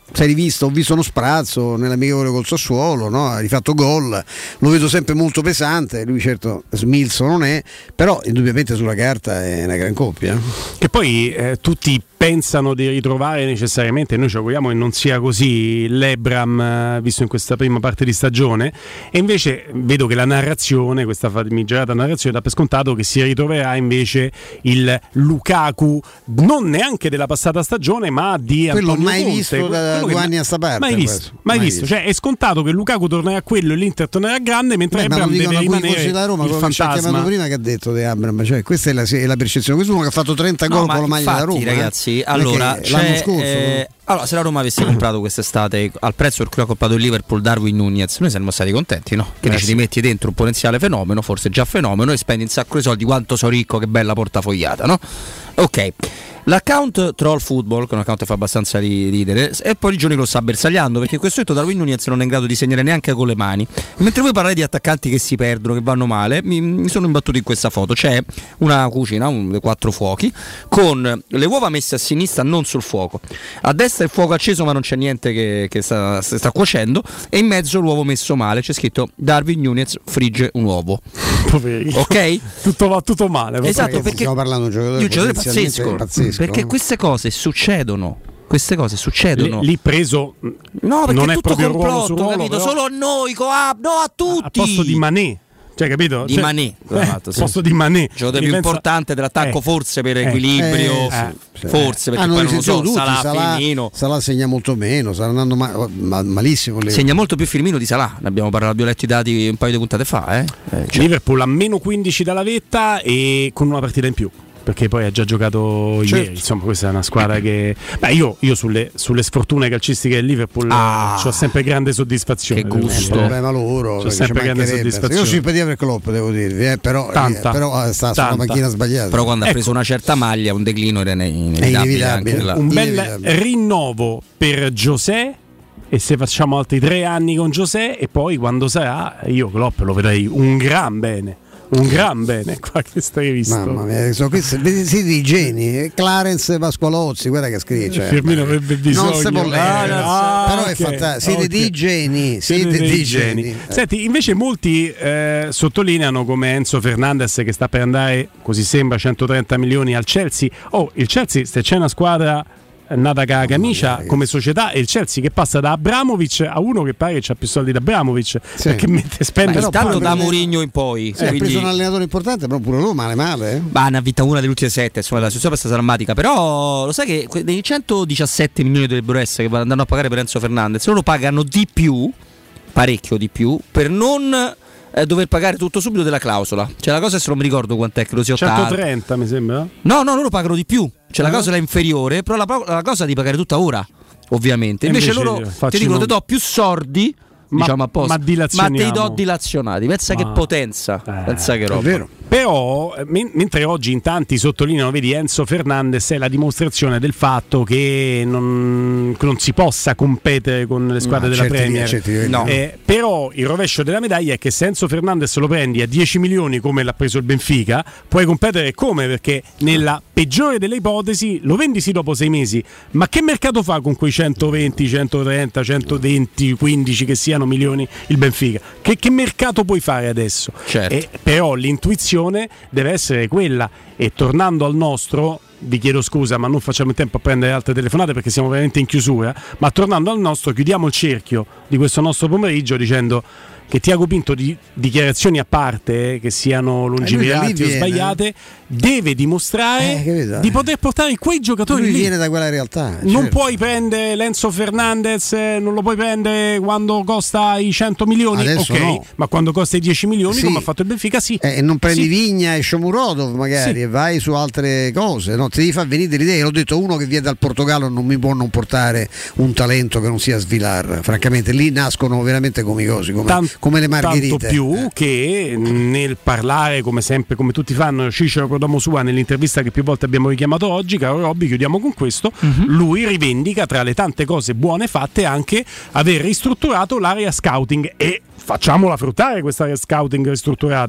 si è rivisto, ho visto uno sprazzo nell'amichevole col Sassuolo, no? Ha rifatto gol, lo vedo sempre molto pesante, lui certo smilzo non è, però indubbiamente sulla carta è una gran coppia. Che poi eh, tutti pensano di ritrovare necessariamente, noi ci auguriamo che non sia così, l'Ebram eh, visto in questa prima parte di stagione, e invece vedo che la narrazione, questa famigerata narrazione, dà per scontato che si ritroverà invece il Lukaku non neanche della passata stagione ma di quello Antonio mai Conte, visto da due anni a sta parte, mai visto, mai, mai visto. visto, cioè è scontato che Lukaku tornerà a quello e l'Inter tornerà a grande, mentre Beh, Ebram deve rimanere da Roma, il quello che ci ha fantasma. chiamato prima che ha detto di Abram, cioè questa è la, è la percezione, questo è uno che ha fatto trenta gol no, con la maglia da Roma, ragazzi, eh? allora Perché l'anno c'è, scorso eh, allora se la Roma avesse comprato quest'estate al prezzo per cui ha comprato il Liverpool Darwin Nunez, noi saremmo stati contenti, no? Che eh, dici sì. ti metti dentro un potenziale fenomeno, forse già fenomeno, e spendi un sacco di soldi, quanto so ricco, che bella portafogliata, no? Ok. L'account Troll Football, che è un account che fa abbastanza ridere, e poi i giorni lo sta bersagliando, perché in questo momento Darwin Nunez non è in grado di segnare neanche con le mani. Mentre voi parlate di attaccanti che si perdono, che vanno male, mi, mi sono imbattuto in questa foto. C'è una cucina, un dei quattro fuochi, con le uova messe a sinistra, non sul fuoco. A destra il fuoco acceso ma non c'è niente che, che sta, sta cuocendo, e in mezzo l'uovo messo male, c'è scritto Darwin Nunez frigge un uovo. Poveri. Ok? Tutto va tutto male. Esatto, perché stiamo parlando di un giocatore, un giocatore pazzesco, pazzesco, perché no? queste cose succedono. Queste cose succedono. Lì, lì preso no, perché non è è tutto proprio ruolo su complotto, ruolo, capito? però... Solo a noi, Coab, no a tutti. A posto di Mané. Cioè, capito? Di cioè, Mané, eh, fatto, sì. posto di Mané. Giocatore più pensa... importante dell'attacco, eh, forse per eh, equilibrio, eh, eh, forse perché ah, poi non lo so, tutti, Salah, Salah, Firmino. Salah segna molto meno, sta andando ma- ma- malissimo lì. Segna molto più Firmino di Salah, ne abbiamo parlato, abbiamo letto i dati un paio di puntate fa, eh? Eh, cioè. Liverpool a meno quindici dalla vetta e con una partita in più, perché poi ha già giocato certo. ieri, insomma questa è una squadra che beh, io, io sulle, sulle sfortune calcistiche del Liverpool ah, ho sempre grande soddisfazione, che gusto, è un problema loro, c'ho sempre grande soddisfazione. Io ho simpatia per Klopp, devo dirvi, eh, però, tanta, eh, però sta tanta. sulla macchina sbagliata. Però quando ecco. ha preso una certa maglia un declino era inevitabile, è inevitabile. Anche là. Un bel inevitabile. rinnovo per José, e se facciamo altri tre anni con José, e poi quando sarà io Klopp lo vedrei un gran bene. Un gran bene qua che stai visto. Mamma mia, sono questi siete dei geni. Clarence Pasqualozzi, guarda che scrive. Cioè, Firmino avrebbe bisogno. Non si può leggere, ah, però okay, è fantastico. Siete okay. dei geni. Siete, Siete dei, dei geni. geni. Senti, invece molti eh, sottolineano come Enzo Fernandez che sta per andare, così sembra, centotrenta milioni al Chelsea. Oh, il Chelsea, se c'è una squadra nata con la camicia come società, e il Chelsea che passa da Abramovic a uno che pare che c'ha più soldi da Abramovic, sì. perché mette spende tanto da Mourinho in poi, sì, quindi... ha preso un allenatore importante, però pure lui male male eh? Ma ne ha vinta una delle ultime sette, insomma la situazione è stata drammatica, però lo sai che dei centodiciassette milioni dovrebbero essere che andranno a pagare per Enzo Fernandez, loro pagano di più, parecchio di più, per non eh, dover pagare tutto subito della clausola. Cioè la cosa, se non mi ricordo quant'è, che lo sia centotrenta mi sembra. No, no, loro pagano di più. Cioè la clausola è inferiore, però la, la cosa è di pagare tutta ora, ovviamente. Invece, invece loro ti dicono: ti do più sordi, ma, diciamo apposta, ma, ma te li do dilazionati. Pensa ma, che potenza, eh, pensa che roba. È vero. Però, men- mentre oggi in tanti sottolineano, vedi, Enzo Fernandez è la dimostrazione del fatto che non, che non si possa competere con le squadre no, della certi, Premier. certi, no. eh, però il rovescio della medaglia è che se Enzo Fernandez lo prendi a dieci milioni come l'ha preso il Benfica, puoi competere come? Perché nella peggiore delle ipotesi lo vendi sì dopo sei mesi, ma che mercato fa con quei centoventi, centotrenta, centoventi, quindici che siano milioni il Benfica? Che, che mercato puoi fare adesso? Certo. Eh, però l'intuizione deve essere quella, e tornando al nostro, vi chiedo scusa ma non facciamo in tempo a prendere altre telefonate perché siamo veramente in chiusura, ma tornando al nostro chiudiamo il cerchio di questo nostro pomeriggio dicendo che Tiago Pinto, di dichiarazioni a parte, eh, che siano lungimiranti o sbagliate, deve dimostrare eh, di poter portare quei giocatori lui lì. Viene da quella realtà. Non certo. puoi prendere Enzo Fernandez, non lo puoi prendere quando costa i cento milioni, adesso ok, no. ma quando costa i dieci milioni, sì. come ha fatto il Benfica, sì. E eh, non prendi sì. Vigna e Shomurodov magari sì. e vai su altre cose, no? Ti devi far venire l'idea. L'ho detto, uno che viene dal Portogallo non mi può non portare un talento che non sia Svilar, francamente lì nascono veramente come cosi, come, Tant- come le margherite. Tanto più eh. che nel parlare, come sempre, come tutti fanno, Cicero Codomosua nell'intervista che più volte abbiamo richiamato oggi, caro Robby, chiudiamo con questo, uh-huh. lui rivendica tra le tante cose buone fatte anche aver ristrutturato l'area scouting, e facciamola fruttare questa area scouting ristrutturata.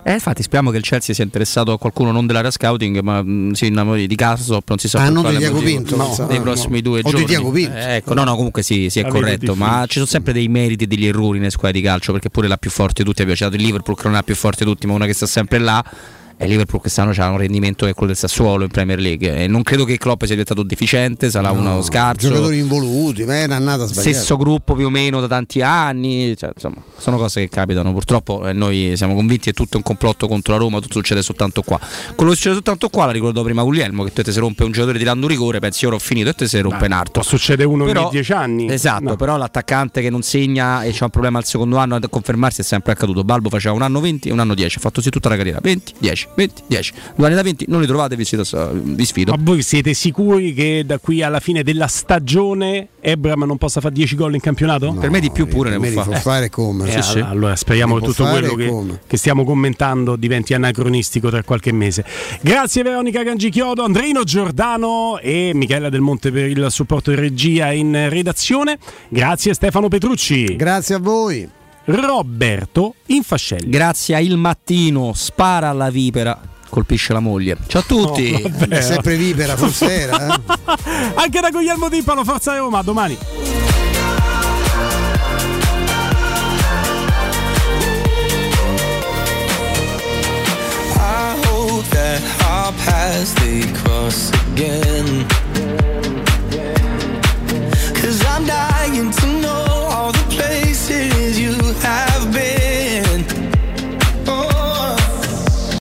Eh, infatti speriamo che il Chelsea sia interessato a qualcuno non dell'area scouting, ma mh, si innamori di Karsdorp, non si sa ah, per non quale di Tiago motivo, Pinto, no, no, nei no, prossimi no. due o giorni. di Tiago Pinto. Eh, ecco, no, no, comunque sì, sì è Avete corretto, difficile. ma ci sono sempre dei meriti e degli errori nelle squadre di calcio, perché pure la più forte di tutti, abbiamo citato il Liverpool che non è la più forte di tutti, ma una che sta sempre là. E Liverpool quest'anno c'ha un rendimento che è quello del Sassuolo in Premier League, e non credo che Klopp sia diventato deficiente, sarà No, uno scarso, giocatori involuti, ma è un'annata sbagliata. stesso gruppo più o meno da tanti anni, cioè, insomma, sono cose che capitano purtroppo, e noi siamo convinti che tutto è un complotto contro la Roma, tutto succede soltanto qua. Quello che succede soltanto qua, la ricordavo prima Guglielmo, che tu te si rompe un giocatore tirando un rigore, pensi ora ho finito, e te si rompe un altro. Succede uno Però- ogni dieci anni. Esatto, No. però l'attaccante che non segna e c'ha un problema al secondo anno a confermarsi è sempre accaduto. Balbo faceva un anno venti e un anno dieci, ha fatto sì tutta la carriera, venti, dieci, venti, dieci. Due anni da venti, non li trovate, vi, vi sfido. Ma voi siete sicuri che da qui alla fine della stagione Ebram non possa fare dieci gol in campionato? Per me di più pure ne me li può può fare. fare come? Eh, Sì, sì. allora speriamo Ne che può tutto fare quello che, come? che stiamo commentando diventi anacronistico tra qualche mese. Grazie Veronica Gangichiodo, Andrino Giordano e Michela Del Monte per il supporto in regia in redazione. Grazie Stefano Petrucci. Grazie a voi. Roberto Infascelli. Grazie a Il Mattino, spara alla vipera, colpisce la moglie. Ciao a tutti. No, vabbè. È sempre vipera, forse era. Eh? Anche da Guglielmo Timpano, Forza Roma, a domani. I hope that our paths they cross again.